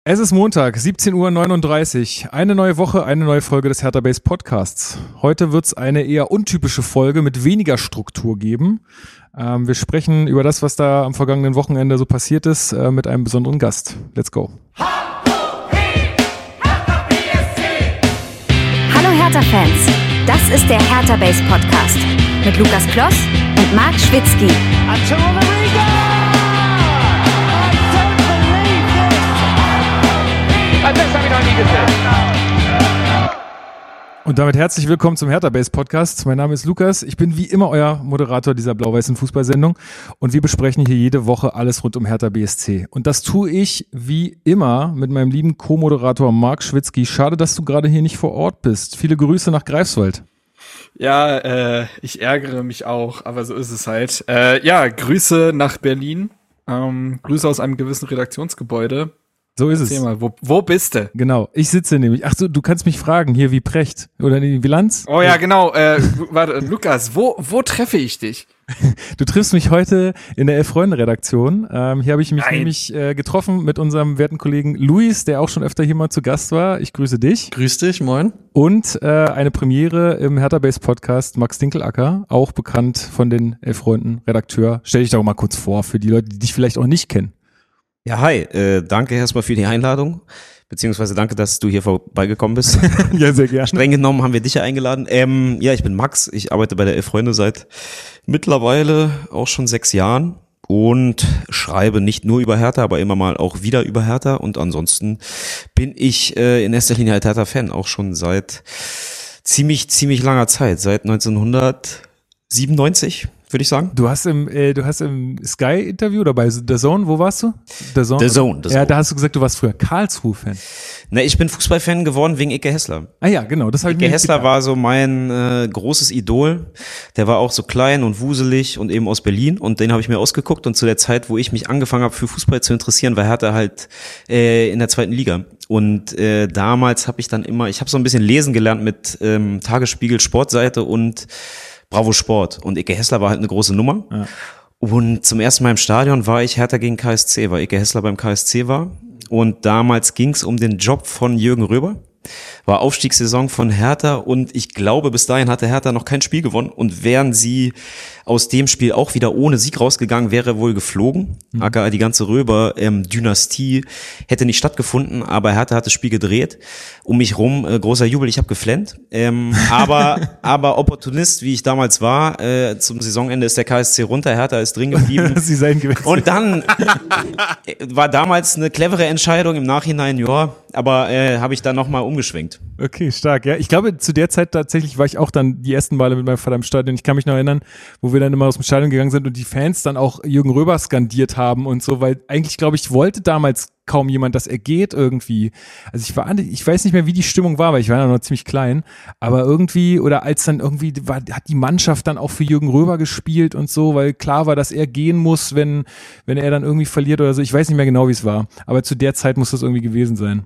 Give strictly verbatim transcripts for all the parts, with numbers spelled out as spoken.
Es ist Montag, siebzehn Uhr neununddreißig. Eine neue Woche, eine neue Folge des Hertha Base Podcasts. Heute wird es eine eher untypische Folge mit weniger Struktur geben. Ähm, wir sprechen über das, was da am vergangenen Wochenende so passiert ist, äh, mit einem besonderen Gast. Let's go. Hallo Hertha-Fans, das ist der Hertha Base Podcast mit Lukas Kloss und Marc Schwitzky. Das habe ich noch nie gesehen. Und damit herzlich willkommen zum Hertha Base Podcast. Mein Name ist Lukas. Ich bin wie immer euer Moderator dieser blau-weißen Fußballsendung und wir besprechen hier jede Woche alles rund um Hertha B S C. Und das tue ich wie immer mit meinem lieben Co-Moderator Marc Schwitzky. Schade, dass du gerade hier nicht vor Ort bist. Viele Grüße nach Greifswald. Ja, äh, ich ärgere mich auch, aber so ist es halt. Äh, ja, Grüße nach Berlin. Ähm, Grüße aus einem gewissen Redaktionsgebäude. So ist Erzähl es. mal, wo, wo bist du? Genau, ich sitze nämlich. Ach so, du kannst mich fragen, hier wie Precht oder die Bilanz? Oh ja, genau. Äh, warte, Lukas, wo, wo treffe ich dich? Du triffst mich heute in der Elf-Freunde-Redaktion. Ähm, hier habe ich mich Nein. nämlich äh, getroffen mit unserem werten Kollegen Luis, der auch schon öfter hier mal zu Gast war. Ich grüße dich. Grüß dich, moin. Und äh, eine Premiere im Hertha Base Podcast, Max Dinkelacker, auch bekannt von den Elf-Freunden, Redakteur. Stell dich doch mal kurz vor für die Leute, die dich vielleicht auch nicht kennen. Ja, hi, äh, danke erstmal für die Einladung, beziehungsweise danke, dass du hier vorbeigekommen bist. Ja, sehr gerne. Streng genommen haben wir dich ja eingeladen. Ähm, ja, ich bin Max, ich arbeite bei der Elf Freunde seit mittlerweile auch schon sechs Jahren und schreibe nicht nur über Hertha, aber immer mal auch wieder über Hertha und ansonsten bin ich äh, in erster Linie halt Hertha-Fan, auch schon seit ziemlich, ziemlich langer Zeit, seit neunzehnhundertsiebenundneunzig. Würde ich sagen. Du hast im, äh, du hast im Sky-Interview oder bei The Zone, wo warst du? The Zone. The Zone, The Zone. Ja, da hast du gesagt, du warst früher Karlsruhe-Fan. Na, ich bin Fußballfan geworden wegen Icke Hessler. Ah ja, genau, das habe ich mir Icke Hessler gedacht. war so mein äh, großes Idol. Der war auch so klein und wuselig und eben aus Berlin und den habe ich mir ausgeguckt und zu der Zeit, wo ich mich angefangen habe für Fußball zu interessieren, war Hertha halt äh, in der zweiten Liga. Und äh, damals habe ich dann immer, ich habe so ein bisschen lesen gelernt mit ähm, Tagesspiegel, Sportseite und Bravo Sport. Und Icke Hessler war halt eine große Nummer. Ja. Und zum ersten Mal im Stadion war ich Hertha gegen K S C, weil Icke Hessler beim K S C war. Und damals ging es um den Job von Jürgen Röber. War Aufstiegssaison von Hertha und ich glaube, bis dahin hatte Hertha noch kein Spiel gewonnen. Und wären sie aus dem Spiel auch wieder ohne Sieg rausgegangen, wäre wohl geflogen. Mhm. A K A die ganze Röber-Dynastie ähm, hätte nicht stattgefunden, aber Hertha hat das Spiel gedreht. Um mich rum, äh, großer Jubel, ich habe geflennt. Ähm, aber aber Opportunist, wie ich damals war, äh, zum Saisonende ist der K S C runter, Hertha ist drin geblieben. Sie seien gewechselt. Und dann war damals eine clevere Entscheidung, im Nachhinein, ja, aber äh, habe ich dann nochmal umgeschwenkt. Okay, stark. Ja, ich glaube, zu der Zeit tatsächlich war ich auch dann die ersten Male mit meinem Vater im Stadion. Ich kann mich noch erinnern, wo wir dann immer aus dem Stadion gegangen sind und die Fans dann auch Jürgen Röber skandiert haben und so, weil eigentlich, glaube ich, wollte damals kaum jemand, dass er geht irgendwie. Also ich war, ich weiß nicht mehr, wie die Stimmung war, weil ich war ja noch ziemlich klein, aber irgendwie, oder als dann irgendwie, war, hat die Mannschaft dann auch für Jürgen Röber gespielt und so, weil klar war, dass er gehen muss, wenn, wenn er dann irgendwie verliert oder so. Ich weiß nicht mehr genau, wie es war, aber zu der Zeit muss das irgendwie gewesen sein.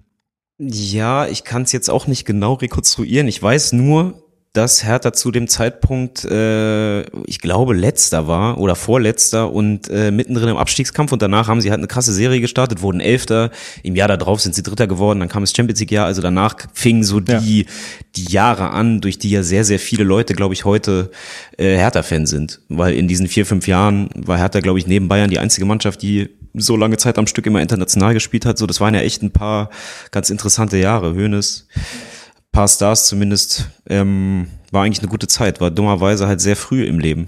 Ja, ich kann es jetzt auch nicht genau rekonstruieren. Ich weiß nur, dass Hertha zu dem Zeitpunkt, äh, ich glaube, letzter war oder vorletzter und äh, mittendrin im Abstiegskampf und danach haben sie halt eine krasse Serie gestartet, wurden Elfter, im Jahr darauf sind sie Dritter geworden, dann kam das Champions League Jahr, also danach fingen so die, ja. die Jahre an, durch die ja sehr, sehr viele Leute, glaube ich, heute äh, Hertha-Fan sind, weil in diesen vier, fünf Jahren war Hertha, glaube ich, neben Bayern die einzige Mannschaft, die so lange Zeit am Stück immer international gespielt hat, so das waren ja echt ein paar ganz interessante Jahre, Hoeneß, paar Stars zumindest, ähm, war eigentlich eine gute Zeit, war dummerweise halt sehr früh im Leben.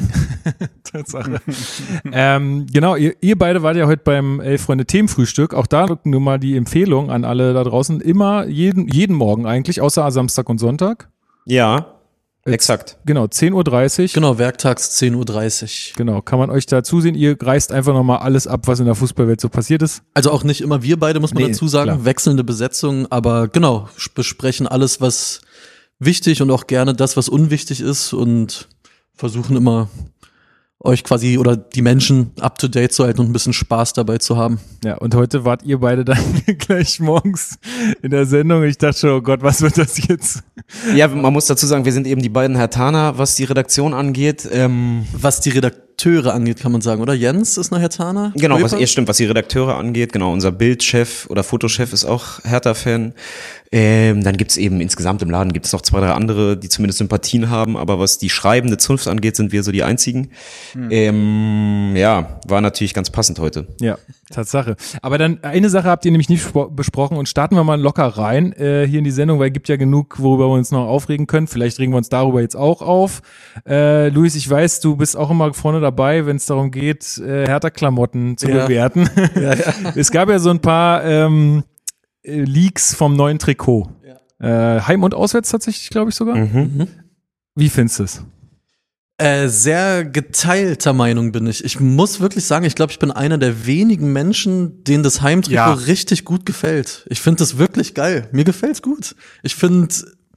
Tatsache. ähm, genau, ihr, ihr beide wart ja heute beim Elf-Freunde-Themenfrühstück, auch da nur mal die Empfehlung an alle da draußen, immer jeden, jeden Morgen eigentlich, außer Samstag und Sonntag. Ja. Exakt. Genau, zehn Uhr dreißig. Genau, werktags zehn Uhr dreißig. Genau, kann man euch da zusehen. Ihr reißt einfach nochmal alles ab, was in der Fußballwelt so passiert ist. Also auch nicht immer wir beide, muss man nee, dazu sagen, klar. Wechselnde Besetzungen, aber genau, besprechen alles, was wichtig und auch gerne das, was unwichtig ist und versuchen immer euch quasi oder die Menschen up to date zu halten und ein bisschen Spaß dabei zu haben. Ja, und heute wart ihr beide dann gleich morgens in der Sendung. Ich dachte schon, oh Gott, was wird das jetzt? Ja, man muss dazu sagen, wir sind eben die beiden Herthaner, was die Redaktion angeht. Ähm was die Redaktion Redakteure angeht, kann man sagen, oder? Jens ist noch Herthaner? Genau, was, Röper? ja, stimmt, was die Redakteure angeht. Genau, unser Bildchef oder Fotochef ist auch Hertha-Fan. Ähm, dann gibt's eben insgesamt im Laden gibt's noch zwei, drei andere, die zumindest Sympathien haben. Aber was die schreibende Zunft angeht, sind wir so die einzigen. Hm. Ähm, ja, war natürlich ganz passend heute. Ja, Tatsache. Aber dann eine Sache habt ihr nämlich nicht besprochen und starten wir mal locker rein äh, hier in die Sendung, weil es gibt ja genug, worüber wir uns noch aufregen können. Vielleicht regen wir uns darüber jetzt auch auf. Äh, Luis, ich weiß, du bist auch immer vorne dabei, wenn es darum geht, äh, Hertha-Klamotten zu ja. bewerten. Ja, ja. Es gab ja so ein paar ähm, Leaks vom neuen Trikot. Ja. Äh, Heim- und auswärts tatsächlich, glaube ich sogar. Mhm. Wie findest du es? Äh, sehr geteilter Meinung bin ich. Ich muss wirklich sagen, ich glaube, ich bin einer der wenigen Menschen, denen das Heimtrikot ja. richtig gut gefällt. Ich finde das wirklich geil. Mir gefällt's gut. Ich finde,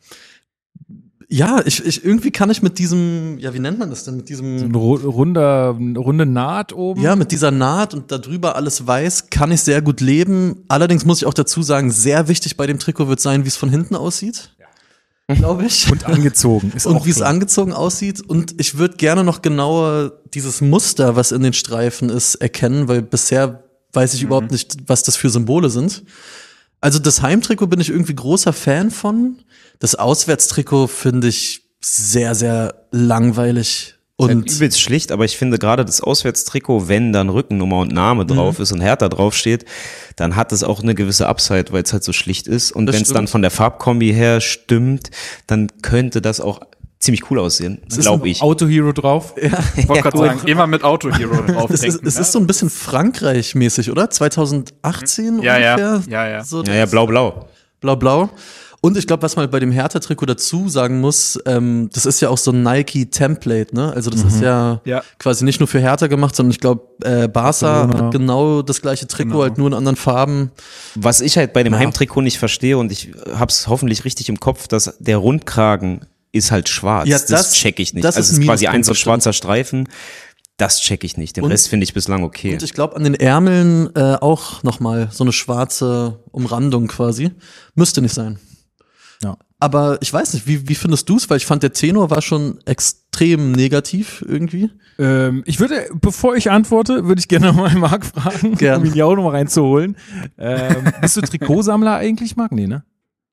ja, ich, ich irgendwie kann ich mit diesem, ja, wie nennt man das denn? Mit diesem So ein runder, runde Naht oben? Ja, mit dieser Naht und darüber alles weiß, kann ich sehr gut leben. Allerdings muss ich auch dazu sagen, sehr wichtig bei dem Trikot wird sein, wie es von hinten aussieht. Glaube ich. Und angezogen. Ist und wie es klar. angezogen aussieht. Und ich würde gerne noch genauer dieses Muster, was in den Streifen ist, erkennen, weil bisher weiß ich mhm. überhaupt nicht, was das für Symbole sind. Also das Heimtrikot bin ich irgendwie großer Fan von. Das Auswärtstrikot finde ich sehr, sehr langweilig. Und Und übelst schlicht, aber ich finde gerade das Auswärtstrikot, wenn dann Rückennummer und Name drauf mhm. ist und Hertha draufsteht, dann hat es auch eine gewisse Upside, weil es halt so schlicht ist. Und wenn es dann von der Farbkombi her stimmt, dann könnte das auch ziemlich cool aussehen, glaube ich. Auto Hero drauf. ja, Ich wollte gerade sagen, immer mit Auto Hero drauf es, ist, denken. es ist so ein bisschen Frankreich-mäßig, oder? zwanzig achtzehn Ja, ja. ungefähr? Ja, ja. So Ja, ja, blau-blau. Blau-blau. Und ich glaube, was man bei dem Hertha-Trikot dazu sagen muss, ähm, das ist ja auch so ein Nike-Template, ne? Also das mhm. ist ja, ja quasi nicht nur für Hertha gemacht, sondern ich glaube, äh, Barca Barcelona. hat genau das gleiche Trikot, Genau. halt nur in anderen Farben. Was ich halt bei dem Ja. Heimtrikot nicht verstehe und ich hab's hoffentlich richtig im Kopf, dass der Rundkragen ist halt schwarz. Ja, das, das- check ich nicht. das also ist es ist quasi Minuspunkt, ein so das schwarzer Streifen. Das check ich nicht. Den Und- Rest finde ich bislang okay. Und ich glaube, an den Ärmeln äh, auch nochmal so eine schwarze Umrandung quasi. Müsste nicht sein. Ja. Aber ich weiß nicht, wie, wie findest du es? Weil ich fand, der Tenor war schon extrem negativ irgendwie. Ähm, ich würde, bevor ich antworte, würde ich gerne nochmal Marc fragen, Gern. um ihn ja auch nochmal reinzuholen. Ähm, bist du Trikotsammler eigentlich, Marc? Nee, ne?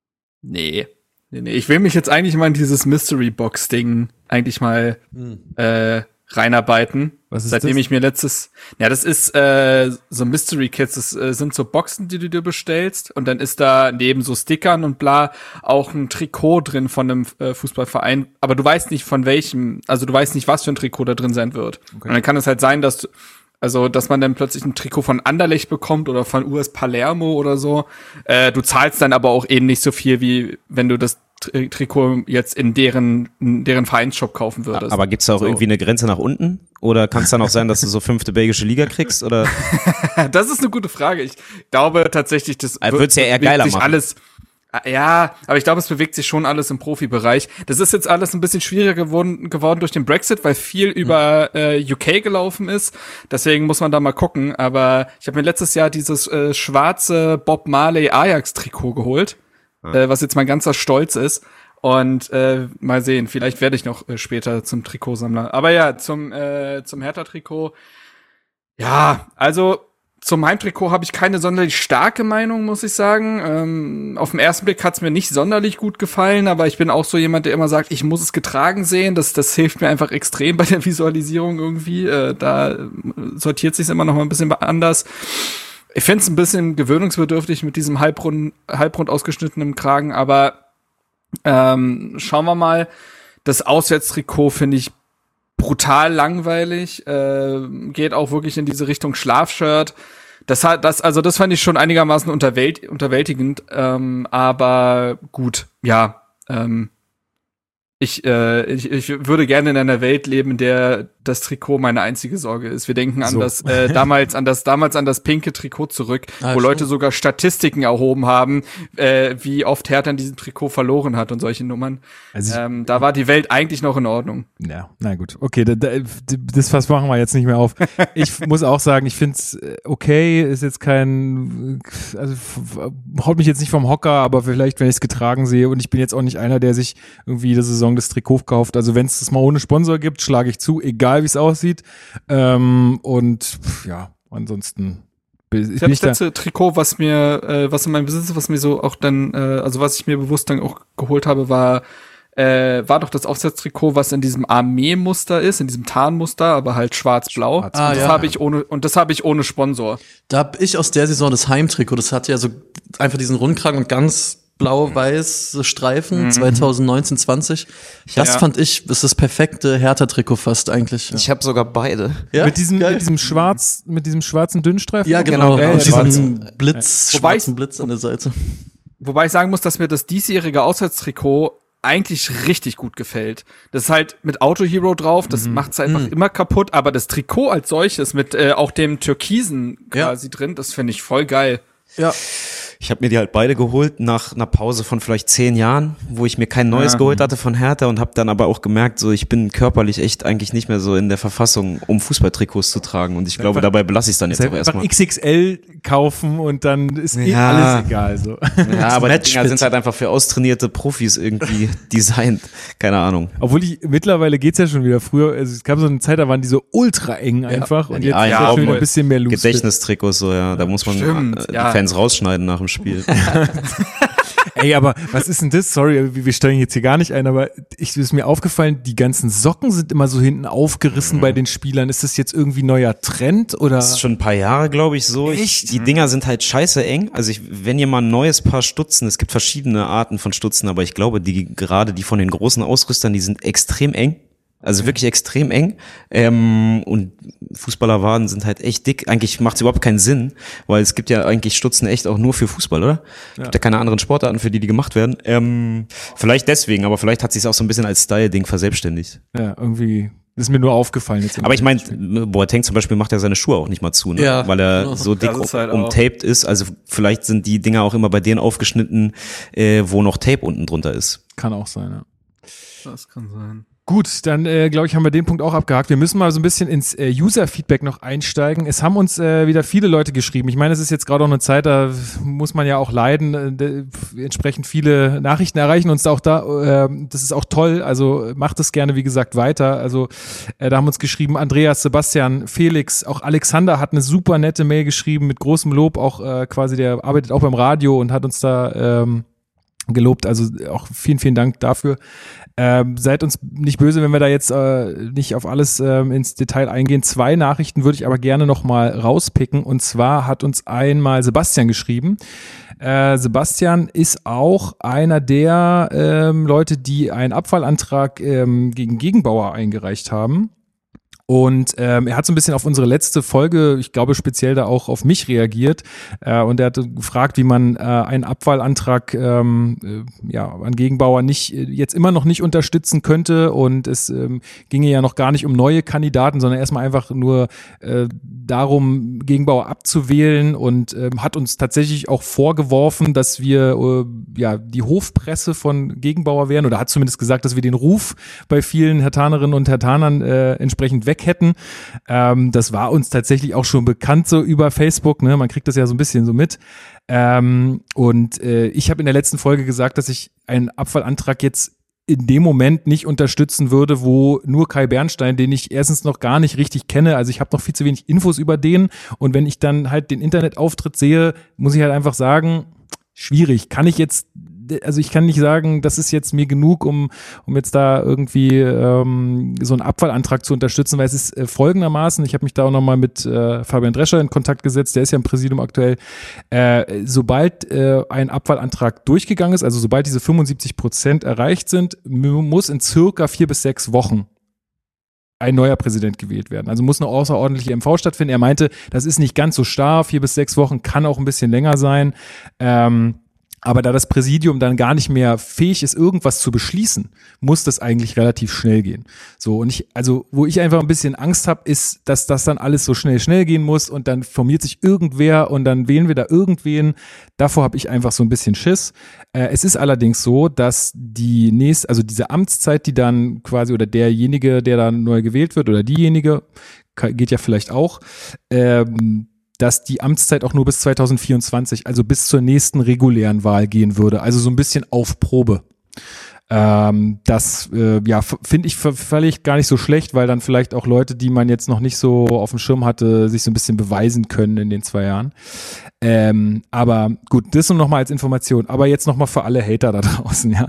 Nee. nee. Nee, ich will mich jetzt eigentlich mal in dieses Mystery-Box-Ding eigentlich mal Hm. äh, reinarbeiten. Was ist Seitdem das? ich mir letztes, ja, das ist äh, so Mystery Kits, das äh, sind so Boxen, die du dir bestellst und dann ist da neben so Stickern und bla auch ein Trikot drin von einem äh, Fußballverein, aber du weißt nicht von welchem, also du weißt nicht, was für ein Trikot da drin sein wird. Okay. Und dann kann es halt sein, dass du, also dass man dann plötzlich ein Trikot von Anderlecht bekommt oder von U S Palermo oder so. Äh, du zahlst dann aber auch eben nicht so viel, wie wenn du das Tri- Trikot jetzt in deren in deren Vereinsshop kaufen würdest. Aber gibt's da auch So. irgendwie eine Grenze nach unten? Oder kann es dann auch sein, dass du so fünfte belgische Liga kriegst? Oder Das ist eine gute Frage. Ich glaube tatsächlich, das Also wird's ja eher bewegt geiler sich machen. alles. Ja, aber ich glaube, es bewegt sich schon alles im Profibereich. Das ist jetzt alles ein bisschen schwieriger geworden, geworden durch den Brexit, weil viel über äh, U K gelaufen ist. Deswegen muss man da mal gucken. Aber ich habe mir letztes Jahr dieses äh, schwarze Bob Marley Ajax-Trikot geholt, äh, was jetzt mein ganzer Stolz ist. Und äh, mal sehen, vielleicht werde ich noch äh, später zum Trikotsammler. Aber ja, zum äh, zum Hertha-Trikot. Ja, also zum Heimtrikot habe ich keine sonderlich starke Meinung, muss ich sagen. Ähm, auf den ersten Blick hat es mir nicht sonderlich gut gefallen, aber ich bin auch so jemand, der immer sagt, ich muss es getragen sehen. Das, das hilft mir einfach extrem bei der Visualisierung irgendwie. Äh, da äh, sortiert sich immer noch mal ein bisschen anders. Ich finde es ein bisschen gewöhnungsbedürftig mit diesem halbrund, halbrund ausgeschnittenen Kragen, aber ähm, schauen wir mal. Das Auswärtstrikot finde ich brutal langweilig, äh, geht auch wirklich in diese Richtung Schlafshirt. Das hat, das, also das fand ich schon einigermaßen unterwält, unterwältigend, ähm, aber gut, ja, ähm, ich, äh, ich, ich würde gerne in einer Welt leben, in der das Trikot meine einzige Sorge ist. Wir denken an So. das äh, damals an das damals an das pinke Trikot zurück, Ah, wo stimmt. Leute sogar Statistiken erhoben haben, äh, wie oft Hertha in diesem Trikot verloren hat und solche Nummern. Also ich, Ähm, da war die Welt eigentlich noch in Ordnung. ja, na gut. Okay, da, da, das Fass machen wir jetzt nicht mehr auf. Ich muss auch sagen, ich finde es okay, ist jetzt kein, also f- haut mich jetzt nicht vom Hocker, aber vielleicht, wenn ich es getragen sehe und ich bin jetzt auch nicht einer, der sich irgendwie jede Saison das Trikot kauft. Also wenn es das mal ohne Sponsor gibt, schlage ich zu, egal egal wie es aussieht. Ähm, und pff, ja, ansonsten bin Ich habe ich das letzte Trikot, was mir, äh, was in meinem Besitz ist, was mir so auch dann, äh, also was ich mir bewusst dann auch geholt habe, war äh, war doch das Aufsatztrikot, was in diesem Armeemuster ist, in diesem Tarnmuster, aber halt schwarz-blau. Schwarz. Ah, und das ja. habe ich ohne und das habe ich ohne Sponsor. Da hab ich aus der Saison das Heimtrikot, das hat ja so einfach diesen Rundkragen und ganz blau-weiß Streifen, zwanzig neunzehn zwanzig. Das Ja. fand ich, das ist das perfekte Hertha-Trikot fast eigentlich. Ich habe sogar beide. Ja, mit diesem, geil. mit diesem schwarz, mit diesem schwarzen Dünnstreifen. Ja, genau. genau, Und ja, diesen Blitz, Wobei schwarzen ich- Blitz an der Seite. Wobei ich sagen muss, dass mir das diesjährige Auswärtstrikot eigentlich richtig gut gefällt. Das ist halt mit Auto Hero drauf, das macht's einfach Mhm. immer kaputt, aber das Trikot als solches mit äh, auch dem Türkisen Ja. quasi drin, das finde ich voll geil. Ja. Ich habe mir die halt beide geholt nach einer Pause von vielleicht zehn Jahren, wo ich mir kein neues Ja. geholt hatte von Hertha und habe dann aber auch gemerkt, so ich bin körperlich echt eigentlich nicht mehr so in der Verfassung, um Fußballtrikots zu tragen und ich glaube, Einfach- dabei belasse ich es dann jetzt auch Einfach erstmal. X X L kaufen und dann ist eh Ja. alles egal. So. Ja, aber die Matchfit. Dinger sind halt einfach für austrainierte Profis irgendwie designt. Keine Ahnung. Obwohl ich, mittlerweile geht's ja schon wieder. Früher, also es gab so eine Zeit, da waren die so ultra eng einfach und die jetzt einen ist auch schon wieder voll. ein bisschen mehr loose. Gedächtnistrikots, so ja, da muss man Stimmt, äh, die ja. Fans rausschneiden nach dem Spiel. Ey, aber was ist denn das? Sorry, wir wir steigen jetzt hier gar nicht ein, aber ich ist mir aufgefallen, die ganzen Socken sind immer so hinten aufgerissen bei den Spielern. Ist das jetzt irgendwie neuer Trend oder? Das ist schon ein paar Jahre, glaube ich, so. Ich, Echt? die Dinger sind halt scheiße eng. Also ich, wenn ihr mal ein neues Paar Stutzen, es gibt verschiedene Arten von Stutzen, aber ich glaube, die gerade die von den großen Ausrüstern, die sind extrem eng. Also wirklich extrem eng. Ähm, und Fußballerwaden sind halt echt dick. Eigentlich macht es überhaupt keinen Sinn, weil es gibt ja eigentlich Stutzen echt auch nur für Fußball, oder? Es gibt ja keine anderen Sportarten, für die die gemacht werden. Ähm, vielleicht deswegen, aber vielleicht hat sich es auch so ein bisschen als Style-Ding verselbstständigt. Ja, irgendwie ist mir nur aufgefallen jetzt. Aber ich meine, Boateng zum Beispiel macht ja seine Schuhe auch nicht mal zu, ne? Ja, Weil er genau. so dick Das ist halt um- auch- umtaped ist. Also vielleicht sind die Dinger auch immer bei denen aufgeschnitten, äh, wo noch Tape unten drunter ist. Kann auch sein, ja. Das kann sein. Gut, dann äh, glaube ich, haben wir den Punkt auch abgehakt. Wir müssen mal so ein bisschen ins äh, User-Feedback noch einsteigen. Es haben uns äh, wieder viele Leute geschrieben. Ich meine, es ist jetzt gerade auch eine Zeit, da muss man ja auch leiden. Äh, de- entsprechend viele Nachrichten erreichen uns da auch da. Äh, das ist auch toll. Also macht es gerne, wie gesagt, weiter. Also äh, da haben uns geschrieben Andreas, Sebastian, Felix, auch Alexander hat eine super nette Mail geschrieben mit großem Lob. Auch äh, quasi, der arbeitet auch beim Radio und hat uns da ähm, gelobt. Also auch vielen, vielen Dank dafür. Ähm, seid uns nicht böse, wenn wir da jetzt äh, nicht auf alles ähm, ins Detail eingehen. Zwei Nachrichten würde ich aber gerne noch mal rauspicken. Und zwar hat uns einmal Sebastian geschrieben. Äh, Sebastian ist auch einer der ähm, Leute, die einen Abfallantrag ähm, gegen Gegenbauer eingereicht haben. Und ähm, er hat so ein bisschen auf unsere letzte Folge, ich glaube speziell da auch auf mich reagiert, äh, und er hat gefragt, wie man äh, einen Abfallantrag ähm, äh, ja, an Gegenbauer nicht äh, jetzt immer noch nicht unterstützen könnte. Und es ähm, ginge ja noch gar nicht um neue Kandidaten, sondern erstmal einfach nur äh, darum, Gegenbauer abzuwählen, und ähm, hat uns tatsächlich auch vorgeworfen, dass wir äh, ja die Hofpresse von Gegenbauer wären, oder hat zumindest gesagt, dass wir den Ruf bei vielen Herthanerinnen und Herthanern äh, entsprechend weg hätten. Ähm, das war uns tatsächlich auch schon bekannt so über Facebook, ne? Man kriegt das ja so ein bisschen so mit. Ähm, und äh, ich habe in der letzten Folge gesagt, dass ich einen Abfallantrag jetzt in dem Moment nicht unterstützen würde, wo nur Kai Bernstein, den ich erstens noch gar nicht richtig kenne, also ich habe noch viel zu wenig Infos über den, und wenn ich dann halt den Internetauftritt sehe, muss ich halt einfach sagen, schwierig, kann ich jetzt, also ich kann nicht sagen, das ist jetzt mir genug, um um jetzt da irgendwie ähm, so einen Abfallantrag zu unterstützen, weil es ist äh, folgendermaßen, ich habe mich da auch nochmal mit äh, Fabian Drescher in Kontakt gesetzt, der ist ja im Präsidium aktuell, äh, sobald äh, ein Abfallantrag durchgegangen ist, also sobald diese fünfundsiebzig Prozent erreicht sind, m- muss in circa vier bis sechs Wochen ein neuer Präsident gewählt werden. Also muss eine außerordentliche M V stattfinden. Er meinte, das ist nicht ganz so starr, vier bis sechs Wochen kann auch ein bisschen länger sein. Ähm, Aber da das Präsidium dann gar nicht mehr fähig ist, irgendwas zu beschließen, muss das eigentlich relativ schnell gehen. So, und ich, also, wo ich einfach ein bisschen Angst habe, ist, dass das dann alles so schnell, schnell gehen muss, und dann formiert sich irgendwer und dann wählen wir da irgendwen. Davor habe ich einfach so ein bisschen Schiss. Äh, es ist allerdings so, dass die nächste, also diese Amtszeit, die dann quasi, oder derjenige, der dann neu gewählt wird, oder diejenige, geht ja vielleicht auch, ähm, dass die Amtszeit auch nur bis zwanzig vierundzwanzig, also bis zur nächsten regulären Wahl gehen würde. Also so ein bisschen auf Probe. Ähm, das äh, ja f- finde ich f- völlig gar nicht so schlecht, weil dann vielleicht auch Leute, die man jetzt noch nicht so auf dem Schirm hatte, sich so ein bisschen beweisen können in den zwei Jahren. Ähm, aber gut, das nur nochmal als Information. Aber jetzt nochmal für alle Hater da draußen, ja.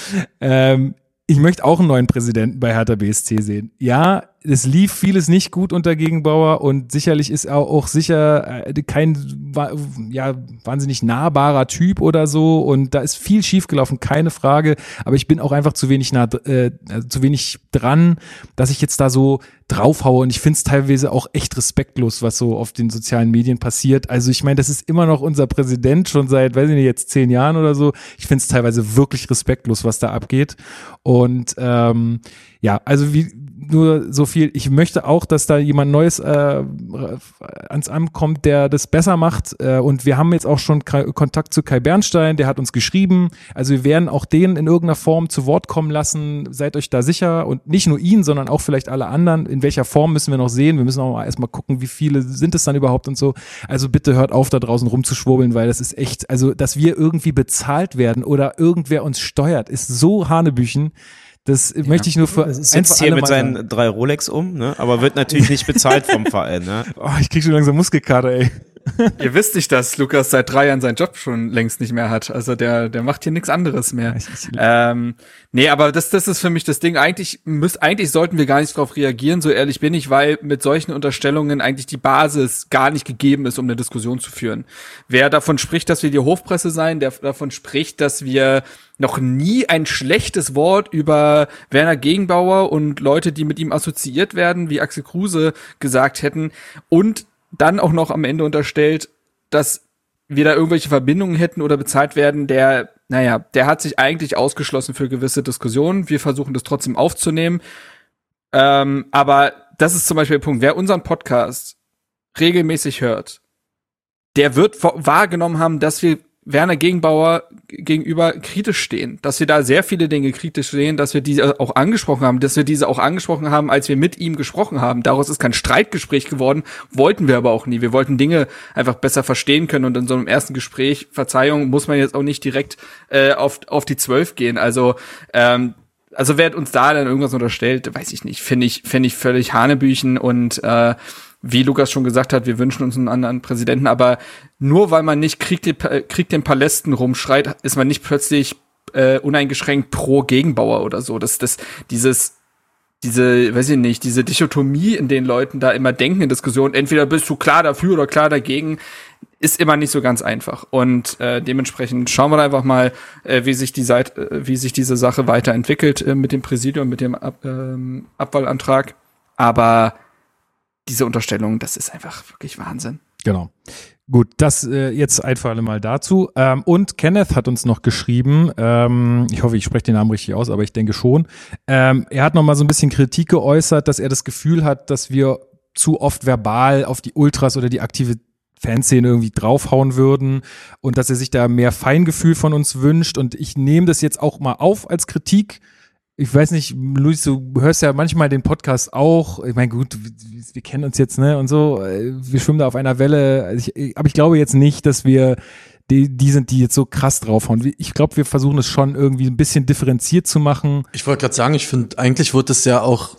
Ähm, ich möchte auch einen neuen Präsidenten bei Hertha B S C sehen. Ja, es lief vieles nicht gut unter Gegenbauer und sicherlich ist er auch sicher äh, kein ja, wahnsinnig nahbarer Typ oder so und da ist viel schiefgelaufen, keine Frage, aber ich bin auch einfach zu wenig nah, äh, zu wenig dran, dass ich jetzt da so draufhaue und ich finde es teilweise auch echt respektlos, was so auf den sozialen Medien passiert. Also ich meine, das ist immer noch unser Präsident schon seit, weiß ich nicht, jetzt zehn Jahren oder so. Ich finde es teilweise wirklich respektlos, was da abgeht und ähm, ja, also wie nur so viel, ich möchte auch, dass da jemand Neues äh, ans Amt kommt, der das besser macht äh, und wir haben jetzt auch schon K- Kontakt zu Kai Bernstein, der hat uns geschrieben, also wir werden auch den in irgendeiner Form zu Wort kommen lassen, seid euch da sicher und nicht nur ihn, sondern auch vielleicht alle anderen, in welcher Form müssen wir noch sehen, wir müssen auch mal erstmal gucken, wie viele sind es dann überhaupt und so, also bitte hört auf, da draußen rumzuschwurbeln, weil das ist echt, also dass wir irgendwie bezahlt werden oder irgendwer uns steuert, ist so Hanebüchen. Das ja. möchte ich nur für das ist jetzt hier mit seinen sagen. drei Rolex um, ne? Aber wird natürlich nicht bezahlt vom Verein. Ne? Oh, ich krieg schon langsam Muskelkater, ey. Ihr wisst nicht, dass Lukas seit drei Jahren seinen Job schon längst nicht mehr hat. Also der, der macht hier nichts anderes mehr. Ich, ich, ähm, nee, aber das, das ist für mich das Ding. Eigentlich müß, eigentlich sollten wir gar nicht drauf reagieren, so ehrlich bin ich, weil mit solchen Unterstellungen eigentlich die Basis gar nicht gegeben ist, um eine Diskussion zu führen. Wer davon spricht, dass wir die Hofpresse seien, der davon spricht, dass wir noch nie ein schlechtes Wort über Werner Gegenbauer und Leute, die mit ihm assoziiert werden, wie Axel Kruse, gesagt hätten und dann auch noch am Ende unterstellt, dass wir da irgendwelche Verbindungen hätten oder bezahlt werden, der, naja, der hat sich eigentlich ausgeschlossen für gewisse Diskussionen. Wir versuchen das trotzdem aufzunehmen. Ähm, aber das ist zum Beispiel der Punkt, wer unseren Podcast regelmäßig hört, der wird wahrgenommen haben, dass wir Werner Gegenbauer gegenüber kritisch stehen, dass wir da sehr viele Dinge kritisch sehen, dass wir diese auch angesprochen haben, dass wir diese auch angesprochen haben, als wir mit ihm gesprochen haben. Daraus ist kein Streitgespräch geworden, wollten wir aber auch nie. Wir wollten Dinge einfach besser verstehen können und in so einem ersten Gespräch, Verzeihung, muss man jetzt auch nicht direkt äh, auf auf die zwölf gehen. Also ähm, also wer uns da dann irgendwas unterstellt, weiß ich nicht, finde ich finde ich völlig Hanebüchen und äh, wie Lukas schon gesagt hat, wir wünschen uns einen anderen Präsidenten, aber nur weil man nicht Krieg, Krieg den Palästen rumschreit, ist man nicht plötzlich äh, uneingeschränkt pro Gegenbauer oder so. Das, das, dieses, diese, weiß ich nicht, diese Dichotomie in den Leuten da immer denken in Diskussionen, entweder bist du klar dafür oder klar dagegen, ist immer nicht so ganz einfach. Und äh, dementsprechend schauen wir da einfach mal, äh, wie sich die Seite, äh, wie sich diese Sache weiterentwickelt äh, mit dem Präsidium, mit dem Ab, ähm, Abwahlantrag. Aber diese Unterstellung, das ist einfach wirklich Wahnsinn. Genau. Gut, das äh, jetzt ein für alle Mal dazu. Ähm, und Kenneth hat uns noch geschrieben, ähm, ich hoffe, ich spreche den Namen richtig aus, aber ich denke schon. Ähm, er hat noch mal so ein bisschen Kritik geäußert, dass er das Gefühl hat, dass wir zu oft verbal auf die Ultras oder die aktive Fanszene irgendwie draufhauen würden und dass er sich da mehr Feingefühl von uns wünscht. Und ich nehme das jetzt auch mal auf als Kritik. Ich weiß nicht, Luis, du hörst ja manchmal den Podcast auch. Ich meine, gut, wir, wir kennen uns jetzt, ne, und so. Wir schwimmen da auf einer Welle. Also ich, aber ich glaube jetzt nicht, dass wir die, die sind, die jetzt so krass draufhauen. Ich glaube, wir versuchen es schon irgendwie ein bisschen differenziert zu machen. Ich wollte gerade sagen, ich finde, eigentlich wird es ja auch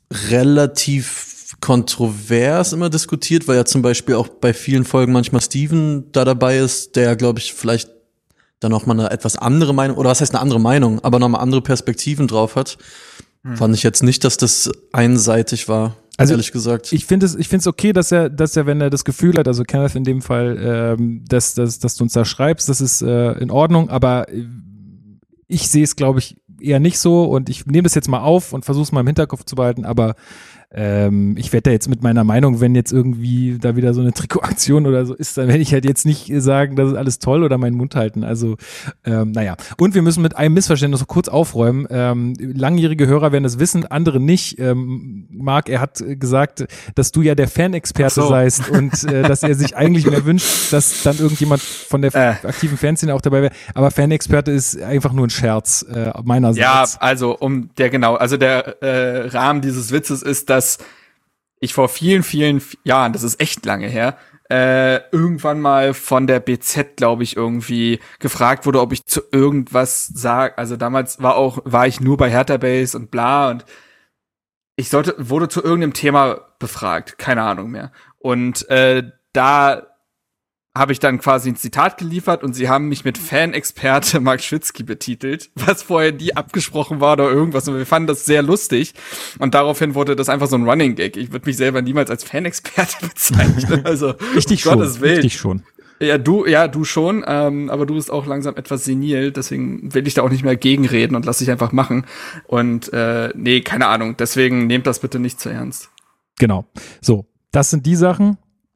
relativ kontrovers immer diskutiert, weil ja zum Beispiel auch bei vielen Folgen manchmal Steven da dabei ist, der, glaube ich, vielleicht dann auch mal eine etwas andere Meinung, oder was heißt eine andere Meinung, aber nochmal andere Perspektiven drauf hat. Hm. Fand ich jetzt nicht, dass das einseitig war, also ehrlich gesagt. Ich finde es, ich finde es okay, dass er, dass er, wenn er das Gefühl hat, also Kenneth in dem Fall, ähm, dass, dass, dass du uns da schreibst, das ist äh, in Ordnung, aber ich sehe es, glaube ich, eher nicht so und ich nehme das jetzt mal auf und versuche es mal im Hinterkopf zu behalten, aber Ähm, ich werde da jetzt mit meiner Meinung, wenn jetzt irgendwie da wieder so eine Trikotaktion oder so ist, dann werde ich halt jetzt nicht sagen, das ist alles toll oder meinen Mund halten. Also, ähm, naja. Und wir müssen mit einem Missverständnis so kurz aufräumen. Ähm, langjährige Hörer werden das wissen, andere nicht. Ähm, Marc, er hat gesagt, dass du ja der Fanexperte so. seist und äh, dass er sich eigentlich mehr wünscht, dass dann irgendjemand von der äh. aktiven Fanszene auch dabei wäre. Aber Fanexperte ist einfach nur ein Scherz äh, meinerseits. Ja, also um der genau, also der äh, Rahmen dieses Witzes ist, dass ich vor vielen, vielen Jahren, das ist echt lange her, äh, irgendwann mal von der B Z, glaube ich, irgendwie gefragt wurde, ob ich zu irgendwas sage. Also damals war auch, war ich nur bei Hertha Base und bla und ich sollte, wurde zu irgendeinem Thema befragt, keine Ahnung mehr. Und äh, da habe ich dann quasi ein Zitat geliefert und sie haben mich mit Fanexperte Mark Schwitzky betitelt, was vorher nie abgesprochen war oder irgendwas. Und wir fanden das sehr lustig. Und daraufhin wurde das einfach so ein Running Gag. Ich würde mich selber niemals als Fanexperte bezeichnen. Also, Ich dich um schon, Gottes Willen. ich dich schon. Ja, du, ja, du schon, ähm, aber du bist auch langsam etwas senil, deswegen will ich da auch nicht mehr gegenreden und lass dich einfach machen. Und äh, nee, keine Ahnung, deswegen nehmt das bitte nicht zu ernst. Genau. So, das sind die Sachen.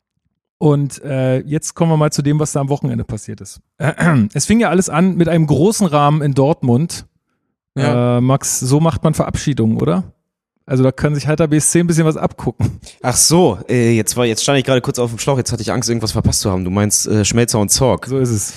Und äh, jetzt kommen wir mal zu dem, was da am Wochenende passiert ist. Es fing ja alles an mit einem großen Rahmen in Dortmund. Ja. Äh, Max, so macht man Verabschiedungen, oder? Also da können sich Hertha B S C ein bisschen was abgucken. Ach so, äh, jetzt war, jetzt stand ich gerade kurz auf dem Schlauch, jetzt hatte ich Angst, irgendwas verpasst zu haben. Du meinst äh, Schmelzer und Zorg. So ist es.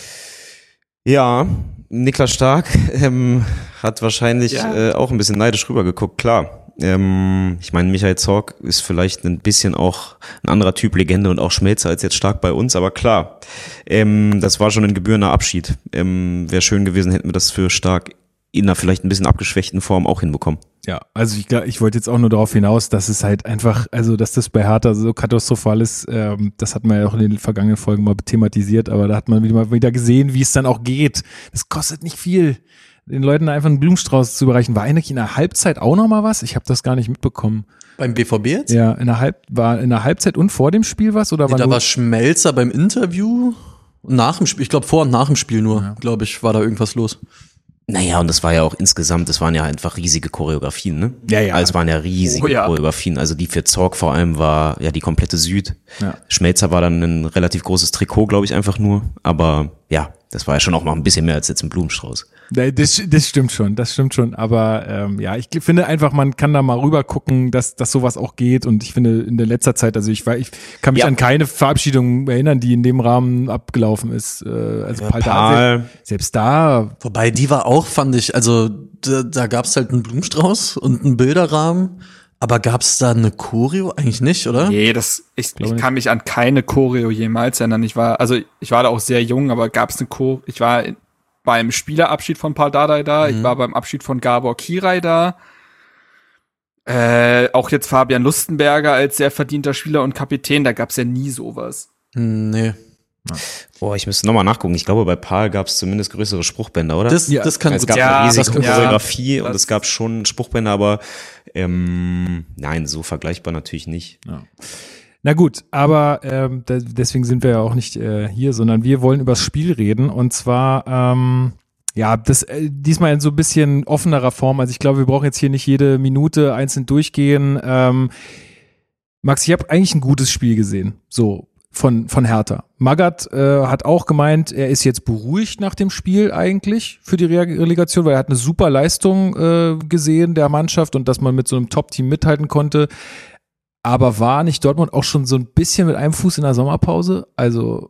Ja, Niklas Stark ähm, hat wahrscheinlich Ja. äh, auch ein bisschen neidisch rübergeguckt, klar. Ähm, ich meine, Michael Zorg ist vielleicht ein bisschen auch ein anderer Typ Legende und auch Schmelzer als jetzt Stark bei uns, aber klar, ähm, das war schon ein gebührender Abschied. Ähm, wäre schön gewesen, hätten wir das für Stark in einer vielleicht ein bisschen abgeschwächten Form auch hinbekommen. Ja, also ich, ich wollte jetzt auch nur darauf hinaus, dass es halt einfach, also dass das bei Hertha so katastrophal ist, ähm, das hat man ja auch in den vergangenen Folgen mal thematisiert, aber da hat man wieder, mal wieder gesehen, wie es dann auch geht. Das kostet nicht viel, den Leuten einfach einen Blumenstrauß zu überreichen. War eigentlich in der Halbzeit auch noch mal was? Ich habe das gar nicht mitbekommen. Beim B V B jetzt? Ja, in der Halb war in der Halbzeit und vor dem Spiel was? Oder Nee, war da nur, war Schmelzer beim Interview. Nach dem Spiel, ich glaube vor und nach dem Spiel nur, ja. glaube ich, war da irgendwas los. Naja, und das war ja auch insgesamt, das waren ja einfach riesige Choreografien, ne? Ja, ja. Also es waren ja riesige Oh, ja. Choreografien. Also die für Zorg vor allem war ja die komplette Süd. Ja. Schmelzer war dann ein relativ großes Trikot, glaube ich, einfach nur. Aber ja, das war ja schon auch mal ein bisschen mehr als jetzt ein Blumenstrauß. Das, das stimmt schon, das stimmt schon. Aber ähm, ja, ich finde einfach, man kann da mal rüber gucken, dass, dass sowas auch geht. Und ich finde in der letzter Zeit, also ich, war, ich kann mich Ja. an keine Verabschiedung erinnern, die in dem Rahmen abgelaufen ist. Äh, also Ja, Paul Dardai, Paul. selbst da, Wobei, die war auch, fand ich, also da, da gab's halt einen Blumenstrauß und einen Bilderrahmen. Aber gab's da eine Choreo? Eigentlich nicht, oder? Nee, das, ich, glaube ich kann mich an keine Choreo jemals erinnern. Ich war, also ich war da auch sehr jung, aber gab es eine Choreo? Ich war beim Spielerabschied von Paul Dardai da, Mhm. ich war beim Abschied von Gabor Kirai da. Äh, auch jetzt Fabian Lustenberger als sehr verdienter Spieler und Kapitän, da gab's ja nie sowas. Hm, Nee. Boah, ich müsste nochmal nachgucken. Ich glaube, bei Paul gab es zumindest größere Spruchbänder, oder? Das, Ja. das kann es gut gab Ja, eine das riesige kann- ja. Choreografie und Das- es gab schon Spruchbänder, aber ähm, nein, so vergleichbar natürlich nicht. na gut, aber ähm, da, deswegen sind wir ja auch nicht äh, hier, sondern wir wollen über das Spiel reden. Und zwar, ähm, ja, das äh, diesmal in so ein bisschen offenerer Form. Also ich glaube, wir brauchen jetzt hier nicht jede Minute einzeln durchgehen. Ähm, Max, ich habe eigentlich ein gutes Spiel gesehen, so von von Hertha. Magath äh, hat auch gemeint, er ist jetzt beruhigt nach dem Spiel eigentlich für die Re Relegation, weil er hat eine super Leistung äh, gesehen der Mannschaft und dass man mit so einem Top-Team mithalten konnte. Aber war nicht Dortmund auch schon so ein bisschen mit einem Fuß in der Sommerpause? Also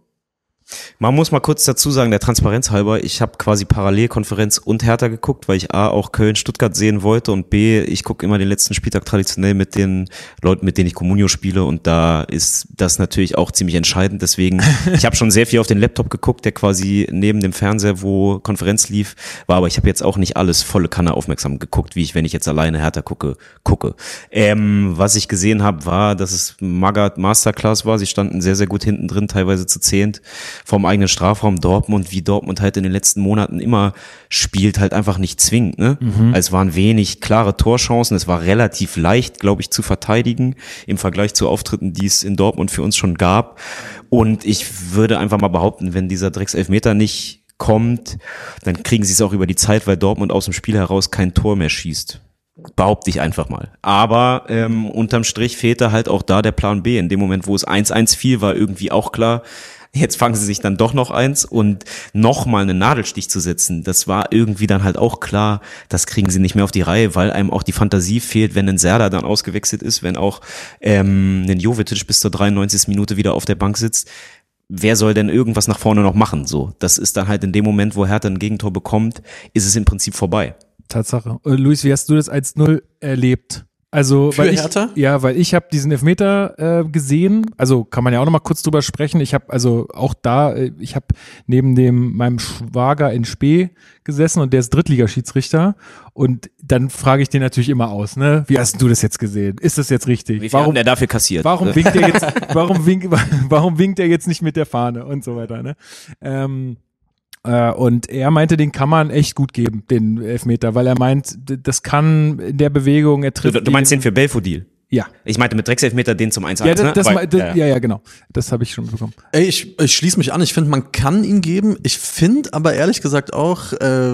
Man muss mal kurz dazu sagen, der Transparenz halber, ich habe quasi Parallelkonferenz und Hertha geguckt, weil ich A, auch Köln-Stuttgart sehen wollte und B, ich gucke immer den letzten Spieltag traditionell mit den Leuten, mit denen ich Comunio spiele und da ist das natürlich auch ziemlich entscheidend. Deswegen, ich habe schon sehr viel auf den Laptop geguckt, der quasi neben dem Fernseher, wo Konferenz lief, war, aber ich habe jetzt auch nicht alles volle Kanne aufmerksam geguckt, wie ich, wenn ich jetzt alleine Hertha gucke, gucke. Ähm, was ich gesehen habe, war, dass es Magath Masterclass war. Sie standen sehr, sehr gut hinten drin, teilweise zu zehnt. Vom eigenen Strafraum Dortmund, wie Dortmund halt in den letzten Monaten immer spielt, halt einfach nicht zwingend, ne? Mhm. Es waren wenig klare Torchancen, es war relativ leicht, glaube ich, zu verteidigen im Vergleich zu Auftritten, die es in Dortmund für uns schon gab. Und ich würde einfach mal behaupten, wenn dieser Dreckselfmeter nicht kommt, dann kriegen sie es auch über die Zeit, weil Dortmund aus dem Spiel heraus kein Tor mehr schießt. Behaupte ich einfach mal. Aber ähm, unterm Strich fehlte halt auch da der Plan B. In dem Moment, wo es eins eins fiel, war irgendwie auch klar, jetzt fangen sie sich dann doch noch eins und nochmal einen Nadelstich zu setzen, das war irgendwie dann halt auch klar, das kriegen sie nicht mehr auf die Reihe, weil einem auch die Fantasie fehlt, wenn ein Serdar dann ausgewechselt ist, wenn auch ähm, ein Jovetic bis zur dreiundneunzigsten Minute wieder auf der Bank sitzt. Wer soll denn irgendwas nach vorne noch machen? So, das ist dann halt in dem Moment, wo Hertha ein Gegentor bekommt, ist es im Prinzip vorbei. Tatsache. Äh, Luis, wie hast du das eins null erlebt? Also, Für weil ich, Hertha? ja, weil ich habe diesen Elfmeter äh, gesehen, also kann man ja auch noch mal kurz drüber sprechen. Ich habe also auch da, äh, ich habe neben dem meinem Schwager in Spee gesessen und der ist Drittligaschiedsrichter und dann frage ich den natürlich immer aus, ne? Wie hast du das jetzt gesehen? Ist das jetzt richtig? Wie viel Warum hat der dafür kassiert? Warum winkt er jetzt, warum winkt, warum winkt er jetzt nicht mit der Fahne und so weiter, ne? Ähm, äh, und er meinte, den kann man echt gut geben, den Elfmeter, weil er meint, d- das kann in der Bewegung, er trifft Du, du meinst jeden- den für Belfodil? Ja. Ich meinte mit Dreckselfmeter den zum eins Ja, eins, das, ne? das, Aber- das, ja, ja, ja, genau. Das habe ich schon bekommen. Ey, ich, ich schließe mich an. Ich finde, man kann ihn geben. Ich finde aber ehrlich gesagt auch, äh,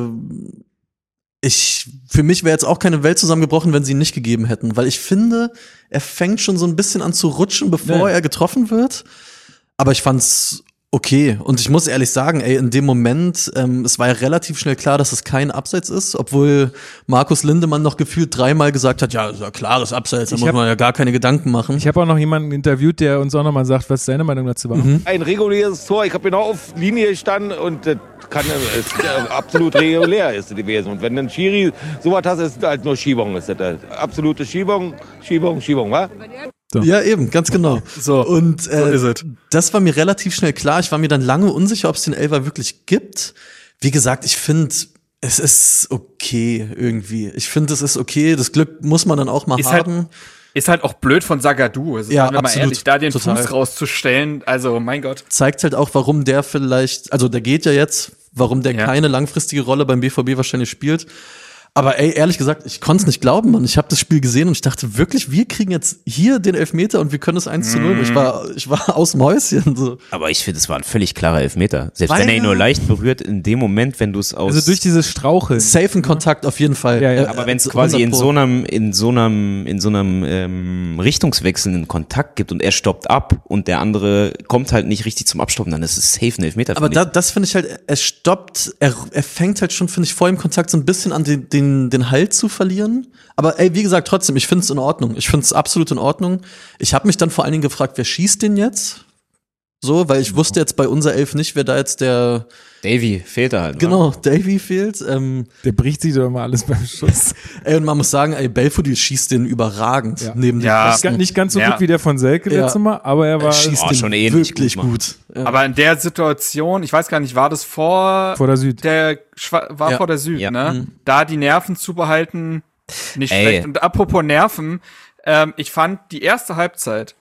ich, für mich wäre jetzt auch keine Welt zusammengebrochen, wenn sie ihn nicht gegeben hätten. Weil ich finde, er fängt schon so ein bisschen an zu rutschen, bevor Ja. er getroffen wird. Aber ich fand's okay. Und ich muss ehrlich sagen, ey, in dem Moment, ähm, es war ja relativ schnell klar, dass es kein Abseits ist, obwohl Markus Lindemann noch gefühlt dreimal gesagt hat, ja, ist ja klares Abseits, da Ich muss hab- man ja gar keine Gedanken machen. Ich habe auch noch jemanden interviewt, der uns auch nochmal sagt, was seine Meinung dazu war. Ein reguläres Tor. Ich habe genau auf Linie gestanden und das kann ist, äh, absolut regulär ist das gewesen. Und wenn ein Schiri sowas hat, ist das halt nur Schiebung. Ist das halt. Absolute Schiebung, Schiebung, Schiebung, wa? Ja, eben, ganz genau. So, Und äh, ist es. das war mir relativ schnell klar. Ich war mir dann lange unsicher, ob es den Elfer wirklich gibt. Wie gesagt, ich finde, es ist okay irgendwie. Ich finde, es ist okay. Das Glück muss man dann auch mal Ist halt- haben. Ist halt auch blöd von Zagadou. Also, Ja, seien wir mal absolut. ehrlich, da den Total. Fuß rauszustellen. Also, mein Gott. Zeigt halt auch, warum der vielleicht, also der geht ja jetzt, warum der Ja. keine langfristige Rolle beim B V B wahrscheinlich spielt. Aber ey, ehrlich gesagt, ich konnte es nicht glauben, Mann. Ich habe das Spiel gesehen und ich dachte wirklich, wir kriegen jetzt hier den Elfmeter und wir können es eins zu null. Ich war, ich war aus dem Häuschen. So. Aber ich finde, es war ein völlig klarer Elfmeter. Selbst Weil wenn er ihn er- nur leicht berührt, in dem Moment, wenn du es aus... Also durch dieses Straucheln. Safen Kontakt auf jeden Fall. Ja, ja. Äh, aber wenn es äh, quasi in hundert so Pro. einem, in so einem, in so einem ähm, richtungswechselnden Kontakt gibt und er stoppt ab und der andere kommt halt nicht richtig zum Abstoppen, dann ist es safe ein Elfmeter. Aber finde da, das finde ich halt, er stoppt, er, er fängt halt schon, finde ich, vor dem Kontakt so ein bisschen an, den, den, den Halt zu verlieren. Aber ey, wie gesagt, trotzdem, ich finde es in Ordnung. Ich finde es absolut in Ordnung. Ich habe mich dann vor allen Dingen gefragt, wer schießt den jetzt? So, weil ich wusste jetzt bei unser Elf nicht, wer da jetzt der, ich. Davy fehlt da halt. wa? genau, Davy fehlt. Ähm, Der bricht sich doch mal alles beim Schuss. ey, und man muss sagen, ey, Belfodil schießt den überragend Ja. neben dem Ja. Pfosten. Nicht, nicht ganz so Ja. gut wie der von Selke Ja. letztes Mal, aber er war Er schießt Oh, den schon ähnlich wirklich gut, Mann. gut. Ja. Aber in der Situation, ich weiß gar nicht, war das vor, vor der Süd. der Schwa war Ja. vor der Süd, Ja. ne? Mhm. Da die Nerven zu behalten, nicht Ey. schlecht. Und apropos Nerven, ähm, ich fand die erste Halbzeit,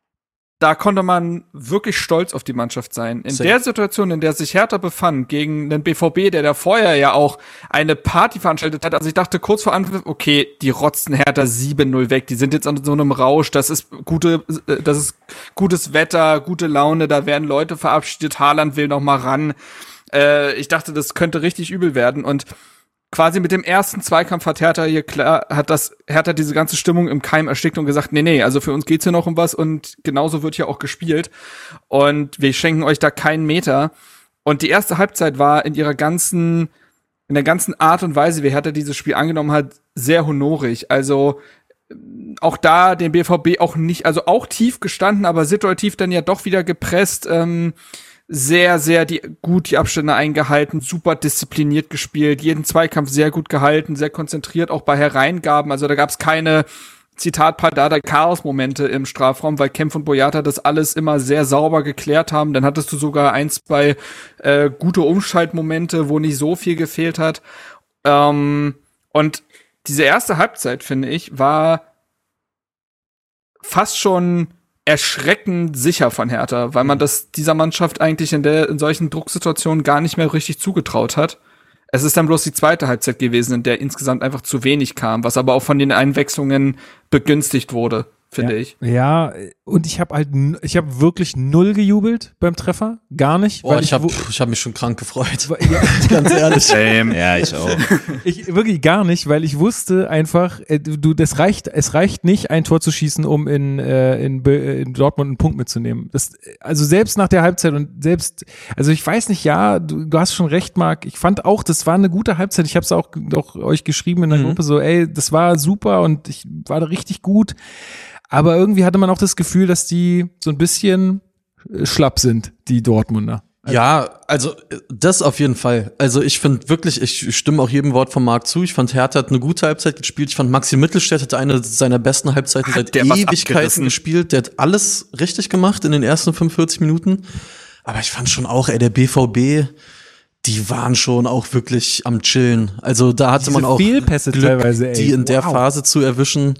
da konnte man wirklich stolz auf die Mannschaft sein. In Safe. der Situation, in der sich Hertha befand, gegen den B V B, der da vorher ja auch eine Party veranstaltet hat, also ich dachte kurz vor Anpfiff, okay, die rotzen Hertha sieben null weg, die sind jetzt an so einem Rausch, das ist gute, äh, das ist gutes Wetter, gute Laune, da werden Leute verabschiedet, Haaland will noch mal ran. Äh, ich dachte, das könnte richtig übel werden und quasi mit dem ersten Zweikampf hat Hertha hier klar, hat das Hertha diese ganze Stimmung im Keim erstickt und gesagt, nee, nee, also für uns geht's hier noch um was und genauso wird hier auch gespielt und wir schenken euch da keinen Meter. Und die erste Halbzeit war in ihrer ganzen, in der ganzen Art und Weise, wie Hertha dieses Spiel angenommen hat, sehr honorig. Also auch da den B V B auch nicht, also auch tief gestanden, aber situativ dann ja doch wieder gepresst, ähm, sehr, sehr die, gut die Abstände eingehalten, super diszipliniert gespielt, jeden Zweikampf sehr gut gehalten, sehr konzentriert, auch bei Hereingaben. Also da gab es keine, Zitat Pardada, Chaos-Momente im Strafraum, weil Kempf und Boyata das alles immer sehr sauber geklärt haben. Dann hattest du sogar ein, zwei äh, gute Umschaltmomente, wo nicht so viel gefehlt hat. Ähm, und diese erste Halbzeit, finde ich, war fast schon erschreckend sicher von Hertha, weil man das dieser Mannschaft eigentlich in der in solchen Drucksituationen gar nicht mehr richtig zugetraut hat. Es ist dann bloß die zweite Halbzeit gewesen, in der insgesamt einfach zu wenig kam, was aber auch von den Einwechslungen begünstigt wurde, finde ja. ich. Ja, und ich habe halt, n- ich habe wirklich null gejubelt beim Treffer, gar nicht. Oh, weil ich habe wo- ich hab mich schon krank gefreut. Ja, Ganz ehrlich. Ja, ich auch. ich wirklich gar nicht, weil ich wusste einfach, äh, du, das reicht, es reicht nicht, ein Tor zu schießen, um in, äh, in, Be- in Dortmund einen Punkt mitzunehmen. Das, also selbst nach der Halbzeit und selbst, also ich weiß nicht, ja, du, du hast schon recht, Marc. Ich fand auch, das war eine gute Halbzeit. Ich habe es auch, auch euch geschrieben in der Mhm. Gruppe, so, ey, das war super und ich war da richtig gut. Aber irgendwie hatte man auch das Gefühl, dass die so ein bisschen äh, schlapp sind, die Dortmunder. Ja, also das auf jeden Fall. Also ich finde wirklich, ich stimme auch jedem Wort von Marc zu. Ich fand, Hertha hat eine gute Halbzeit gespielt. Ich fand, Maxi Mittelstädt hatte eine seiner besten Halbzeiten Hat seit der was Ewigkeiten abgerissen? gespielt. Der hat alles richtig gemacht in den ersten fünfundvierzig Minuten. Aber ich fand schon auch, ey, der B V B, die waren schon auch wirklich am Chillen. Also da hatte Diese man auch Fehlpässe Glück, teilweise, ey. die in der Wow. Phase zu erwischen.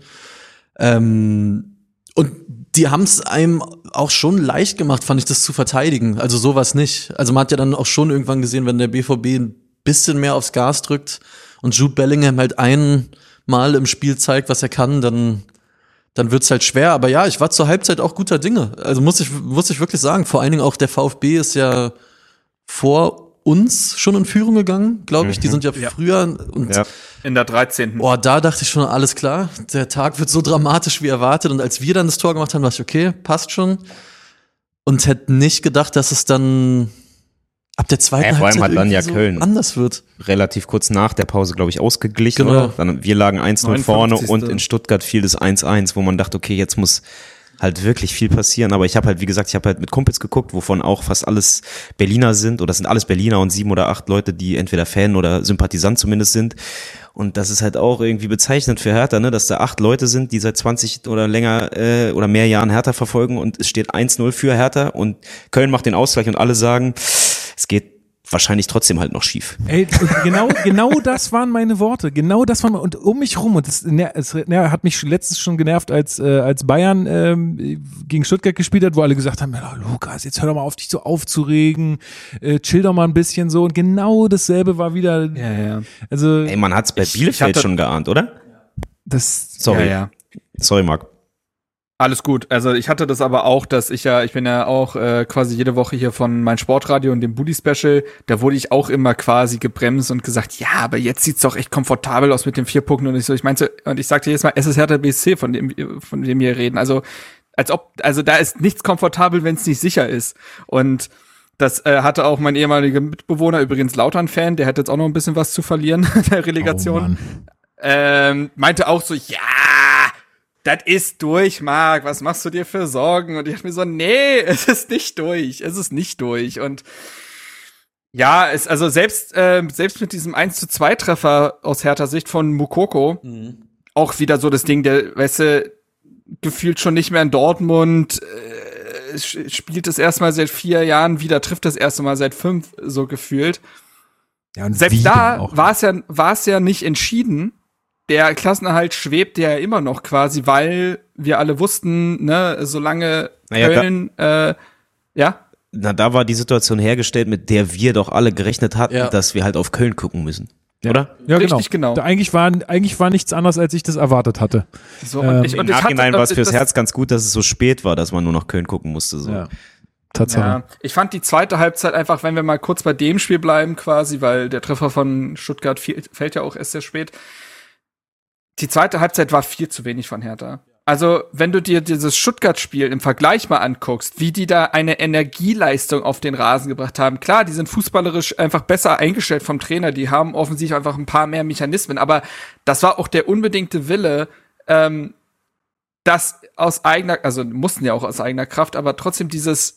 Ähm, und die haben es einem auch schon leicht gemacht, fand ich, das zu verteidigen. Also sowas nicht. Also man hat ja dann auch schon irgendwann gesehen, wenn der B V B ein bisschen mehr aufs Gas drückt und Jude Bellingham halt einmal im Spiel zeigt, was er kann, dann dann wird's halt schwer. Aber ja, ich war zur Halbzeit auch guter Dinge. Also muss ich muss ich wirklich sagen. Vor allen Dingen auch der VfB ist ja vor uns schon in Führung gegangen, glaube ich. Die sind ja, Ja. früher und Ja. In der dreizehnten Boah, da dachte ich schon, alles klar, der Tag wird so dramatisch wie erwartet. Und als wir dann das Tor gemacht haben, dachte ich, okay, passt schon. Und hätte nicht gedacht, dass es dann ab der zweiten Ja, vor allem Halbzeit hat dann ja irgendwie so Köln anders wird. relativ kurz nach der Pause, glaube ich, ausgeglichen. Genau. Oder? Dann, wir lagen eins null vorne neunundfünfzigste und in Stuttgart fiel das eins eins, wo man dachte, okay, jetzt muss halt wirklich viel passieren. Aber ich habe halt, wie gesagt, ich habe halt mit Kumpels geguckt, wovon auch fast alles Berliner sind. Oder das sind alles Berliner und sieben oder acht Leute, die entweder Fan oder Sympathisant zumindest sind. Und das ist halt auch irgendwie bezeichnend für Hertha, ne, dass da acht Leute sind, die seit zwanzig oder länger äh, oder mehr Jahren Hertha verfolgen und es steht eins null für Hertha und Köln macht den Ausgleich und alle sagen, es geht wahrscheinlich trotzdem halt noch schief. Ey, und genau, genau das waren meine Worte. Genau das waren, und um mich rum, und das ner- es ner- hat mich letztens schon genervt, als, äh, als Bayern ähm, gegen Stuttgart gespielt hat, wo alle gesagt haben, ja, Lukas, jetzt hör doch mal auf, dich so aufzuregen, äh, chill doch mal ein bisschen so. Und genau dasselbe war wieder, Ja, ja. also Ey, man hat's bei Ich- Bielefeld ich hatte- schon geahnt, oder? das, Sorry. Ja, ja. Sorry, Marc. Alles gut. Also ich hatte das aber auch, dass ich ja, ich bin ja auch äh, quasi jede Woche hier von mein Sportradio und dem Bully Special, da wurde ich auch immer quasi gebremst und gesagt, ja, aber jetzt sieht's doch echt komfortabel aus mit den vier Punkten und ich so, ich meinte, und ich sagte jedes Mal, es ist Hertha B S C, von dem, von dem wir reden. Also als ob, also da ist nichts komfortabel, wenn es nicht sicher ist. Und das äh, hatte auch mein ehemaliger Mitbewohner, übrigens Lautern-Fan, der hat jetzt auch noch ein bisschen was zu verlieren, der Relegation. Oh Mann. ähm, meinte auch so, ja, das ist durch, Marc, was machst du dir für Sorgen? Und ich dachte mir so, nee, es ist nicht durch, es ist nicht durch. Und ja, es, also selbst, äh, selbst mit diesem eins zu zwei Treffer aus Hertha Sicht von Mukoko, Mhm. auch wieder so das Ding, der, weißt du, gefühlt schon nicht mehr in Dortmund, äh, sch- spielt das erste Mal seit vier Jahren wieder, trifft das erste Mal seit fünf, so gefühlt. ja, und Selbst wie da denn auch? war es ja, war es ja nicht entschieden. Der Klassenerhalt schwebt ja immer noch quasi, weil wir alle wussten, ne, solange Naja, da- Köln, äh, ja, Na, da war die Situation hergestellt, mit der wir doch alle gerechnet hatten, Ja. dass wir halt auf Köln gucken müssen. Oder? Ja, richtig, genau. Da eigentlich war, eigentlich war nichts anderes, als ich das erwartet hatte. so. Ähm, und ich, Im und ich Nachhinein hatte- war es fürs das- Herz ganz gut, dass es so spät war, dass man nur noch Köln gucken musste. So. Ja. Tatsache. Ja, ich fand die zweite Halbzeit einfach, wenn wir mal kurz bei dem Spiel bleiben quasi, weil der Treffer von Stuttgart fiel, fällt ja auch erst sehr spät. Die zweite Halbzeit war viel zu wenig von Hertha. Also, wenn du dir dieses Stuttgart-Spiel im Vergleich mal anguckst, wie die da eine Energieleistung auf den Rasen gebracht haben. Klar, die sind fußballerisch einfach besser eingestellt vom Trainer, die haben offensichtlich einfach ein paar mehr Mechanismen, aber das war auch der unbedingte Wille, ähm, das aus eigener, also mussten ja auch aus eigener Kraft, aber trotzdem dieses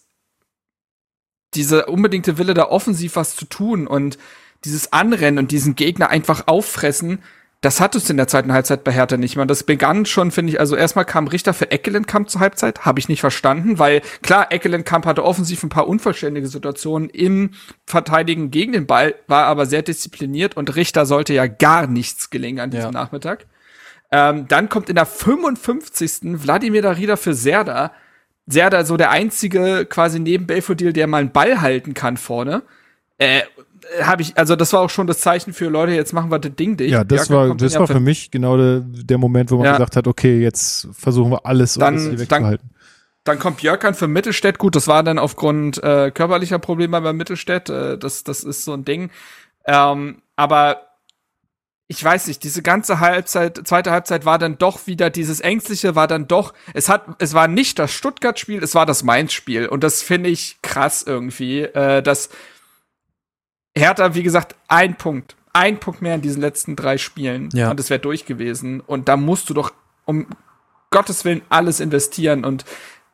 diese unbedingte Wille, da offensiv was zu tun und dieses Anrennen und diesen Gegner einfach auffressen, das hattest du in der zweiten Halbzeit bei Hertha nicht mehr. Und das begann schon, finde ich, also erstmal kam Richter für Eckelenkamp zur Halbzeit, habe ich nicht verstanden, weil klar, Eckelenkamp hatte offensiv ein paar unvollständige Situationen im Verteidigen gegen den Ball, war aber sehr diszipliniert und Richter sollte ja gar nichts gelingen an diesem Ja. Nachmittag. Ähm, dann kommt in der fünfundfünfzigsten Wladimir Darida für Serdar. Serdar so der einzige quasi neben Belfodil, der mal einen Ball halten kann vorne. Äh, habe ich, also das war auch schon das Zeichen für Leute, jetzt machen wir das Ding dicht. Ja, das Björkan war, kommt das dann war ja für mich genau der, der Moment, wo man Ja. gesagt hat, okay, jetzt versuchen wir alles, um Dann- das hier dann- wegzuhalten. Dann kommt Björkan für Mittelstädt. Gut, das war dann aufgrund äh, körperlicher Probleme bei Mittelstädt. Äh, das, das ist so ein Ding. Ähm, aber ich weiß nicht, diese ganze Halbzeit, zweite Halbzeit war dann doch wieder dieses Ängstliche, war dann doch, es hat, es war nicht das Stuttgart-Spiel, es war das Mainz-Spiel. Und das finde ich krass irgendwie, äh, dass Hertha, wie gesagt, ein Punkt, ein Punkt mehr in diesen letzten drei Spielen. Ja. Und es wäre durch gewesen. Und da musst du doch um Gottes Willen alles investieren. Und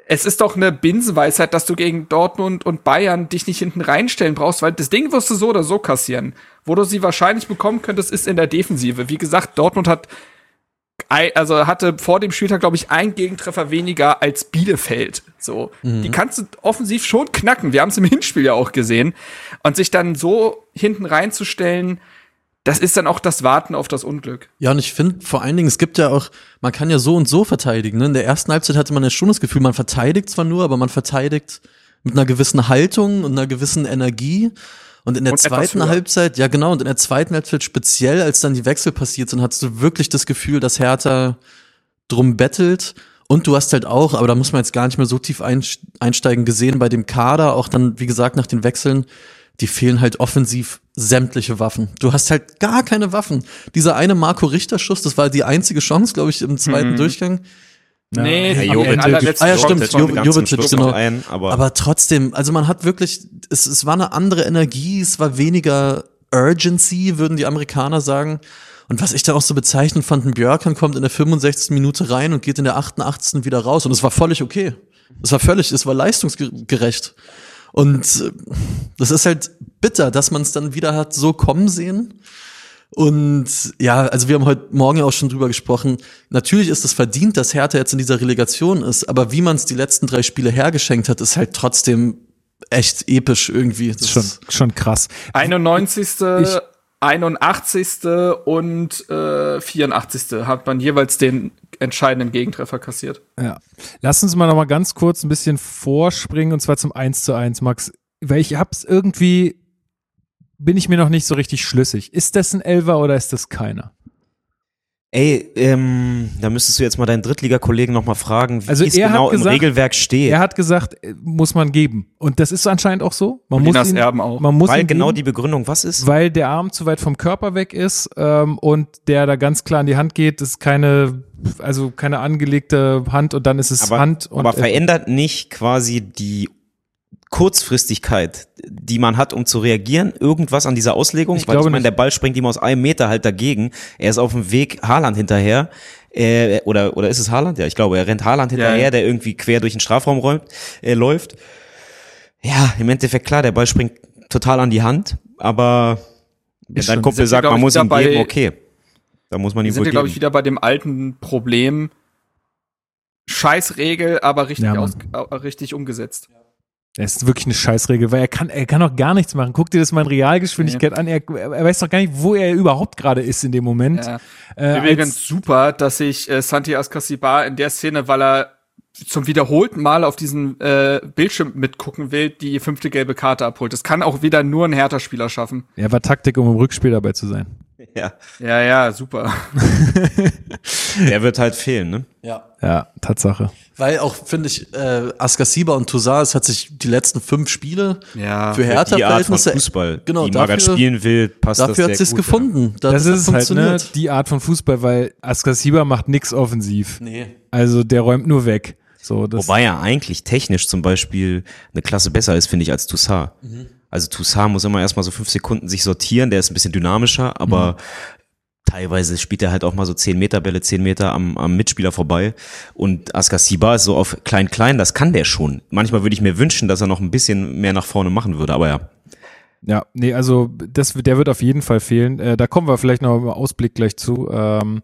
es ist doch eine Binsenweisheit, dass du gegen Dortmund und Bayern dich nicht hinten reinstellen brauchst, weil das Ding wirst du so oder so kassieren. Wo du sie wahrscheinlich bekommen könntest, ist in der Defensive. Wie gesagt, Dortmund hat also hatte vor dem Spieltag, glaube ich, einen Gegentreffer weniger als Bielefeld. So, mhm. Die kannst du offensiv schon knacken. Wir haben es im Hinspiel ja auch gesehen. Und sich dann so hinten reinzustellen, das ist dann auch das Warten auf das Unglück. Ja, und ich finde vor allen Dingen, es gibt ja auch, man kann ja so und so verteidigen. Ne? In der ersten Halbzeit hatte man ja schon das Gefühl, man verteidigt zwar nur, aber man verteidigt mit einer gewissen Haltung und einer gewissen Energie. Und in der und zweiten Halbzeit, ja genau, und in der zweiten Halbzeit speziell, als dann die Wechsel passiert sind, hattest du wirklich das Gefühl, dass Hertha drum bettelt. Und du hast halt auch, aber da muss man jetzt gar nicht mehr so tief einsteigen, gesehen bei dem Kader, auch dann, wie gesagt, nach den Wechseln, die fehlen halt offensiv sämtliche Waffen. Du hast halt gar keine Waffen. Dieser eine Marco-Richter-Schuss, das war die einzige Chance, glaube ich, im zweiten mhm. Durchgang. Ja. Nee, ja, Jovic, ah ja, stimmt, Jovic, genau. Ein, aber, aber trotzdem, also man hat wirklich, es, es war eine andere Energie, es war weniger Urgency, würden die Amerikaner sagen. Und was ich da auch so bezeichnend fand, ein Björkan kommt in der fünfundsechzigsten Minute rein und geht in der achtundachtzigsten wieder raus. Und es war völlig okay. Es war völlig, es war leistungsgerecht. Und das ist halt bitter, dass man es dann wieder hat so kommen sehen. Und ja, also wir haben heute Morgen ja auch schon drüber gesprochen. Natürlich ist es verdient, dass Hertha jetzt in dieser Relegation ist, aber wie man es die letzten drei Spiele hergeschenkt hat, ist halt trotzdem echt episch irgendwie. Das ist schon, schon krass. einundneunzigste Ich, einundachtzigste und äh, vierundachtzigste hat man jeweils den entscheidenden Gegentreffer kassiert. Ja. Lass uns mal noch mal ganz kurz ein bisschen vorspringen, und zwar zum eins zu eins, Max. Weil ich hab's irgendwie, bin ich mir noch nicht so richtig schlüssig. Ist das ein Elfer oder ist das keiner? Ey, ähm, da müsstest du jetzt mal deinen Drittligakollegen noch mal fragen, wie also es genau gesagt, im Regelwerk steht. Er hat gesagt, muss man geben. Und das ist anscheinend auch so. Man muss ihn, Erben auch. Man muss weil ihn genau geben, die Begründung was ist? Weil der Arm zu weit vom Körper weg ist ähm, und der da ganz klar in die Hand geht. Das ist keine, also keine angelegte Hand und dann ist es aber, Hand. Und aber verändert nicht quasi die Kurzfristigkeit, die man hat, um zu reagieren, irgendwas an dieser Auslegung? Ich Weil glaube ich meine, der Ball springt ihm aus einem Meter halt dagegen. Er ist auf dem Weg Haaland hinterher. Äh, oder oder ist es Haaland? Ja, ich glaube, er rennt Haaland hinterher, ja. Der irgendwie quer durch den Strafraum räumt, äh, läuft. Ja, im Endeffekt klar, der Ball springt total an die Hand, aber wenn dein Kumpel sagt, man muss ihm geben, okay. Da muss man ihm wohl geben. Wir sind, glaube ich, wieder bei dem alten Problem. Scheißregel, aber richtig, ja, aus, äh, richtig umgesetzt. Das ist wirklich eine Scheißregel, weil er kann, er kann auch gar nichts machen. Guck dir das mal in Realgeschwindigkeit ja. an. Er, er weiß doch gar nicht, wo er überhaupt gerade ist in dem Moment. Ja. Äh, Übrigens super, dass sich äh, Santi Askasibar in der Szene, weil er zum wiederholten Mal auf diesen äh, Bildschirm mitgucken will, die fünfte gelbe Karte abholt. Das kann auch wieder nur ein Hertha-Spieler schaffen. Ja, war Taktik, um im Rückspiel dabei zu sein. Ja. Ja, ja, super. Der wird halt fehlen, ne? Ja. Ja, Tatsache. Weil auch, finde ich, äh, Askasiba und Toussaint, es hat sich die letzten fünf Spiele ja, für Hertha-Verhältnisse, Fußball, genau, die dafür, Magath spielen will, passt das dafür hat sich's gut, gefunden. Ja. Das, das ist halt, ne, funktioniert. die Art von Fußball, weil Askasiba macht nix offensiv. Nee. Also der räumt nur weg. So, das Wobei er eigentlich technisch zum Beispiel eine Klasse besser ist, finde ich, als Toussaint. Mhm. Also Toussaint muss immer erstmal so fünf Sekunden sich sortieren, der ist ein bisschen dynamischer, aber mhm. teilweise spielt er halt auch mal so zehn Meter Bälle, zehn Meter am, am Mitspieler vorbei. Und Askasiba ist so auf klein-klein, das kann der schon. Manchmal würde ich mir wünschen, dass er noch ein bisschen mehr nach vorne machen würde, aber ja. Ja, nee, also das, der wird auf jeden Fall fehlen. Äh, da kommen wir vielleicht noch im Ausblick gleich zu. Ähm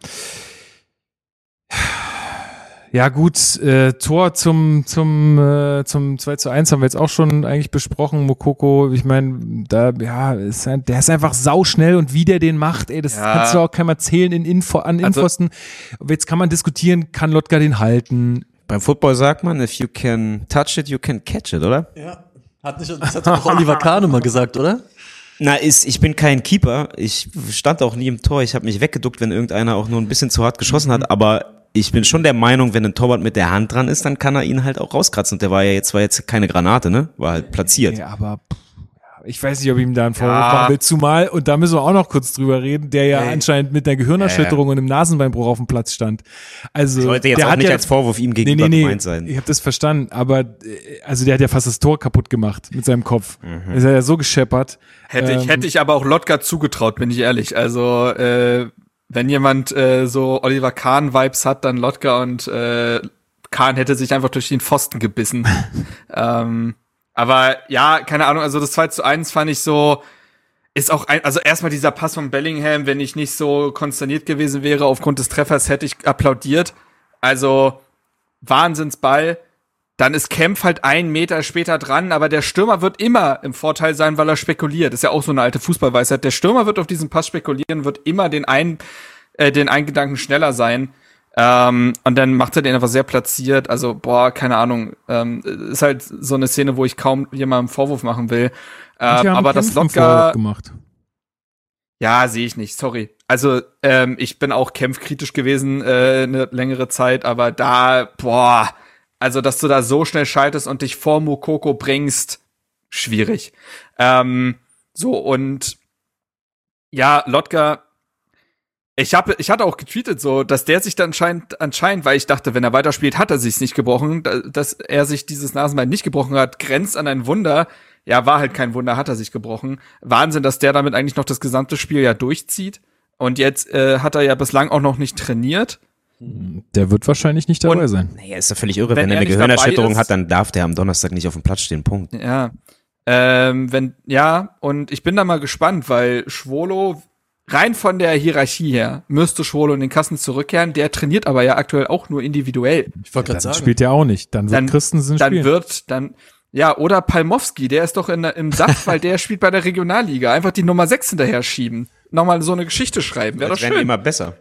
Ja gut, äh, Tor zum zum äh, zum zwei zu eins haben wir jetzt auch schon eigentlich besprochen. Mokoko, ich meine, da ja, ist ein, der ist einfach sauschnell und wie der den macht, ey, das ja. kannst du auch keiner zählen in Info an Infosten. Also, jetzt kann man diskutieren, kann Lotka den halten? Beim Football sagt man, if you can touch it, you can catch it, oder? Ja, hat nicht, das hat doch Oliver Kahn mal gesagt, oder? Na, ist, ich bin kein Keeper. Ich stand auch nie im Tor. Ich habe mich weggeduckt, wenn irgendeiner auch nur ein bisschen zu hart geschossen hat, aber ich bin schon der Meinung, wenn ein Torwart mit der Hand dran ist, dann kann er ihn halt auch rauskratzen. Und der war ja jetzt, war jetzt keine Granate, ne? War halt platziert. Ja, aber ich weiß nicht, ob ich ihm da einen Vorwurf ja. machen will. Zumal, und da müssen wir auch noch kurz drüber reden, der ja hey. anscheinend mit einer Gehirnerschütterung ja, ja. und einem Nasenbeinbruch auf dem Platz stand. Also, das sollte jetzt der auch hat nicht ja, als Vorwurf ihm gegenüber nee, nee, nee, gemeint sein. Ich habe das verstanden, aber also der hat ja fast das Tor kaputt gemacht mit seinem Kopf. Mhm. Ist er ja so gescheppert. Hätte ähm, ich, hätte ich aber auch Lotka zugetraut, bin ich ehrlich. Also, äh, wenn jemand äh, so Oliver Kahn-Vibes hat, dann Lotka und äh, Kahn hätte sich einfach durch den Pfosten gebissen. ähm, aber ja, keine Ahnung, also das zwei zu eins fand ich so, ist auch ein, also erstmal dieser Pass von Bellingham, wenn ich nicht so konsterniert gewesen wäre aufgrund des Treffers, hätte ich applaudiert. Also Wahnsinnsball. Dann ist Kempf halt einen Meter später dran, aber der Stürmer wird immer im Vorteil sein, weil er spekuliert. Das ist ja auch so eine alte Fußballweisheit. Der Stürmer wird auf diesen Pass spekulieren, wird immer den einen, äh, den einen Gedanken schneller sein. Ähm, und dann macht er den einfach sehr platziert. Also, boah, keine Ahnung. Ähm, ist halt so eine Szene, wo ich kaum jemandem Vorwurf machen will. Ähm, aber das Lotka gemacht. Ja, sehe ich nicht, sorry. Also, ähm, ich bin auch kämpfkritisch gewesen äh, eine längere Zeit, aber da, boah, also, dass du da so schnell schaltest und dich vor Moukoko bringst, schwierig. Ähm, so, und ja, Lotka, ich habe, ich hatte auch getweetet so, dass der sich dann anscheinend, anscheinend, weil ich dachte, wenn er weiterspielt, hat er sich's nicht gebrochen, dass er sich dieses Nasenbein nicht gebrochen hat, grenzt an ein Wunder. Ja, war halt kein Wunder, hat er sich gebrochen. Wahnsinn, dass der damit eigentlich noch das gesamte Spiel ja durchzieht. Und jetzt äh, hat er ja bislang auch noch nicht trainiert. Der wird wahrscheinlich nicht dabei Und, sein. Naja, ist doch völlig irre. Wenn Wenn, er er eine nicht Gehirnerschütterung dabei ist- hat, dann darf der am Donnerstag nicht auf dem Platz stehen. Punkt. Ja. Ähm, wenn, ja, und ich bin da mal gespannt, weil Schwolo, rein von der Hierarchie her, müsste Schwolo in den Kasten zurückkehren. Der trainiert aber ja aktuell auch nur individuell. Ich wollte Dann gerade sagen. spielt er auch nicht. Dann wird Dann- Christensen Dann spielen. wird, dann, ja, oder Palmowski, der ist doch in, der- im Saft, weil der spielt bei der Regionalliga. Einfach die Nummer sechs hinterher schieben. Nochmal so eine Geschichte schreiben, wäre doch Das werden schön. immer besser.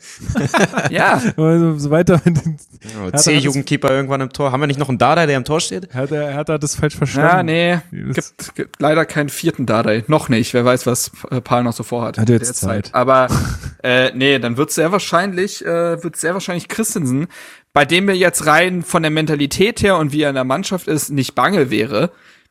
Ja, Also, so weiter. Ja, Hertha C-Jugendkeeper irgendwann im Tor. Haben wir nicht noch einen Dada, der im Tor steht? Hat er, hat er das falsch verstanden? ja, nee, Das- gibt, gibt leider keinen vierten Dardai. Noch nicht, wer weiß, was äh, Paul noch so vorhat. Hat jetzt derzeit. Zeit. Aber, äh, nee, dann wird sehr wahrscheinlich, äh, wird sehr wahrscheinlich Christensen, bei dem mir jetzt rein von der Mentalität her und wie er in der Mannschaft ist, nicht bange wäre.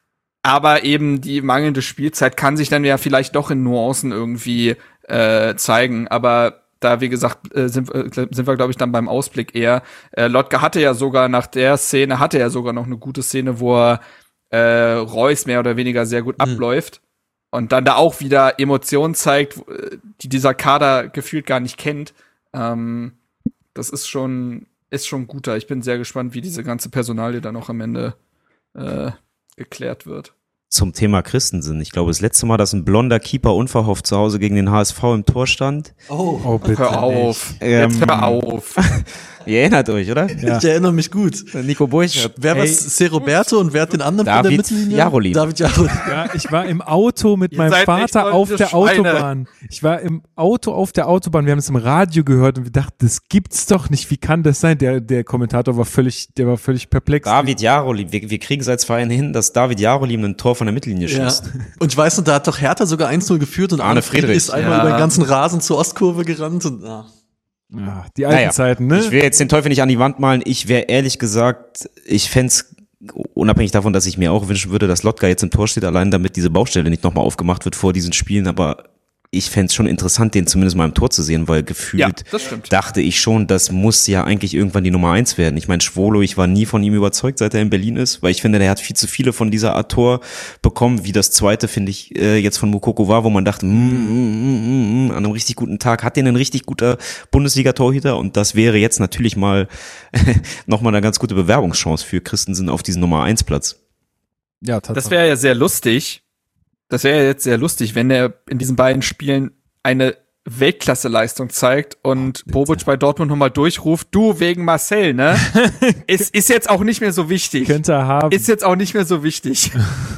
Aber eben die mangelnde Spielzeit kann sich dann ja vielleicht doch in Nuancen irgendwie äh, zeigen. Aber da, wie gesagt, äh, sind, äh, sind wir, glaube ich, dann beim Ausblick eher. Äh, Lotka hatte ja sogar nach der Szene, hatte er sogar noch eine gute Szene, wo er äh, Reus mehr oder weniger sehr gut abläuft. Und dann da auch wieder Emotionen zeigt, äh, die dieser Kader gefühlt gar nicht kennt. Ähm, das ist schon, ist schon guter. Ich bin sehr gespannt, wie diese ganze Personalie dann auch am Ende äh, geklärt wird. Zum Thema Christensen. Ich glaube, das letzte Mal, dass ein blonder Keeper unverhofft zu Hause gegen den H S V im Tor stand. Oh, Oh, bitte. Hör auf. Ähm, Jetzt hör auf. Ihr erinnert euch, oder? Ja. ich erinnere mich gut. Nico Burchert. Wer war Ey. C. Roberto und wer hat den anderen von der David Mittellinie? Jarolin. David Jarolin. Ja, ich war im Auto mit Ihr meinem seid echt Vater auf solche der Schweine. Autobahn. Ich war im Auto auf der Autobahn. Wir haben es im Radio gehört und wir dachten, das gibt's doch nicht. Wie kann das sein? Der, der Kommentator war völlig, der war völlig perplex. David Jarolin. Wir, wir kriegen es als Verein hin, dass David Jarolin ein Tor von der Mittellinie Ja. schießt. Und ich weiß noch, da hat doch Hertha sogar eins null geführt und Arne Friedrich. ist einmal Ja. über den ganzen Rasen zur Ostkurve gerannt. Und, ja. Ja, die alten Naja, Zeiten, ne? Ich will jetzt den Teufel nicht an die Wand malen. Ich wäre ehrlich gesagt, ich fänd's unabhängig davon, dass ich mir auch wünschen würde, dass Lotka jetzt im Tor steht, allein damit diese Baustelle nicht nochmal aufgemacht wird vor diesen Spielen, aber ich fänd's schon interessant, den zumindest mal im Tor zu sehen, weil gefühlt Ja, das stimmt. dachte ich schon, das muss ja eigentlich irgendwann die Nummer eins werden. Ich meine, Schwolo, ich war nie von ihm überzeugt, seit er in Berlin ist, weil ich finde, der hat viel zu viele von dieser Art Tor bekommen, wie das zweite, finde ich, äh, jetzt von Moukoko war, wo man dachte, mm, mm, mm, mm, an einem richtig guten Tag hat den ein richtig guter Bundesliga-Torhüter und das wäre jetzt natürlich mal nochmal eine ganz gute Bewerbungschance für Christensen auf diesen Nummer eins Platz. Ja, Tatsache. Das wäre ja sehr lustig. Das wäre ja jetzt sehr lustig, wenn er in diesen beiden Spielen eine Weltklasse-Leistung zeigt und Bobic bei Dortmund nochmal durchruft, du wegen Marcel, ne? ist, ist jetzt auch nicht mehr so wichtig. Könnte er haben. Ist jetzt auch nicht mehr so wichtig.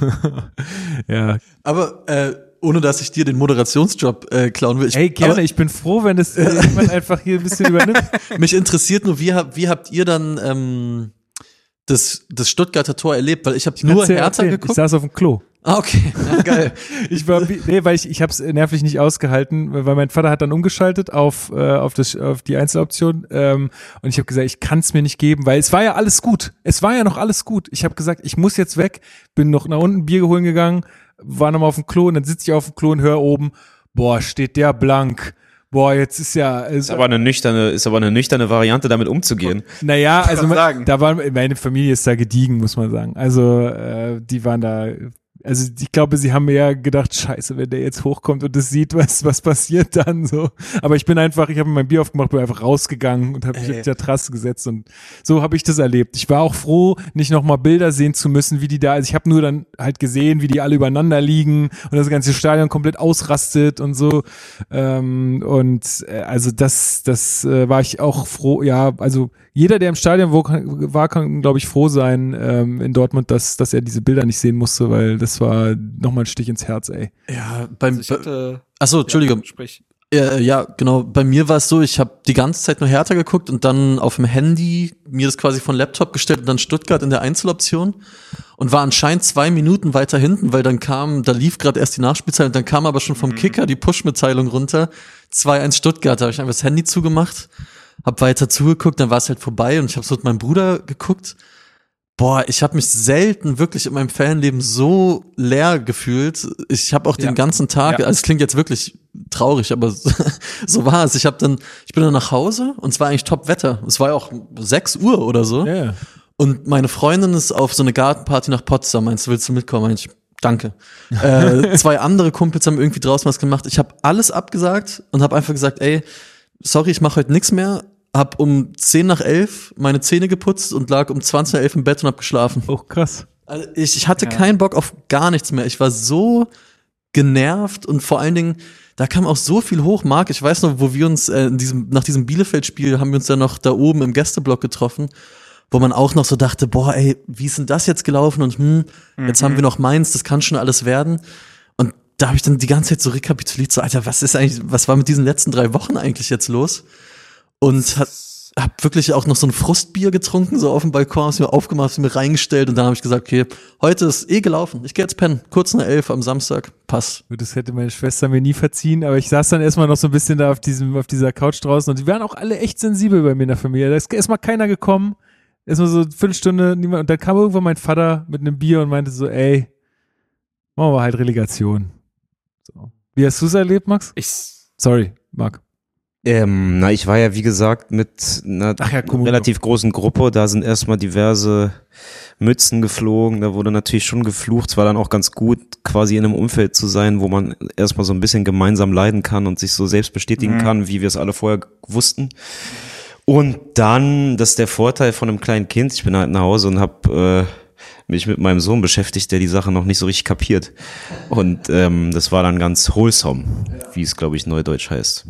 Ja. Aber äh, ohne dass ich dir den Moderationsjob äh, klauen will. Ich, Ey, gerne. aber Ich bin froh, wenn das äh, jemand einfach hier ein bisschen übernimmt. mich interessiert nur, wie, hab, wie habt ihr dann ähm, das, das Stuttgarter Tor erlebt? Weil ich habe nur Kannst du ja Hertha erzählen. Ich geguckt. saß auf dem Klo. Ah, okay. Ja, geil. Ich war, wie- nee, weil ich, ich hab's nervlich nicht ausgehalten, weil mein Vater hat dann umgeschaltet auf, äh, auf, das, auf die Einzeloption, ähm, und ich habe gesagt, ich kann's mir nicht geben, weil es war ja alles gut. Es war ja noch alles gut. Ich habe gesagt, ich muss jetzt weg, bin noch nach unten Bier holen gegangen, war nochmal auf dem Klo und dann sitze ich auf dem Klo und höre oben, boah, steht der blank. Boah, jetzt ist ja, ist, Ist aber eine nüchterne, ist aber eine nüchterne Variante, damit umzugehen. naja, also grad man, sagen. da war, meine Familie ist da gediegen, muss man sagen. Also, äh, die waren da also ich glaube, sie haben mir ja gedacht, scheiße, wenn der jetzt hochkommt und das sieht, was, was passiert dann so. Aber ich bin einfach, ich habe mein Bier aufgemacht, bin einfach rausgegangen und habe mich auf die Terrasse gesetzt und so habe ich das erlebt. Ich war auch froh, nicht nochmal Bilder sehen zu müssen, wie die da, also ich habe nur dann halt gesehen, wie die alle übereinander liegen und das ganze Stadion komplett ausrastet und so. Ähm, und äh, also das, das äh, war ich auch froh, ja, also jeder, der im Stadion war, kann, glaube ich, froh sein ähm, in Dortmund, dass, dass er diese Bilder nicht sehen musste, weil das war nochmal ein Stich ins Herz, ey. Ja, beim, Also ich hatte, achso, Entschuldigung. Ja, sprich. Ja, ja, genau. Bei mir war es so, ich habe die ganze Zeit nur Hertha geguckt und dann auf dem Handy mir das quasi von Laptop gestellt und dann Stuttgart in der Einzeloption und war anscheinend zwei Minuten weiter hinten, weil dann kam, da lief gerade erst die Nachspielzeit und dann kam aber schon vom mhm. Kicker die Push-Mitteilung runter, zwei eins Stuttgart. Da habe ich einfach das Handy zugemacht, hab weiter zugeguckt, dann war es halt vorbei und ich habe so mit meinem Bruder geguckt. Boah, ich habe mich selten wirklich in meinem Fanleben so leer gefühlt. Ich habe auch Ja. den ganzen Tag, Ja. also es klingt jetzt wirklich traurig, aber so, so war es. Ich habe dann, ich bin dann nach Hause und es war eigentlich Top-Wetter. Es war ja auch sechs Uhr oder so. Ja, yeah. Und meine Freundin ist auf so eine Gartenparty nach Potsdam. Meinst du, willst du mitkommen? Meinte ich, danke. äh, zwei andere Kumpels haben irgendwie draußen was gemacht. Ich habe alles abgesagt und habe einfach gesagt, ey, sorry, ich mache heute nichts mehr. Hab um zehn nach elf meine Zähne geputzt und lag um zwanzig nach elf im Bett und hab geschlafen. Oh, krass. Also ich, ich hatte Ja. keinen Bock auf gar nichts mehr. Ich war so genervt und vor allen Dingen, da kam auch so viel hoch. Marc, ich weiß noch, wo wir uns äh, in diesem, nach diesem Bielefeld-Spiel haben wir uns dann noch da oben im Gästeblock getroffen, wo man auch noch so dachte, boah, ey, wie ist denn das jetzt gelaufen? Und hm, jetzt Mhm. haben wir noch Mainz, das kann schon alles werden. Und da habe ich dann die ganze Zeit so rekapituliert, so, Alter, was ist eigentlich, was war mit diesen letzten drei Wochen eigentlich jetzt los? Und hat, hab wirklich auch noch so ein Frustbier getrunken, so auf dem Balkon, hab's mir aufgemacht, hab's mir reingestellt und dann habe ich gesagt, okay, heute ist eh gelaufen. Ich gehe jetzt pennen. Kurz nach elf am Samstag. Passt. Das hätte meine Schwester mir nie verziehen, aber ich saß dann erstmal noch so ein bisschen da auf diesem, auf dieser Couch draußen und die waren auch alle echt sensibel bei mir in der Familie. Da ist erstmal keiner gekommen. Erstmal so eine Viertelstunde, niemand, und dann kam irgendwann mein Vater mit einem Bier und meinte so, ey, machen wir halt Relegation. So. Wie hast du es erlebt, Max? Ich, Sorry, Marc. Ähm, na, ich war ja, wie gesagt, mit einer Ach ja, Kommuno. relativ großen Gruppe. Da sind erstmal diverse Mützen geflogen. Da wurde natürlich schon geflucht. Es war dann auch ganz gut, quasi in einem Umfeld zu sein, wo man erstmal so ein bisschen gemeinsam leiden kann und sich so selbst bestätigen Mhm. kann, wie wir es alle vorher wussten. Und dann, das ist der Vorteil von einem kleinen Kind. Ich bin halt nach Hause und habe äh, mich mit meinem Sohn beschäftigt, der die Sache noch nicht so richtig kapiert. Und ähm, das war dann ganz wholesome, wie es, glaube ich, neudeutsch heißt.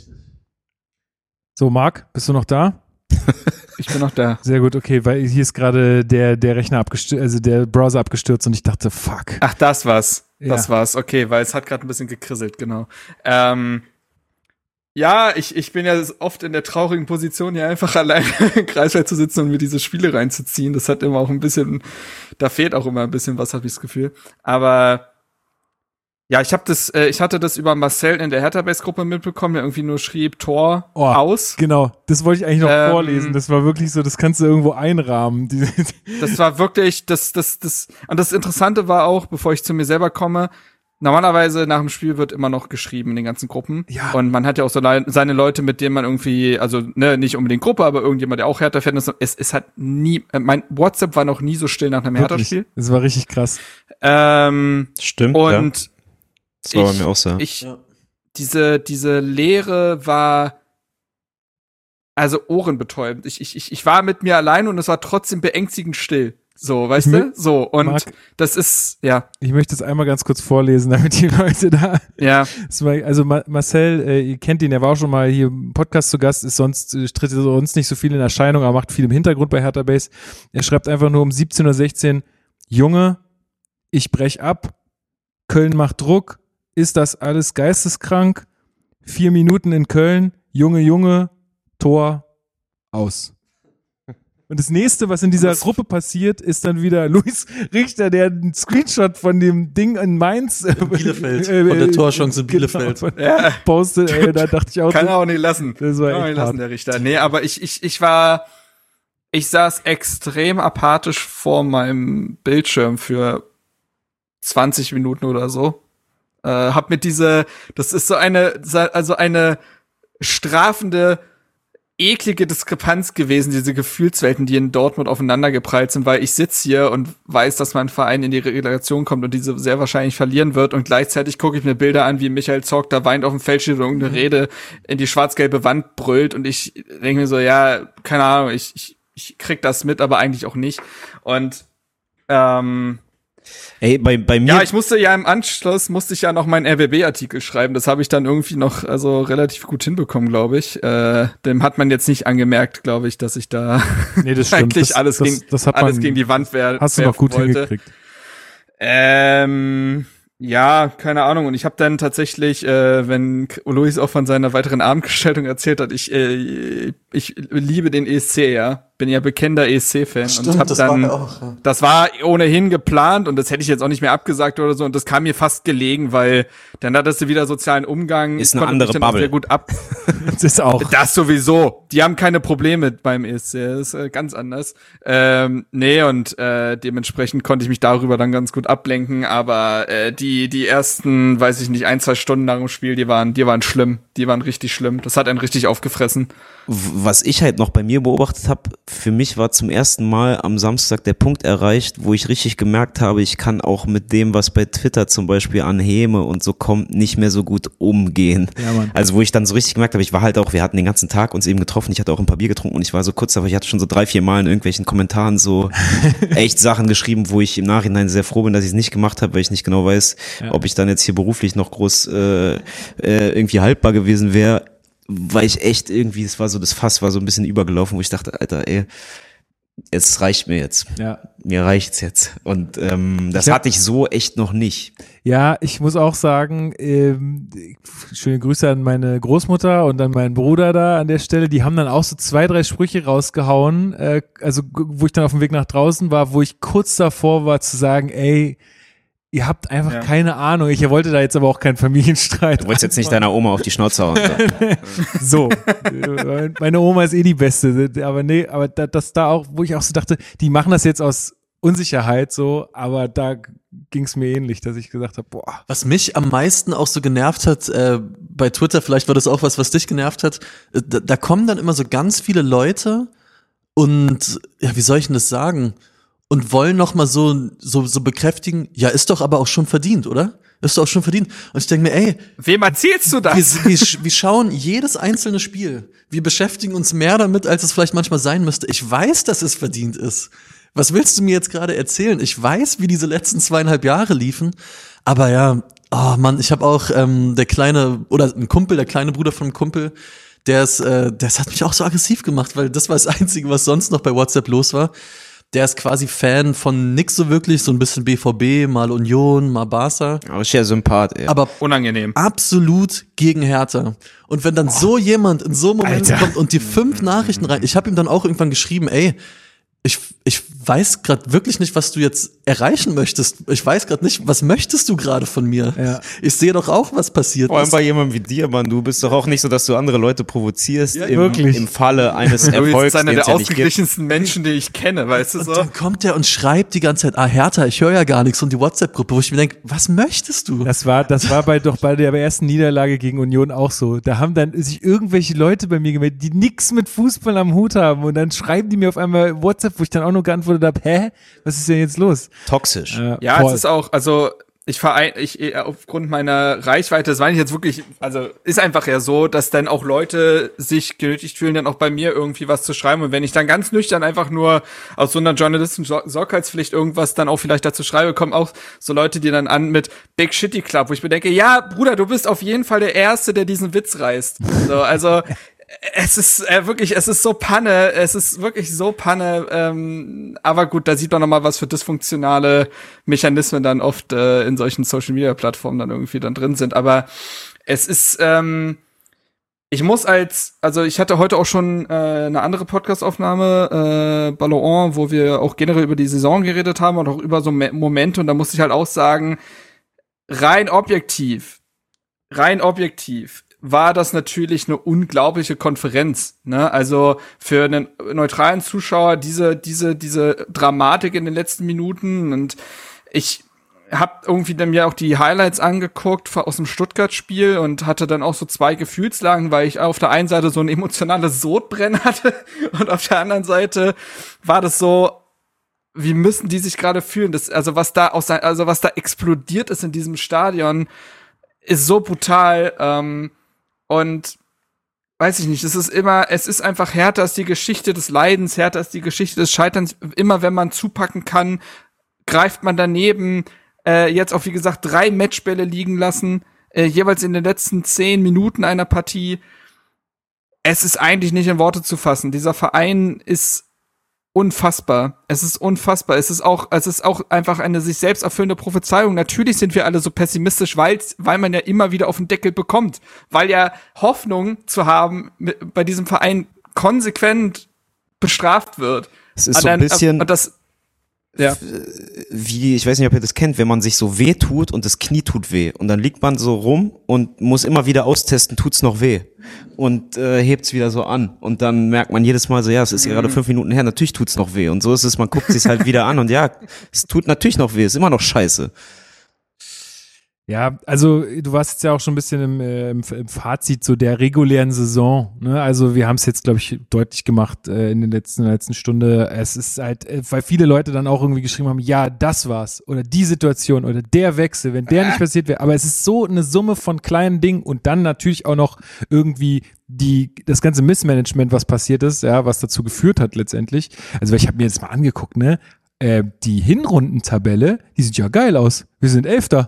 So, Marc, bist du noch da? ich bin noch da. Sehr gut, okay, weil hier ist gerade der, der Rechner abgestürzt, also der Browser abgestürzt und ich dachte, fuck. Ach, das war's. Das Ja. war's. Okay, weil es hat gerade ein bisschen gekrisselt, genau. Ähm, ja, ich, ich bin ja oft in der traurigen Position, hier einfach allein im Kreisfeld zu sitzen und mir diese Spiele reinzuziehen. Das hat immer auch ein bisschen, da fehlt auch immer ein bisschen was, habe ich das Gefühl. Aber ja, ich habe das, äh, ich hatte das über Marcel in der Hertha-Base-Gruppe mitbekommen, der irgendwie nur schrieb Tor Oh, aus. Genau, das wollte ich eigentlich noch Ähm, vorlesen. Das war wirklich so, das kannst du irgendwo einrahmen. Die, Das war wirklich, das, das, das, und das Interessante war auch, bevor ich zu mir selber komme, normalerweise nach dem Spiel wird immer noch geschrieben in den ganzen Gruppen. Ja. Und man hat ja auch so le- seine Leute, mit denen man irgendwie, also ne, nicht unbedingt Gruppe, aber irgendjemand, der auch Hertha-Fan ist. Es ist halt nie, äh, mein WhatsApp war noch nie so still nach einem wirklich, Hertha-Spiel. das war richtig krass. Ähm, Stimmt, ja. und Das war bei ich- mir auch so. ich, Ja. diese, diese Leere war, also ohrenbetäubend. Ich, ich, ich, ich war mit mir allein und es war trotzdem beängstigend still. So, weißt Ich du? mö- So, und Marc, das ist, ja, ich möchte es einmal ganz kurz vorlesen, damit die Leute da. ja. Das war, also Ma- Marcel, äh, ihr kennt ihn, er war auch schon mal hier im Podcast zu Gast, ist sonst, äh, tritt sonst nicht so viel in Erscheinung, aber macht viel im Hintergrund bei Hertha Base. Er schreibt einfach nur um siebzehn Uhr sechzehn, Junge, ich brech ab, Köln macht Druck, ist das alles geisteskrank? Vier Minuten in Köln, Junge, Junge, Tor, aus. Und das nächste, was in dieser Was? Gruppe passiert, ist dann wieder Luis Richter, der einen Screenshot von dem Ding in Mainz äh, Bielefeld, äh, von der Torchance in genau, Bielefeld. von- Ja. postet, ey, da dachte ich auch, Kann so, er auch nicht lassen. das war Kann er auch echt nicht lassen, hart. der Richter. Nee, aber ich, ich, ich war, ich saß extrem apathisch vor meinem Bildschirm für zwanzig Minuten oder so. Äh, hab mir diese, das ist so eine, also eine strafende eklige Diskrepanz gewesen, diese Gefühlswelten, die in Dortmund aufeinandergeprallt sind, weil ich sitze hier und weiß, dass mein Verein in die Relegation kommt und diese sehr wahrscheinlich verlieren wird und gleichzeitig gucke ich mir Bilder an, wie Michael Zorc da weint auf dem Feld steht und irgendeine mhm. Rede in die schwarz-gelbe Wand brüllt und ich denke mir so, ja, keine Ahnung, ich, ich, ich krieg das mit, aber eigentlich auch nicht. Und ähm Ey, bei, bei mir. Ja, ich musste ja im Anschluss, musste ich ja noch meinen R B B-Artikel schreiben. Das habe ich dann irgendwie noch, also relativ gut hinbekommen, glaube ich. Äh, dem hat man jetzt nicht angemerkt, glaube ich, dass ich da nee, das stimmt. eigentlich das, alles, das, gegen, das hat alles man, gegen die Wand werfen Hast du noch gut wollte. hingekriegt. Ähm, ja, keine Ahnung. Und ich habe dann tatsächlich, äh, wenn Luis auch von seiner weiteren Abendgestaltung erzählt hat, ich, äh, ich liebe den E S C, ja. Bin ja bekennender E S C-Fan. Stimmt, und hab das dann, war auch, ja. Das war ohnehin geplant und das hätte ich jetzt auch nicht mehr abgesagt oder so. Und das kam mir fast gelegen, weil dann hattest du wieder sozialen Umgang. Ist eine andere Bubble. Sehr gut ab. Das ist auch. Das sowieso. Die haben keine Probleme beim E S C. Das ist äh, ganz anders. Ähm, nee, und äh, dementsprechend konnte ich mich darüber dann ganz gut ablenken. Aber äh, die die ersten, weiß ich nicht, ein, zwei Stunden nach dem Spiel, die waren, die waren schlimm. Die waren richtig schlimm. Das hat einen richtig aufgefressen. Was ich halt noch bei mir beobachtet habe, für mich war zum ersten Mal am Samstag der Punkt erreicht, wo ich richtig gemerkt habe, ich kann auch mit dem, was bei Twitter zum Beispiel an Häme und so kommt, nicht mehr so gut umgehen. Ja, Mann. Also wo ich dann so richtig gemerkt habe, ich war halt auch, wir hatten den ganzen Tag uns eben getroffen, ich hatte auch ein paar Bier getrunken und ich war so kurz davor, ich hatte schon so drei, vier Mal in irgendwelchen Kommentaren so echt Sachen geschrieben, wo ich im Nachhinein sehr froh bin, dass ich es nicht gemacht habe, weil ich nicht genau weiß, ja. ob ich dann jetzt hier beruflich noch groß äh, äh, irgendwie haltbar gewesen wäre. Weil ich echt irgendwie, es war so, das Fass war so ein bisschen übergelaufen, wo ich dachte, Alter, ey, es reicht mir jetzt. Ja. Mir reicht's jetzt. Und ähm, das ich hab, hatte ich so echt noch nicht. Ja, ich muss auch sagen, ähm, schöne Grüße an meine Großmutter und an meinen Bruder da an der Stelle. Die haben dann auch so zwei, drei Sprüche rausgehauen, äh, also wo ich dann auf dem Weg nach draußen war, wo ich kurz davor war zu sagen, ey, ihr habt einfach ja. keine Ahnung. Ich wollte da jetzt aber auch keinen Familienstreit. Du wolltest jetzt nicht deiner Oma auf die Schnauze hauen. So. Meine Oma ist eh die Beste. Aber nee, aber da, das da auch, wo ich auch so dachte, die machen das jetzt aus Unsicherheit so, aber da ging es mir ähnlich, dass ich gesagt habe, boah. Was mich am meisten auch so genervt hat, äh, bei Twitter, vielleicht war das auch was, was dich genervt hat, äh, da, da kommen dann immer so ganz viele Leute und, ja, wie soll ich denn das sagen? Und wollen noch mal so, so, so bekräftigen, ja, ist doch aber auch schon verdient, oder? Ist doch auch schon verdient. Und ich denke mir, ey. Wem erzählst du das? Wir, wir, wir schauen jedes einzelne Spiel. Wir beschäftigen uns mehr damit, als es vielleicht manchmal sein müsste. Ich weiß, dass es verdient ist. Was willst du mir jetzt gerade erzählen? Ich weiß, wie diese letzten zweieinhalb Jahre liefen. Aber ja, oh Mann, ich habe auch ähm, der kleine, oder ein Kumpel, der kleine Bruder von einem Kumpel, der ist, äh, das hat mich auch so aggressiv gemacht, weil das war das Einzige, was sonst noch bei WhatsApp los war. Der ist quasi Fan von nix so wirklich, so ein bisschen B V B, mal Union, mal Barca. Aber ist ja Sympath, ey. Aber unangenehm. Absolut gegen Hertha. Und wenn dann oh, so jemand in so einem Moment Alter. kommt und die fünf Nachrichten rein, ich habe ihm dann auch irgendwann geschrieben, ey, ich, ich weiß gerade wirklich nicht, was du jetzt erreichen möchtest. Ich weiß gerade nicht, was möchtest du gerade von mir? Ja. Ich sehe doch auch, was passiert Vor allem ist. bei jemandem wie dir, Mann. Du bist doch auch nicht so, dass du andere Leute provozierst ja, im, wirklich. im Falle eines Erfolgs. Du bist einer der ja ausgeglichensten Menschen, die ich kenne, weißt du so? Und dann kommt der und schreibt die ganze Zeit, ah Hertha, ich höre ja gar nichts. Und die WhatsApp-Gruppe, wo ich mir denke, was möchtest du? Das war, das war bei doch bei der ersten Niederlage gegen Union auch so. Da haben dann sich irgendwelche Leute bei mir gemeldet, die nichts mit Fußball am Hut haben. Und dann schreiben die mir auf einmal WhatsApp, wo ich dann auch nur geantwortet habe, hä? Was ist denn jetzt los? Toxisch. Äh, ja, voll. es ist auch, also ich verein, ich aufgrund meiner Reichweite, das war nicht jetzt wirklich, also ist einfach ja so, dass dann auch Leute sich genötigt fühlen, dann auch bei mir irgendwie was zu schreiben. Und wenn ich dann ganz nüchtern einfach nur aus so einer Journalisten-Sorgfaltspflicht irgendwas dann auch vielleicht dazu schreibe, kommen auch so Leute, die dann an mit Big Shitty Club, wo ich mir denke, ja, Bruder, du bist auf jeden Fall der Erste, der diesen Witz reißt. So, also es ist äh, wirklich, es ist so Panne, es ist wirklich so Panne, ähm, aber gut, da sieht man nochmal, was für dysfunktionale Mechanismen dann oft äh, in solchen Social-Media-Plattformen dann irgendwie dann drin sind, aber es ist, ähm, ich muss als, also ich hatte heute auch schon äh, eine andere Podcast-Aufnahme, äh, Ballon, wo wir auch generell über die Saison geredet haben und auch über so Me- Momente und da musste ich halt auch sagen, rein objektiv, rein objektiv, war das natürlich eine unglaubliche Konferenz, ne? Also für einen neutralen Zuschauer diese diese diese Dramatik in den letzten Minuten und ich hab irgendwie dann mir auch die Highlights angeguckt aus dem Stuttgart-Spiel und hatte dann auch so zwei Gefühlslagen, weil ich auf der einen Seite so ein emotionales Sodbrennen hatte und auf der anderen Seite war das so, wie müssen die sich gerade fühlen? Das, also was da aus, also was da explodiert ist in diesem Stadion, ist so brutal. Ähm, und weiß ich nicht, es ist immer, es ist einfach härter als die Geschichte des Leidens, härter als die Geschichte des Scheiterns. Immer wenn man zupacken kann, greift man daneben. Äh, jetzt auch, wie gesagt, drei Matchbälle liegen lassen, äh, jeweils in den letzten zehn Minuten einer Partie. Es ist eigentlich nicht in Worte zu fassen. Dieser Verein ist unfassbar. Es ist unfassbar. Es ist auch, es ist auch einfach eine sich selbst erfüllende Prophezeiung. Natürlich sind wir alle so pessimistisch, weil, weil man ja immer wieder auf den Deckel bekommt. Weil ja Hoffnung zu haben mit, bei diesem Verein konsequent bestraft wird. Es ist so ein bisschen, und das, ja. wie, ich weiß nicht, ob ihr das kennt, wenn man sich so weh tut und das Knie tut weh und dann liegt man so rum und muss immer wieder austesten, tut's noch weh und äh, hebt's wieder so an und dann merkt man jedes Mal so, ja, es ist gerade fünf Minuten her, natürlich tut's noch weh und so ist es, man guckt sich's halt wieder an und ja, es tut natürlich noch weh, ist immer noch scheiße. Ja, also du warst jetzt ja auch schon ein bisschen im, äh, im, im Fazit so der regulären Saison, ne? Also wir haben es jetzt, glaube ich, deutlich gemacht äh, in den letzten, in der letzten Stunde. Es ist halt, äh, weil viele Leute dann auch irgendwie geschrieben haben, ja, das war's oder die Situation oder der Wechsel, wenn der nicht passiert wäre. Aber es ist so eine Summe von kleinen Dingen und dann natürlich auch noch irgendwie die das ganze Missmanagement, was passiert ist, ja, was dazu geführt hat letztendlich. Also ich habe mir jetzt mal angeguckt, ne? Äh, die Hinrundentabelle, die sieht ja geil aus. Wir sind Elfter.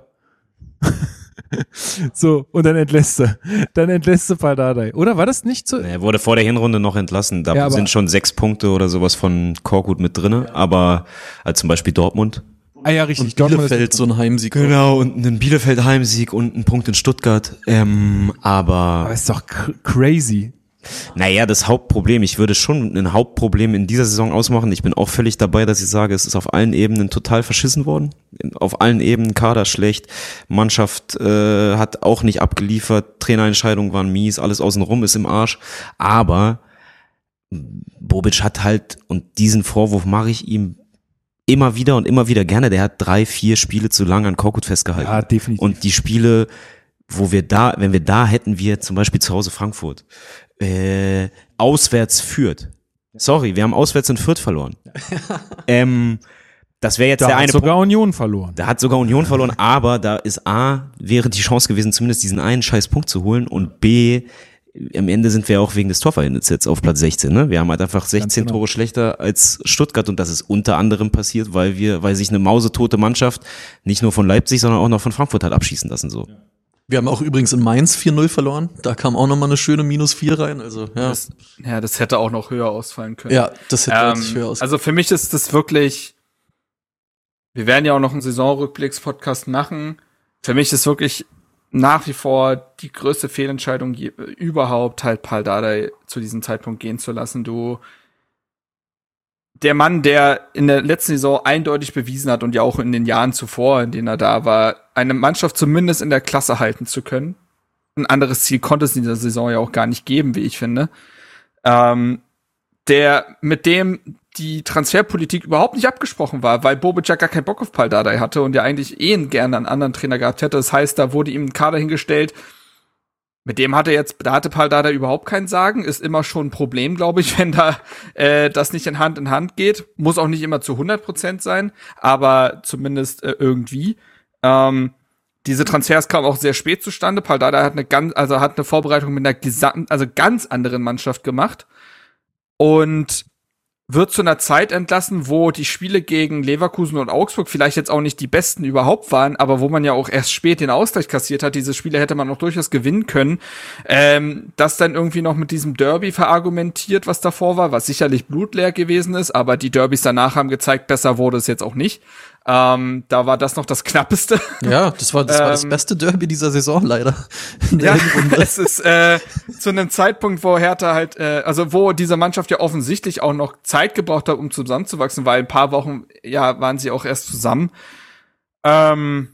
So, und dann entlässt er. Dann entlässt er Pardadei. Oder war das nicht so? Er wurde vor der Hinrunde noch entlassen. Da ja, sind schon sechs Punkte oder sowas von Korkut mit drinne. Aber als zum Beispiel Dortmund. Ah ja, richtig. Und Bielefeld so ein Heimsieg. Genau, und ein Bielefeld-Heimsieg und ein Punkt in Stuttgart. Ähm, aber, aber ist doch cr- crazy. Naja, das Hauptproblem, ich würde schon ein Hauptproblem in dieser Saison ausmachen. Ich bin auch völlig dabei, dass ich sage, es ist auf allen Ebenen total verschissen worden. Auf allen Ebenen, Kader schlecht, Mannschaft äh, hat auch nicht abgeliefert, Trainerentscheidungen waren mies, alles außenrum ist im Arsch. Aber Bobic hat halt, und diesen Vorwurf mache ich ihm immer wieder und immer wieder gerne, der hat drei, vier Spiele zu lang an Korkut festgehalten. Ja, definitiv. Und die Spiele, wo wir da, wenn wir da hätten wir zum Beispiel zu Hause Frankfurt, äh, auswärts führt. Sorry, wir haben auswärts in Fürth verloren. ähm, das wäre jetzt da der hat eine sogar Punkt. Union verloren. Da hat sogar Union verloren, aber da ist A, wäre die Chance gewesen, zumindest diesen einen scheiß Punkt zu holen und B, am Ende sind wir auch wegen des Torverhältnisses jetzt auf Platz sechzehn, ne? Wir haben halt einfach sechzehn genau. Tore schlechter als Stuttgart und das ist unter anderem passiert, weil wir, weil sich eine mausetote Mannschaft nicht nur von Leipzig, sondern auch noch von Frankfurt hat abschießen lassen, so. Ja. Wir haben auch übrigens in Mainz vier null verloren. Da kam auch nochmal eine schöne Minus vier rein. Also, ja. Das, ja, das hätte auch noch höher ausfallen können. Ja, das hätte ähm, deutlich höher ausfallen können. Also für mich ist das wirklich, wir werden ja auch noch einen Saisonrückblicks-Podcast machen. Für mich ist wirklich nach wie vor die größte Fehlentscheidung je, überhaupt, halt Pardadei zu diesem Zeitpunkt gehen zu lassen. Du, der Mann, der in der letzten Saison eindeutig bewiesen hat und ja auch in den Jahren zuvor, in denen er da war, eine Mannschaft zumindest in der Klasse halten zu können. Ein anderes Ziel konnte es in dieser Saison ja auch gar nicht geben, wie ich finde. Ähm, der, mit dem die Transferpolitik überhaupt nicht abgesprochen war, weil Bobic ja gar keinen Bock auf Pardadei hatte und ja eigentlich eh gerne einen anderen Trainer gehabt hätte. Das heißt, da wurde ihm ein Kader hingestellt, mit dem hatte jetzt, da hatte Pardadei überhaupt keinen Sagen, ist immer schon ein Problem, glaube ich, wenn da äh, das nicht in Hand in Hand geht. Muss auch nicht immer zu hundert Prozent sein, aber zumindest äh, irgendwie. Ähm, diese Transfers kamen auch sehr spät zustande. Pardadei hat eine ganz, also hat eine Vorbereitung mit einer gesamten, also ganz anderen Mannschaft gemacht und wird zu einer Zeit entlassen, wo die Spiele gegen Leverkusen und Augsburg vielleicht jetzt auch nicht die besten überhaupt waren, aber wo man ja auch erst spät den Ausgleich kassiert hat. Diese Spiele hätte man auch durchaus gewinnen können. Ähm, das dann irgendwie noch mit diesem Derby verargumentiert, was davor war, was sicherlich blutleer gewesen ist, aber die Derbys danach haben gezeigt, besser wurde es jetzt auch nicht. Ähm, da war das noch das Knappeste. Ja, das war das, war das Ähm, beste Derby dieser Saison leider. Ja, es ist äh, zu einem Zeitpunkt, wo Hertha halt, äh, also wo diese Mannschaft ja offensichtlich auch noch Zeit gebraucht hat, um zusammenzuwachsen, weil ein paar Wochen, ja, waren sie auch erst zusammen. Ähm,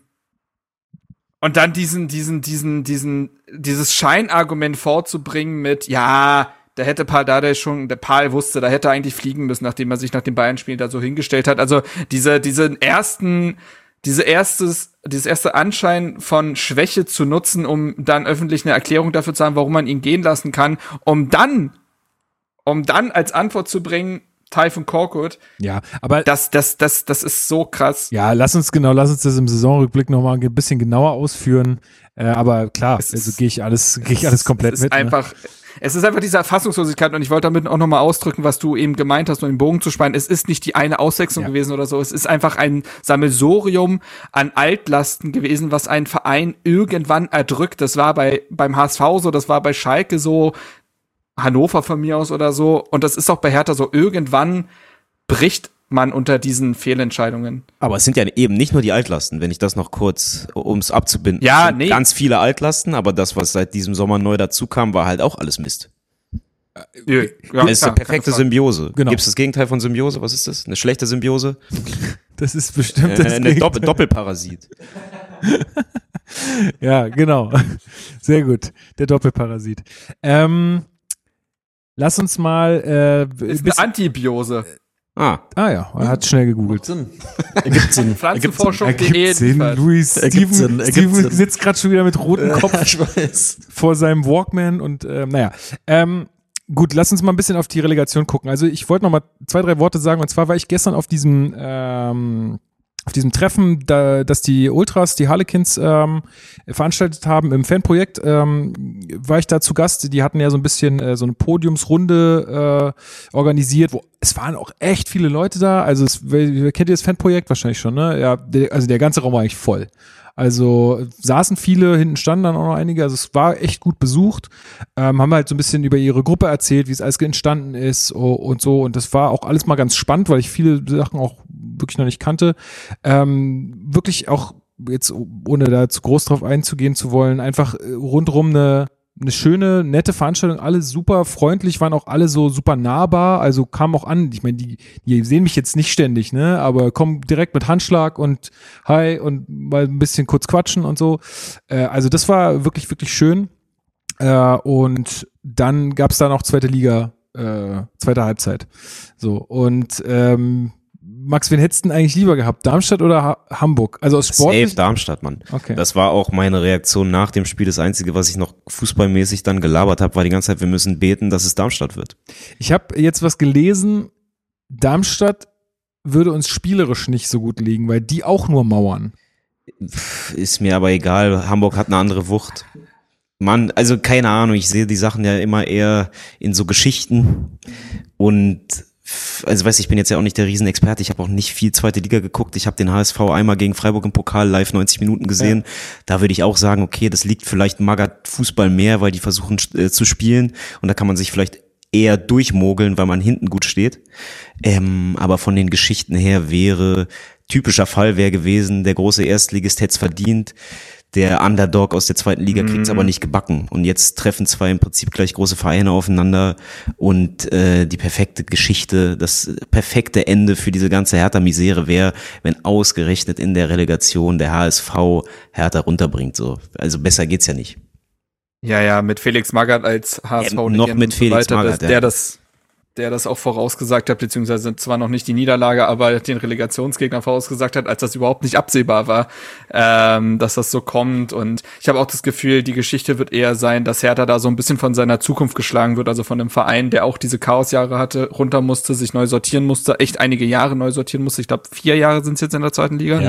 und dann diesen, diesen, diesen, diesen, dieses Scheinargument vorzubringen mit, ja, da hätte Pardadei schon, der Paul wusste, da hätte er eigentlich fliegen müssen, nachdem er sich nach dem Bayern-Spiel da so hingestellt hat. Also diese, diesen ersten diese erstes, dieses erste Anschein von Schwäche zu nutzen, um dann öffentlich eine Erklärung dafür zu haben, warum man ihn gehen lassen kann, um dann, um dann als Antwort zu bringen, Tayfun Korkut. Ja, aber das, das, das, das ist so krass. Ja, lass uns genau, lass uns das im Saisonrückblick nochmal ein bisschen genauer ausführen. Äh, aber klar, Es also ist- gehe ich alles, gehe ich alles komplett es ist mit. einfach, es ist einfach diese Erfassungslosigkeit und ich wollte damit auch nochmal ausdrücken, was du eben gemeint hast, um den Bogen zu spannen. Es ist nicht die eine Auswechslung Ja. gewesen oder so. Es ist einfach ein Sammelsurium an Altlasten gewesen, was einen Verein irgendwann erdrückt. Das war bei, beim H S V so, das war bei Schalke so, Hannover von mir aus oder so. Und das ist auch bei Hertha so. Irgendwann bricht man unter diesen Fehlentscheidungen. Aber es sind ja eben nicht nur die Altlasten, wenn ich das noch kurz, um es abzubinden. Ja, Es sind nee. Ganz viele Altlasten, aber das, was seit diesem Sommer neu dazu kam, war halt auch alles Mist. Ja, es ist klar, eine perfekte keine Frage. Symbiose. Genau. Gibt es das Gegenteil von Symbiose? Was ist das? Eine schlechte Symbiose? Das ist bestimmt Äh, das eine Doppel Gegenteil. Doppelparasit. Ja, genau. Sehr gut. Der Doppelparasit. Ähm, lass uns mal äh, Ist eine bisschen- Antibiose. Ah, Ah ja, er hat schnell gegoogelt. Sinn. Ergibt Sinn. Pflanzenforschung Ergibt punkt de Sinn, liefert. Luis. Ergibt Steven, Sinn, ergibt Steven Sinn. sitzt gerade schon wieder mit rotem Kopf Ja, ich weiß. vor seinem Walkman und ähm, naja. Ähm, gut, lass uns mal ein bisschen auf die Relegation gucken. Also ich wollte noch mal zwei, drei Worte sagen und zwar war ich gestern auf diesem ähm, auf diesem Treffen, da, das die Ultras, die Harlequins ähm, veranstaltet haben im Fanprojekt, ähm, war ich da zu Gast. Die hatten ja so ein bisschen äh, so eine Podiumsrunde äh, organisiert, wo es waren auch echt viele Leute da. Also es, wer, kennt ihr das Fanprojekt wahrscheinlich schon, ne? Ja, der, also der ganze Raum war eigentlich voll. Also saßen viele, hinten standen dann auch noch einige, also es war echt gut besucht, ähm, haben halt so ein bisschen über ihre Gruppe erzählt, wie es alles entstanden ist oh, und so und das war auch alles mal ganz spannend, weil ich viele Sachen auch wirklich noch nicht kannte. Ähm, wirklich auch jetzt, ohne da zu groß drauf einzugehen zu wollen, einfach äh, rundrum eine eine schöne, nette Veranstaltung, alle super freundlich, waren auch alle so super nahbar, also kamen auch an, ich meine, die, die sehen mich jetzt nicht ständig, ne, aber kommen direkt mit Handschlag und Hi und mal ein bisschen kurz quatschen und so. Äh, also das war wirklich, wirklich schön. Äh, und dann gab's da noch zweite Liga, äh, zweite Halbzeit. So, und ähm, Max, wen hättest du denn eigentlich lieber gehabt? Darmstadt oder ha- Hamburg? Also aus safe Sport. Darmstadt, Mann. Okay. Das war auch meine Reaktion nach dem Spiel. Das Einzige, was ich noch fußballmäßig dann gelabert habe, war die ganze Zeit, wir müssen beten, dass es Darmstadt wird. Ich habe jetzt was gelesen, Darmstadt würde uns spielerisch nicht so gut liegen, weil die auch nur mauern. Pff, Ist mir aber egal. Hamburg hat eine andere Wucht. Mann, also keine Ahnung, ich sehe die Sachen ja immer eher in so Geschichten und pff, also weiß ich bin jetzt ja auch nicht der Riesenexperte, ich habe auch nicht viel zweite Liga geguckt, ich habe den H S V einmal gegen Freiburg im Pokal live neunzig Minuten gesehen, ja. Da würde ich auch sagen, okay, das liegt vielleicht Magath Fußball mehr, weil die versuchen äh, zu spielen und da kann man sich vielleicht eher durchmogeln, weil man hinten gut steht, ähm, aber von den Geschichten her wäre, typischer Fall wäre gewesen, der große Erstligist hätte es verdient, der Underdog aus der zweiten Liga kriegt es aber nicht gebacken. Und jetzt treffen zwei im Prinzip gleich große Vereine aufeinander und äh, die perfekte Geschichte, das perfekte Ende für diese ganze Hertha-Misere wäre, wenn ausgerechnet in der Relegation der H S V Hertha runterbringt. So, also besser geht's ja nicht. Ja, ja, mit Felix Magath als H S V. Ähm, noch mit Felix Magath, der ja. das, der das auch vorausgesagt hat, beziehungsweise zwar noch nicht die Niederlage, aber den Relegationsgegner vorausgesagt hat, als das überhaupt nicht absehbar war, ähm, dass das so kommt. Und ich habe auch das Gefühl, die Geschichte wird eher sein, dass Hertha da so ein bisschen von seiner Zukunft geschlagen wird, also von einem Verein, der auch diese Chaosjahre hatte, runter musste, sich neu sortieren musste, echt einige Jahre neu sortieren musste. Ich glaube, vier Jahre sind es jetzt in der zweiten Liga,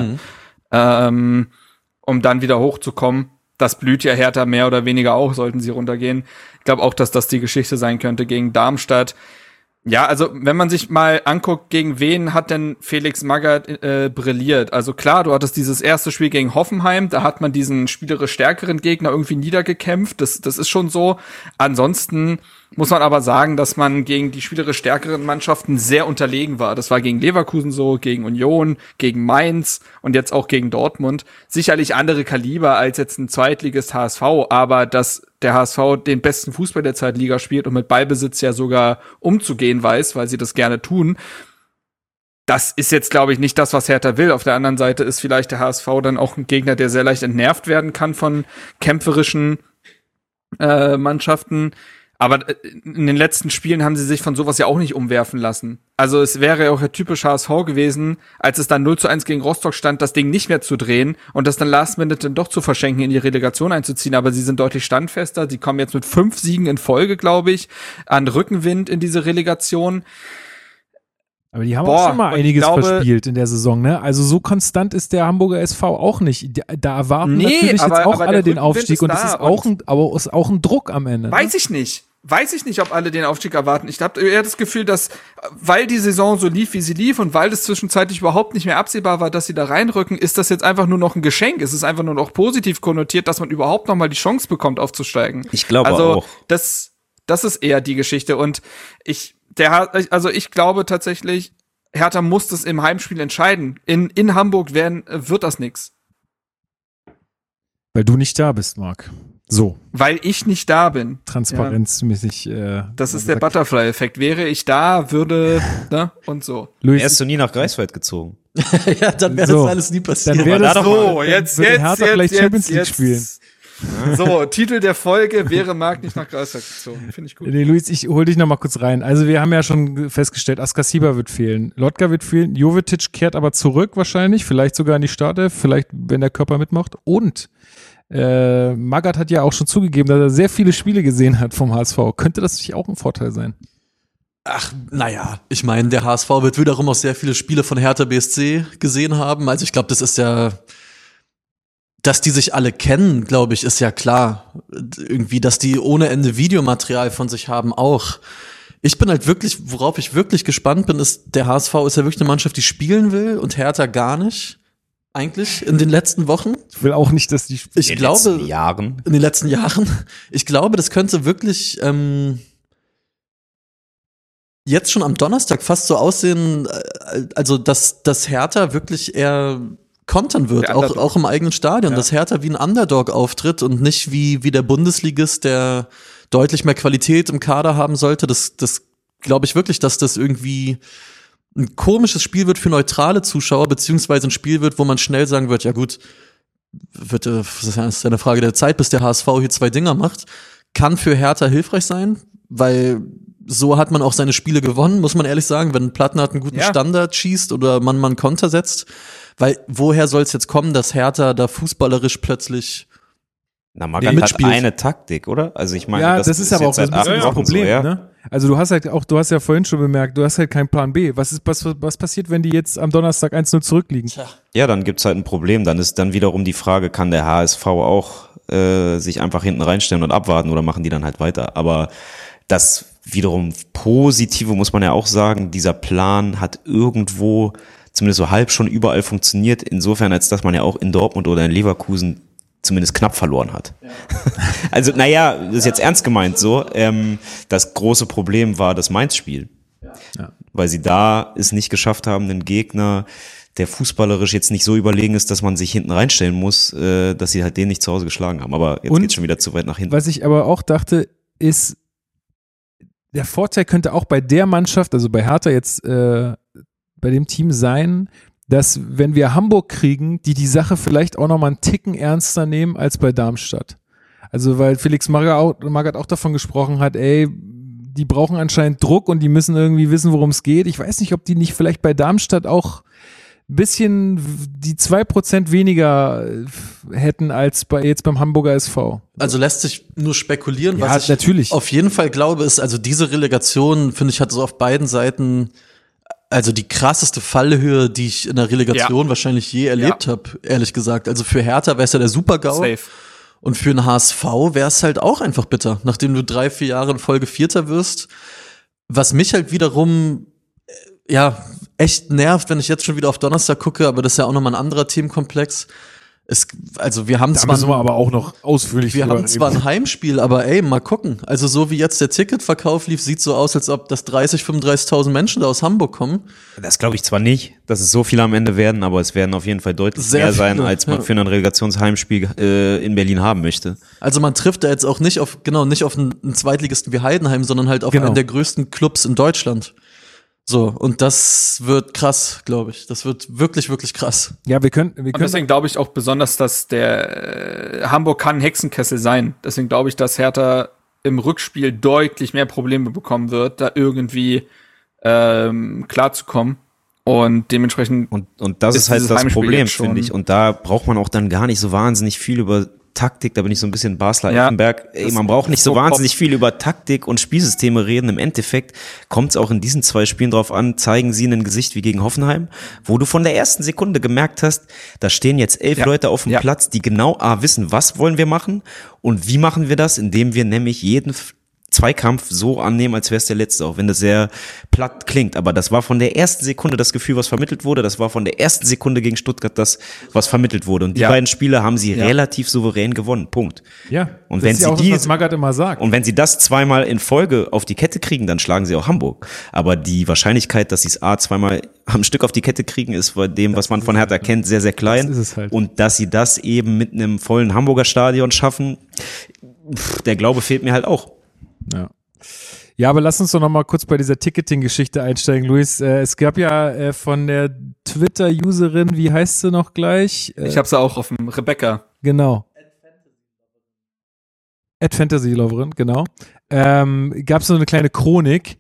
Ja. ähm, um dann wieder hochzukommen. Das blüht ja Hertha mehr oder weniger auch, sollten sie runtergehen. Ich glaube auch, dass das die Geschichte sein könnte gegen Darmstadt. Ja, also wenn man sich mal anguckt, gegen wen hat denn Felix Magath äh, brilliert? Also klar, du hattest dieses erste Spiel gegen Hoffenheim, da hat man diesen spielerisch stärkeren Gegner irgendwie niedergekämpft, das, das ist schon so. Ansonsten muss man aber sagen, dass man gegen die spielerisch stärkeren Mannschaften sehr unterlegen war. Das war gegen Leverkusen so, gegen Union, gegen Mainz und jetzt auch gegen Dortmund. Sicherlich andere Kaliber als jetzt ein Zweitligist H S V, aber dass der H S V den besten Fußball der Zweitliga spielt und mit Ballbesitz ja sogar umzugehen weiß, weil sie das gerne tun, das ist jetzt, glaube ich, nicht das, was Hertha will. Auf der anderen Seite ist vielleicht der H S V dann auch ein Gegner, der sehr leicht entnervt werden kann von kämpferischen äh, Mannschaften. Aber in den letzten Spielen haben sie sich von sowas ja auch nicht umwerfen lassen. Also es wäre ja auch ja typisch H S V gewesen, als es dann null zu eins gegen Rostock stand, das Ding nicht mehr zu drehen und das dann Last Minute dann doch zu verschenken, in die Relegation einzuziehen. Aber sie sind deutlich standfester. Sie kommen jetzt mit fünf Siegen in Folge, glaube ich, an Rückenwind in diese Relegation. Aber die haben Boah, auch schon mal und ich einiges glaube- verspielt in der Saison, ne? Also so konstant ist der Hamburger S V auch nicht. Da- Da erwarten Nee, natürlich aber- jetzt auch aber alle der den Rückenwind Aufstieg ist und es da ist auch und- ein, aber es ist auch ein Druck am Ende. Ne? Weiß ich nicht. Weiß ich nicht, ob alle den Aufstieg erwarten. Ich habe eher das Gefühl, dass, weil die Saison so lief, wie sie lief und weil es zwischenzeitlich überhaupt nicht mehr absehbar war, dass sie da reinrücken, ist das jetzt einfach nur noch ein Geschenk. Es ist einfach nur noch positiv konnotiert, dass man überhaupt noch mal die Chance bekommt, aufzusteigen. Ich glaube also, auch. das, das ist eher die Geschichte. Und ich, der, hat- also ich glaube tatsächlich, Hertha muss das im Heimspiel entscheiden. In, in Hamburg werden, wird das nix. Weil du nicht da bist, Marc. So, Weil ich nicht da bin. transparenzmäßig. Äh, Das ist der Butterfly-Effekt. Wäre ich da, würde, ne, und so. Luis, Wärst du nie nach Greifswald gezogen? ja, dann wäre So. das alles nie passiert. Dann wäre das da doch So, mal- jetzt, würde jetzt, Hertha jetzt, vielleicht jetzt, Champions League jetzt. spielen. So, Titel der Folge wäre Marc nicht nach Greifswald gezogen. Finde ich gut. Nee, Luis, ich hol dich noch mal kurz rein. Also wir haben ja schon festgestellt, Askasiba wird fehlen, Lotka wird fehlen, Jovetic kehrt aber zurück wahrscheinlich, vielleicht sogar in die Startelf, vielleicht wenn der Körper mitmacht. Und äh, Magath hat ja auch schon zugegeben, dass er sehr viele Spiele gesehen hat vom H S V. Könnte das nicht auch ein Vorteil sein? Ach, naja, ich meine, der H S V wird wiederum auch sehr viele Spiele von Hertha B S C gesehen haben. Also ich glaube, das ist ja, dass die sich alle kennen, glaube ich, ist ja klar. Irgendwie, dass die ohne Ende Videomaterial von sich haben, auch. Ich bin halt wirklich, worauf ich wirklich gespannt bin, ist, der H S V ist ja wirklich eine Mannschaft, die spielen will und Hertha gar nicht. Eigentlich in den letzten Wochen. Ich will auch nicht, dass die Ich In den glaube, letzten Jahren. in den letzten Jahren. Ich glaube, das könnte wirklich ähm, jetzt schon am Donnerstag fast so aussehen, äh, also dass, dass Hertha wirklich eher kontern wird, Der auch, Underdog. auch im eigenen Stadion, Ja. dass Hertha wie ein Underdog auftritt und nicht wie, wie der Bundesligist, der deutlich mehr Qualität im Kader haben sollte. Das, das glaube ich wirklich, dass das irgendwie ein komisches Spiel wird für neutrale Zuschauer, beziehungsweise ein Spiel wird, wo man schnell sagen wird, ja gut, wird, äh, das ist ja eine Frage der Zeit, bis der H S V hier zwei Dinger macht. Kann für Hertha hilfreich sein, weil so hat man auch seine Spiele gewonnen, muss man ehrlich sagen, wenn Plattenhardt einen guten Ja. Standard schießt oder man man Konter setzt. Weil woher soll es jetzt kommen, dass Hertha da fußballerisch plötzlich Na, Magath hat mitspielt. eine Taktik, oder? Also ich meine, ja, das, ist aber auch jetzt so ein seit acht bisschen das Wochen Problem, so, ja? ne? Also du hast halt auch, du hast ja vorhin schon bemerkt, du hast halt keinen Plan B. Was ist, was, was passiert, wenn die jetzt am Donnerstag eins null zurückliegen? Ja, dann gibt's halt ein Problem. Dann ist dann wiederum die Frage, kann der H S V auch äh, sich einfach hinten reinstellen und abwarten oder machen die dann halt weiter? Aber das wiederum Positive muss man ja auch sagen, dieser Plan hat irgendwo zumindest so halb schon überall funktioniert, insofern als dass man ja auch in Dortmund oder in Leverkusen zumindest knapp verloren hat. Ja. Also, naja, das ist jetzt ernst gemeint so. Ähm, das große Problem war das Mainz-Spiel. Ja. Weil sie da es nicht geschafft haben, den Gegner, der fußballerisch jetzt nicht so überlegen ist, dass man sich hinten reinstellen muss, äh, dass sie halt den nicht zu Hause geschlagen haben. Aber jetzt Und geht's schon wieder zu weit nach hinten. Was ich aber auch dachte, ist, der Vorteil könnte auch bei der Mannschaft, also bei Hertha jetzt, äh, bei dem Team sein, dass wenn wir Hamburg kriegen, die die Sache vielleicht auch nochmal einen Ticken ernster nehmen als bei Darmstadt. Also weil Felix Magath auch, Magath auch davon gesprochen hat, ey, die brauchen anscheinend Druck und die müssen irgendwie wissen, worum es geht. Ich weiß nicht, ob die nicht vielleicht bei Darmstadt auch ein bisschen die zwei Prozent weniger hätten als bei jetzt beim Hamburger S V. Also lässt sich nur spekulieren, Ja, was ich natürlich. auf jeden Fall glaube, ist, also diese Relegation, finde ich, hat so auf beiden Seiten also die krasseste Fallhöhe, die ich in der Relegation Ja. wahrscheinlich je erlebt Ja. habe, ehrlich gesagt. Also für Hertha wäre es ja der Super-GAU. Safe. Und für den H S V wäre es halt auch einfach bitter, nachdem du drei, vier Jahre in Folge Vierter wirst. Was mich halt wiederum, äh, ja, echt nervt, wenn ich jetzt schon wieder auf Donnerstag gucke, aber das ist ja auch nochmal ein anderer Themenkomplex. Es, also wir haben Da zwar müssen wir aber auch noch ausführlich wir drüber haben zwar reden. ein Heimspiel, aber ey, mal gucken. Also so wie jetzt der Ticketverkauf lief, sieht so aus, als ob das dreißig, fünfunddreißigtausend Menschen da aus Hamburg kommen. Das glaube ich zwar nicht, dass es so viele am Ende werden, aber es werden auf jeden Fall deutlich Sehr mehr sein, viele, als man ja. für ein Relegationsheimspiel äh, in Berlin haben möchte. Also man trifft da jetzt auch nicht auf, genau, nicht auf einen, einen Zweitligisten wie Heidenheim, sondern halt auf Genau. einen der größten Clubs in Deutschland. So, und das wird krass, glaube ich. Das wird wirklich, wirklich krass. Ja, wir können, wir Und können deswegen glaube ich auch besonders, dass der äh, Hamburg kann ein Hexenkessel sein. Deswegen glaube ich, dass Hertha im Rückspiel deutlich mehr Probleme bekommen wird, da irgendwie ähm, klarzukommen. Und dementsprechend Und, und das ist, ist halt dieses das Heimspiel Problem, jetzt schon- finde ich. Und da braucht man auch dann gar nicht so wahnsinnig viel über Taktik, da bin ich so ein bisschen Basler Ja, Effenberg. Ey, das man braucht nicht ist so so wahnsinnig viel über Taktik und Spielsysteme reden. Im Endeffekt kommt es auch in diesen zwei Spielen drauf an, zeigen sie ein Gesicht wie gegen Hoffenheim, wo du von der ersten Sekunde gemerkt hast, da stehen jetzt elf Ja. Leute auf dem Ja. Platz, die genau A, wissen, was wollen wir machen und wie machen wir das, indem wir nämlich jeden F- Zweikampf so annehmen, als wäre es der letzte, auch wenn das sehr platt klingt. Aber das war von der ersten Sekunde das Gefühl, was vermittelt wurde. Das war von der ersten Sekunde gegen Stuttgart das, was vermittelt wurde. Und die Ja. beiden Spiele haben sie Ja. relativ souverän gewonnen. Punkt. Ja. Und das wenn ist sie ja auch die- das, was Magath immer sagt. Und wenn sie das zweimal in Folge auf die Kette kriegen, dann schlagen sie auch Hamburg. Aber die Wahrscheinlichkeit, dass sie es A zweimal am Stück auf die Kette kriegen, ist bei dem, was man von Hertha kennt, sehr, sehr klein. Das ist es halt. Und dass sie das eben mit einem vollen Hamburger Stadion schaffen, pff, der Glaube fehlt mir halt auch. Ja. Ja, aber lass uns doch noch mal kurz bei dieser Ticketing-Geschichte einsteigen, Luis. Äh, es gab ja äh, von der Twitter-Userin, wie heißt sie noch gleich? Äh, ich habe sie auch auf dem Rebecca. Genau. At Fantasy Loverin, genau. Ähm, gab es so eine kleine Chronik.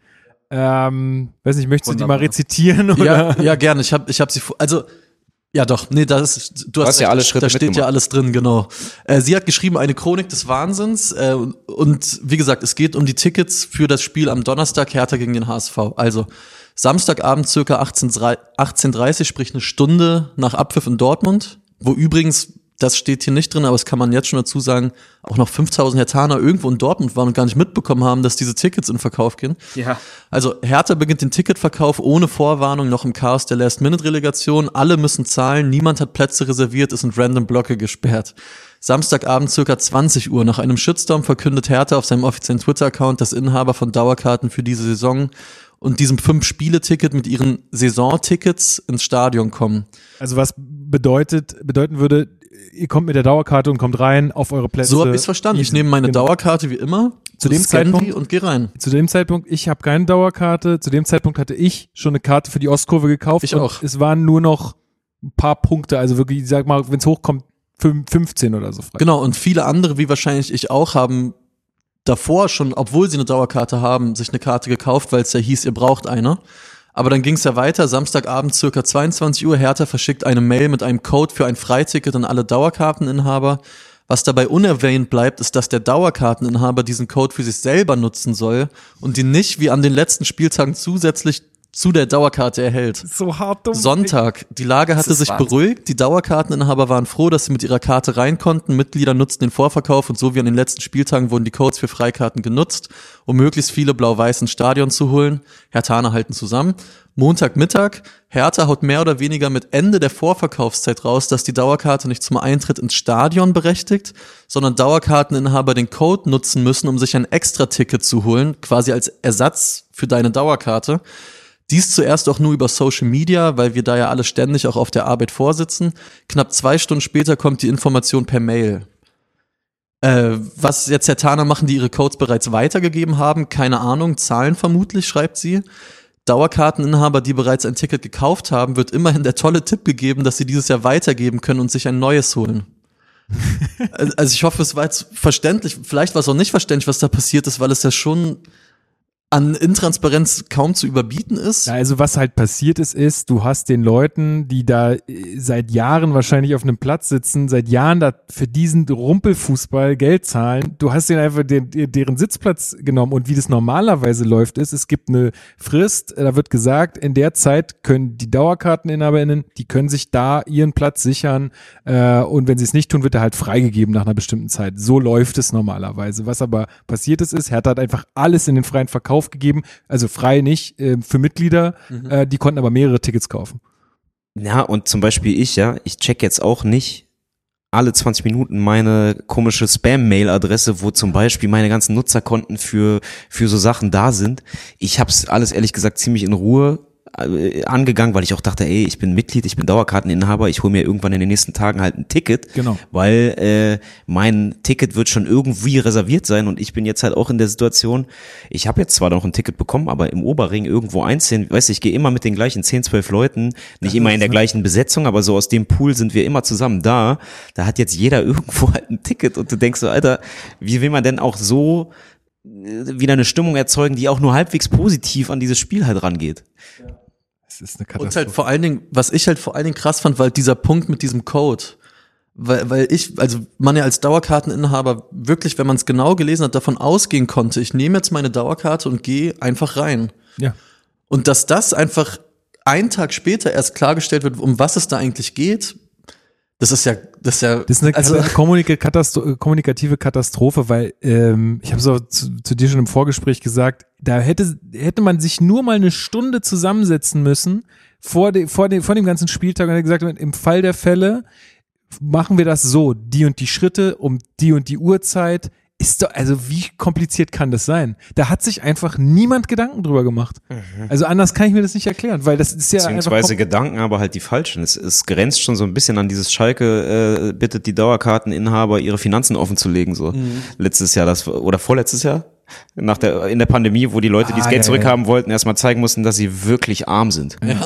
Ähm, weiß nicht, möchtest du die mal Wunderbar. rezitieren? Oder? Ja, ja, gerne. Ich habe ich hab sie, vor- also, ja doch, nee, das ist, du hast, hast ja recht, alle da- Schritte da steht ja mitgemacht. alles drin, genau. Äh, sie hat geschrieben, eine Chronik des Wahnsinns, äh, und, und wie gesagt, es geht um die Tickets für das Spiel am Donnerstag, Hertha gegen den H S V. Also, Samstagabend circa achtzehn Uhr dreißig, sprich eine Stunde nach Abpfiff in Dortmund, wo übrigens, das steht hier nicht drin, aber das kann man jetzt schon dazu sagen, auch noch fünftausend Herthaner irgendwo in Dortmund waren und gar nicht mitbekommen haben, dass diese Tickets in Verkauf gehen. Ja. Also Hertha beginnt den Ticketverkauf ohne Vorwarnung, noch im Chaos der Last-Minute-Relegation. Alle müssen zahlen, niemand hat Plätze reserviert, es sind random Blöcke gesperrt. Samstagabend circa zwanzig Uhr. Nach einem Shitstorm verkündet Hertha auf seinem offiziellen Twitter-Account, dass Inhaber von Dauerkarten für diese Saison und diesem Fünf-Spiele-Ticket mit ihren Saisontickets ins Stadion kommen. Also was bedeutet, bedeuten würde, ihr kommt mit der Dauerkarte und kommt rein auf eure Plätze. So habe ich es verstanden. Ich nehme meine Genau. Dauerkarte wie immer, Zu dem scanne Zeitpunkt- die und gehe rein. Zu dem Zeitpunkt, ich habe keine Dauerkarte. Zu dem Zeitpunkt hatte ich schon eine Karte für die Ostkurve gekauft. Ich und auch. Es waren nur noch ein paar Punkte, also wirklich, ich sag mal, wenn es hochkommt, fünf- fünfzehn oder so frei. Genau, und viele andere, wie wahrscheinlich ich auch, haben davor schon, obwohl sie eine Dauerkarte haben, sich eine Karte gekauft, weil es ja hieß, ihr braucht eine. Aber dann ging es ja weiter, Samstagabend circa zweiundzwanzig Uhr, Hertha verschickt eine Mail mit einem Code für ein Freiticket an alle Dauerkarteninhaber. Was dabei unerwähnt bleibt, ist, dass der Dauerkarteninhaber diesen Code für sich selber nutzen soll und ihn nicht wie an den letzten Spieltagen zusätzlich zu der Dauerkarte erhält. So hart dumm. Sonntag. Die Lage hatte ist sich Wahnsinn. beruhigt. Die Dauerkarteninhaber waren froh, dass sie mit ihrer Karte rein konnten. Mitglieder nutzten den Vorverkauf und so wie an den letzten Spieltagen wurden die Codes für Freikarten genutzt, um möglichst viele Blau-Weiß ins Stadion zu holen. Herthaner halten zusammen. Montagmittag. Hertha haut mehr oder weniger mit Ende der Vorverkaufszeit raus, dass die Dauerkarte nicht zum Eintritt ins Stadion berechtigt, sondern Dauerkarteninhaber den Code nutzen müssen, um sich ein Extra-Ticket zu holen, quasi als Ersatz für deine Dauerkarte. Dies zuerst auch nur über Social Media, weil wir da ja alle ständig auch auf der Arbeit vorsitzen. Knapp zwei Stunden später kommt die Information per Mail. Äh, was jetzt Herthaner machen, die ihre Codes bereits weitergegeben haben, keine Ahnung, Zahlen vermutlich, schreibt sie. Dauerkarteninhaber, die bereits ein Ticket gekauft haben, wird immerhin der tolle Tipp gegeben, dass sie dieses Jahr weitergeben können und sich ein neues holen. Also ich hoffe, es war jetzt verständlich. Vielleicht war es auch nicht verständlich, was da passiert ist, weil es ja schon an Intransparenz kaum zu überbieten ist. Ja, also was halt passiert ist, ist, du hast den Leuten, die da äh, seit Jahren wahrscheinlich auf einem Platz sitzen, seit Jahren da für diesen Rumpelfußball Geld zahlen, du hast denen einfach den, deren Sitzplatz genommen und wie das normalerweise läuft ist, es gibt eine Frist, da wird gesagt, in der Zeit können die DauerkarteninhaberInnen, die können sich da ihren Platz sichern äh, und wenn sie es nicht tun, wird er halt freigegeben nach einer bestimmten Zeit. So läuft es normalerweise. Was aber passiert ist, ist, Hertha hat einfach alles in den freien Verkauf gegeben, also frei nicht, äh, für Mitglieder, Mhm. äh, die konnten aber mehrere Tickets kaufen. Ja, und zum Beispiel ich, ja, ich check jetzt auch nicht alle zwanzig Minuten meine komische Spam-Mail-Adresse, wo zum Beispiel meine ganzen Nutzerkonten für, für so Sachen da sind. Ich hab's alles ehrlich gesagt ziemlich in Ruhe äh, angegangen, weil ich auch dachte, ey, ich bin Mitglied, ich bin Dauerkarteninhaber, ich hole mir irgendwann in den nächsten Tagen halt ein Ticket, Genau. weil äh, mein Ticket wird schon irgendwie reserviert sein und ich bin jetzt halt auch in der Situation, ich habe jetzt zwar noch ein Ticket bekommen, aber im Oberring irgendwo einzeln, weißt du, ich gehe immer mit den gleichen zehn, zwölf Leuten, nicht immer in der gleichen Besetzung, aber so aus dem Pool sind wir immer zusammen da, da hat jetzt jeder irgendwo halt ein Ticket und du denkst so, Alter, wie will man denn auch so wieder eine Stimmung erzeugen, die auch nur halbwegs positiv an dieses Spiel halt rangeht. Das ist eine Und Katastrophe. halt vor allen Dingen, was ich halt vor allen Dingen krass fand, war halt dieser Punkt mit diesem Code. Weil, weil ich, also man ja als Dauerkarteninhaber wirklich, wenn man es genau gelesen hat, davon ausgehen konnte, ich nehme jetzt meine Dauerkarte und gehe einfach rein. Ja. Und dass das einfach einen Tag später erst klargestellt wird, um was es da eigentlich geht, das ist ja, das ist ja, Das ist eine also, kommunika- Katastro- kommunikative Katastrophe, weil ähm, ich habe es auch zu, zu dir schon im Vorgespräch gesagt, da hätte, hätte man sich nur mal eine Stunde zusammensetzen müssen vor, de, vor, de, vor dem ganzen Spieltag und hätte gesagt, im Fall der Fälle machen wir das so, die und die Schritte um die und die Uhrzeit. Ist doch, also wie kompliziert kann das sein? Da hat sich einfach niemand Gedanken drüber gemacht. Mhm. Also anders kann ich mir das nicht erklären, weil das ist ja Beziehungsweise einfach Gedanken, aber halt die falschen. Es, es grenzt schon so ein bisschen an dieses Schalke, äh, bittet die Dauerkarteninhaber, ihre Finanzen offen zu legen, so. Mhm. Letztes Jahr, das oder vorletztes Jahr? Nach der, in der Pandemie, wo die Leute, die das ah, Geld ja, zurückhaben ja. wollten, erstmal zeigen mussten, dass sie wirklich arm sind. ja.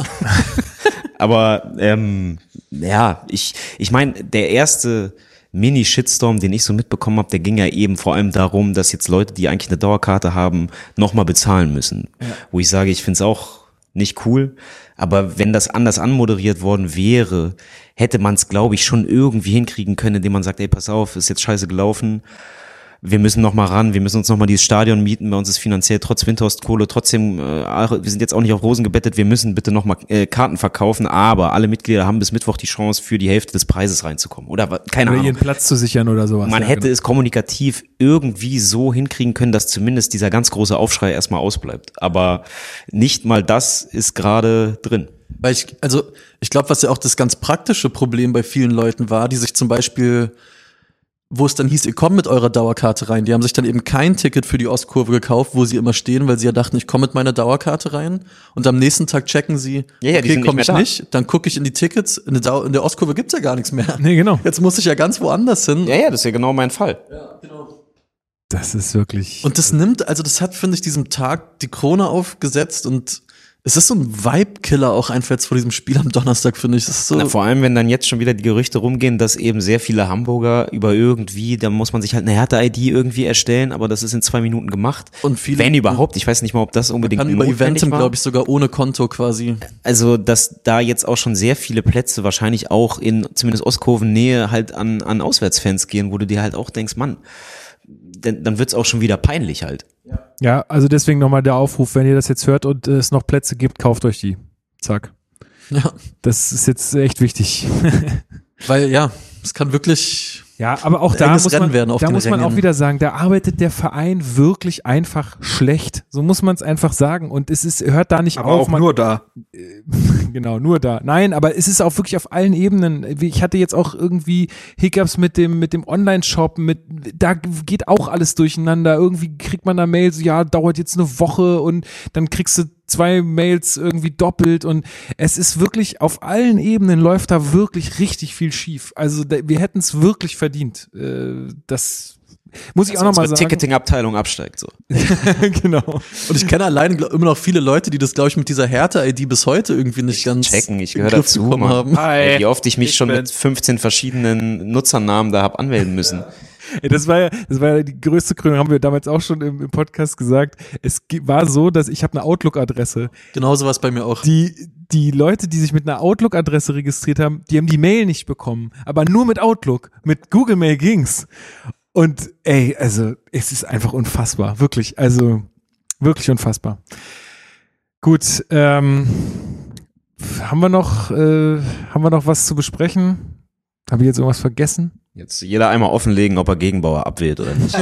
Aber ähm, ja, ich, ich meine, der erste Mini-Shitstorm, den ich so mitbekommen habe, der ging ja eben vor allem darum, dass jetzt Leute, die eigentlich eine Dauerkarte haben, nochmal bezahlen müssen. Ja. Wo ich sage, ich finde es auch nicht cool, aber wenn das anders anmoderiert worden wäre, hätte man es, glaube ich, schon irgendwie hinkriegen können, indem man sagt, ey, pass auf, ist jetzt scheiße gelaufen, wir müssen noch mal ran, wir müssen uns noch mal dieses Stadion mieten, bei uns ist finanziell trotz Windhorst-Kohle trotzdem, äh, wir sind jetzt auch nicht auf Rosen gebettet, wir müssen bitte noch mal äh, Karten verkaufen, aber alle Mitglieder haben bis Mittwoch die Chance, für die Hälfte des Preises reinzukommen. Oder keine oder Ahnung. ihren Platz zu sichern oder sowas. Man ja, hätte genau. es kommunikativ irgendwie so hinkriegen können, dass zumindest dieser ganz große Aufschrei erstmal ausbleibt. Aber nicht mal das ist gerade drin. Weil ich, also ich glaube, was ja auch das ganz praktische Problem bei vielen Leuten war, die sich zum Beispiel, wo es dann hieß, ihr kommt mit eurer Dauerkarte rein, die haben sich dann eben kein Ticket für die Ostkurve gekauft, wo sie immer stehen, weil sie ja dachten, ich komme mit meiner Dauerkarte rein und am nächsten Tag checken sie, ja, ja, okay, komme ich da. nicht, dann gucke ich in die Tickets, in der, Dau- in der Ostkurve gibt's ja gar nichts mehr. Nee, genau. Jetzt muss ich ja ganz woanders hin. Ja, ja, das ist ja genau mein Fall. Ja, genau. Das ist wirklich. Und das nimmt, also das hat, finde ich, diesem Tag die Krone aufgesetzt und es ist so ein Vibe-Killer auch einfach jetzt vor diesem Spiel am Donnerstag, finde ich. Das ist so. Na, vor allem, wenn dann jetzt schon wieder die Gerüchte rumgehen, dass eben sehr viele Hamburger über irgendwie, da muss man sich halt eine Hertha-I D irgendwie erstellen, aber das ist in zwei Minuten gemacht. Und viele, wenn überhaupt, ich weiß nicht mal, ob das unbedingt kann über notwendig Eventim, war. glaube ich, sogar ohne Konto quasi. Also, dass da jetzt auch schon sehr viele Plätze wahrscheinlich auch in zumindest Ostkurven-Nähe halt an, an Auswärtsfans gehen, wo du dir halt auch denkst, Mann, dann, dann wird's auch schon wieder peinlich halt. Ja, also deswegen nochmal der Aufruf, wenn ihr das jetzt hört und äh, es noch Plätze gibt, kauft euch die. Zack. Ja. Das ist jetzt echt wichtig. Weil, ja, es kann wirklich. Ja, aber auch da enges muss Rennen man, werden auf da den muss man Rängen. auch wieder sagen, da arbeitet der Verein wirklich einfach schlecht. So muss man es einfach sagen. Und es ist, hört da nicht Aber auf. auch man, nur da. Genau, nur da. Nein, aber es ist auch wirklich auf allen Ebenen. Ich hatte jetzt auch irgendwie Hiccups mit dem, mit dem Online-Shop, mit, da geht auch alles durcheinander. Irgendwie kriegt man da Mails, ja, dauert jetzt eine Woche und dann kriegst du zwei Mails irgendwie doppelt und es ist wirklich auf allen Ebenen läuft da wirklich richtig viel schief. Also da, wir hätten es wirklich verdient. Äh, das muss ich Also auch nochmal unsere sagen. Ticketing-Abteilung absteigt so. Genau. Und ich kenne alleine glaub, immer noch viele Leute, die das, glaube ich, mit dieser Hertha-I D bis heute irgendwie nicht ganz Checken, ich in gehöre den Griff dazu. bekommen Mann. haben. Hi. Ey, wie oft ich mich Ich schon mit bin's. fünfzehn verschiedenen Nutzernamen da hab anmelden müssen. Ey, das war ja, das war ja die größte Krönung, haben wir damals auch schon im, im Podcast gesagt. Es ge- war so, dass ich habe eine Outlook-Adresse. Genauso was bei mir auch. Die, die Leute, die sich mit einer Outlook-Adresse registriert haben, die haben die Mail nicht bekommen. Aber nur mit Outlook. Mit Google Mail ging's. Und ey, also es ist einfach unfassbar. Wirklich, also wirklich unfassbar. Gut, ähm, haben wir noch, äh, haben wir noch was zu besprechen? Habe ich jetzt irgendwas vergessen? Jetzt jeder einmal offenlegen, ob er Gegenbauer abwählt oder nicht.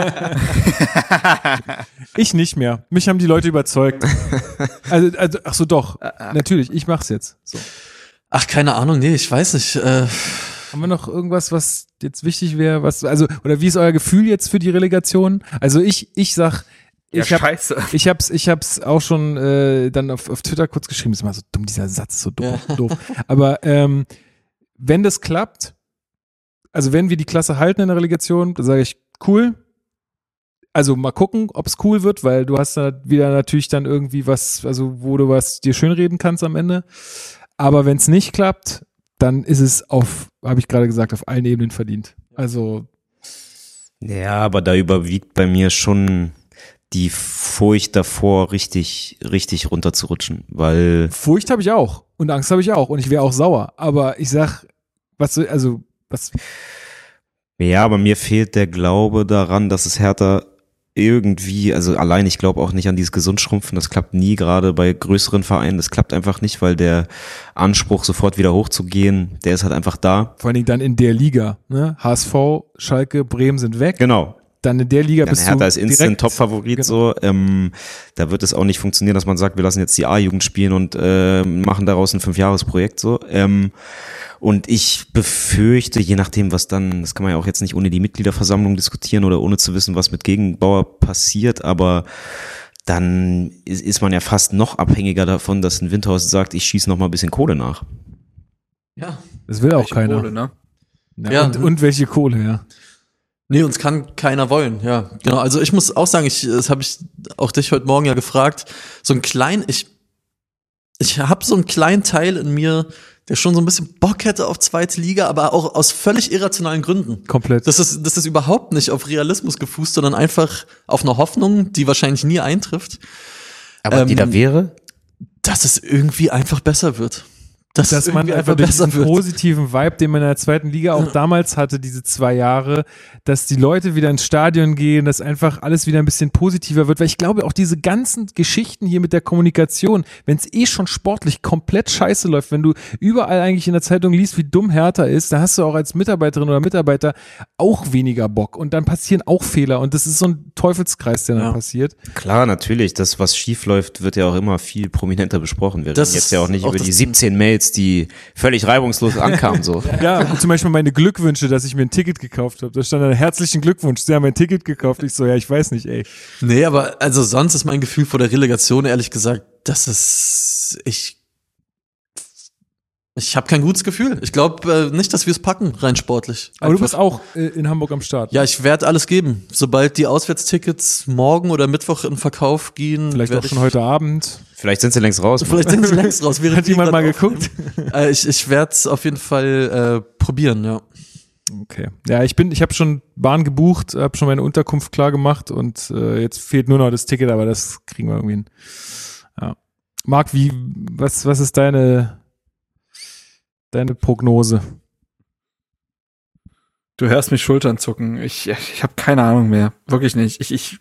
Ich nicht mehr. Mich haben die Leute überzeugt. Also, also ach so doch. Natürlich, ich mach's jetzt. So. Ach, keine Ahnung, nee, ich weiß nicht. Äh, Haben wir noch irgendwas, was jetzt wichtig wäre, was also oder wie ist euer Gefühl jetzt für die Relegation? Also ich ich sag Ja, ich hab, scheiße. ich hab's ich hab's auch schon äh, dann auf, auf Twitter kurz geschrieben, das ist immer so dumm, dieser Satz ist so dumm, Ja. doof. Aber ähm, wenn das klappt, also wenn wir die Klasse halten in der Relegation, dann sage ich cool. Also mal gucken, ob es cool wird, weil du hast da wieder natürlich dann irgendwie was, also wo du was dir schönreden kannst am Ende. Aber wenn es nicht klappt, dann ist es auf, habe ich gerade gesagt, auf allen Ebenen verdient. Also Ja, aber da überwiegt bei mir schon die Furcht davor, richtig, richtig runterzurutschen, weil Furcht habe ich auch und Angst habe ich auch und ich wäre auch sauer. Aber ich sag, was soll, also was? ja, aber mir fehlt der Glaube daran, dass es Hertha irgendwie, also allein, ich glaube auch nicht an dieses Gesundschrumpfen, das klappt nie, gerade bei größeren Vereinen, das klappt einfach nicht, weil der Anspruch, sofort wieder hochzugehen, der ist halt einfach da. Vor allen Dingen dann in der Liga, ne? H S V, Schalke, Bremen sind weg. Genau. Dann in der Liga Dann bist Hertha du ist instant Top-Favorit, genau. so. Ähm, da wird es auch nicht funktionieren, dass man sagt, wir lassen jetzt die A-Jugend spielen und äh, machen daraus ein Fünfjahresprojekt, so. Ähm, und ich befürchte, je nachdem, was dann, das kann man ja auch jetzt nicht ohne die Mitgliederversammlung diskutieren oder ohne zu wissen, was mit Gegenbauer passiert, aber dann ist, ist man ja fast noch abhängiger davon, dass ein Windhorst sagt, ich schieße noch mal ein bisschen Kohle nach. Ja. Das will auch Welche keiner. Kohle, ne? Ja, Ja. und, und welche Kohle, ja. Nee, uns kann keiner wollen, ja. Genau, also ich muss auch sagen, ich, das habe ich auch dich heute Morgen ja gefragt, so ein klein, ich, ich habe so einen kleinen Teil in mir, der schon so ein bisschen Bock hätte auf zweite Liga, aber auch aus völlig irrationalen Gründen. Komplett. Das ist, das ist überhaupt nicht auf Realismus gefußt, sondern einfach auf einer Hoffnung, die wahrscheinlich nie eintrifft, Aber Ähm, die da wäre? dass es irgendwie einfach besser wird. Dass, Dass es man irgendwie einfach durch diesen positiven Vibe, den man in der zweiten Liga auch damals hatte, diese zwei Jahre, dass die Leute wieder ins Stadion gehen, dass einfach alles wieder ein bisschen positiver wird, weil ich glaube auch diese ganzen Geschichten hier mit der Kommunikation, wenn es eh schon sportlich komplett scheiße läuft, wenn du überall eigentlich in der Zeitung liest, wie dumm Hertha ist, da hast du auch als Mitarbeiterin oder Mitarbeiter auch weniger Bock und dann passieren auch Fehler und das ist so ein Teufelskreis, der dann Ja. passiert. Klar, natürlich. Das, was schief läuft, wird ja auch immer viel prominenter besprochen. Wir Das reden jetzt ja auch nicht ist auch über die das- siebzehn Mails, die völlig reibungslos ankamen, so. Ja, zum Beispiel meine Glückwünsche, dass ich mir ein Ticket gekauft habe. Da stand dann herzlichen Glückwunsch, Sie haben ein Ticket gekauft. Ich so, ja, ich weiß nicht, ey. Nee, aber also sonst ist mein Gefühl vor der Relegation ehrlich gesagt, dass es ich ich habe kein gutes Gefühl. Ich glaube äh, nicht, dass wir es packen, rein sportlich. Aber du Einfach. bist auch äh, in Hamburg am Start. Ja, ich werde alles geben. Sobald die Auswärtstickets morgen oder Mittwoch in Verkauf gehen, Vielleicht werd auch schon ich, heute Abend. Vielleicht sind sie längst raus. Vielleicht sind sie längst raus. während Hat wir jemand grad mal aufnehmen. geguckt? Äh, ich ich werde es auf jeden Fall äh, probieren, ja. Okay. Ja, ich bin, ich habe schon Bahn gebucht, habe schon meine Unterkunft klar gemacht und äh, jetzt fehlt nur noch das Ticket, aber das kriegen wir irgendwie hin. Ja. Marc, wie, was, was ist deine, deine Prognose? Du hörst mich Schultern zucken. Ich, ich habe keine Ahnung mehr. Wirklich nicht. Ich, ich.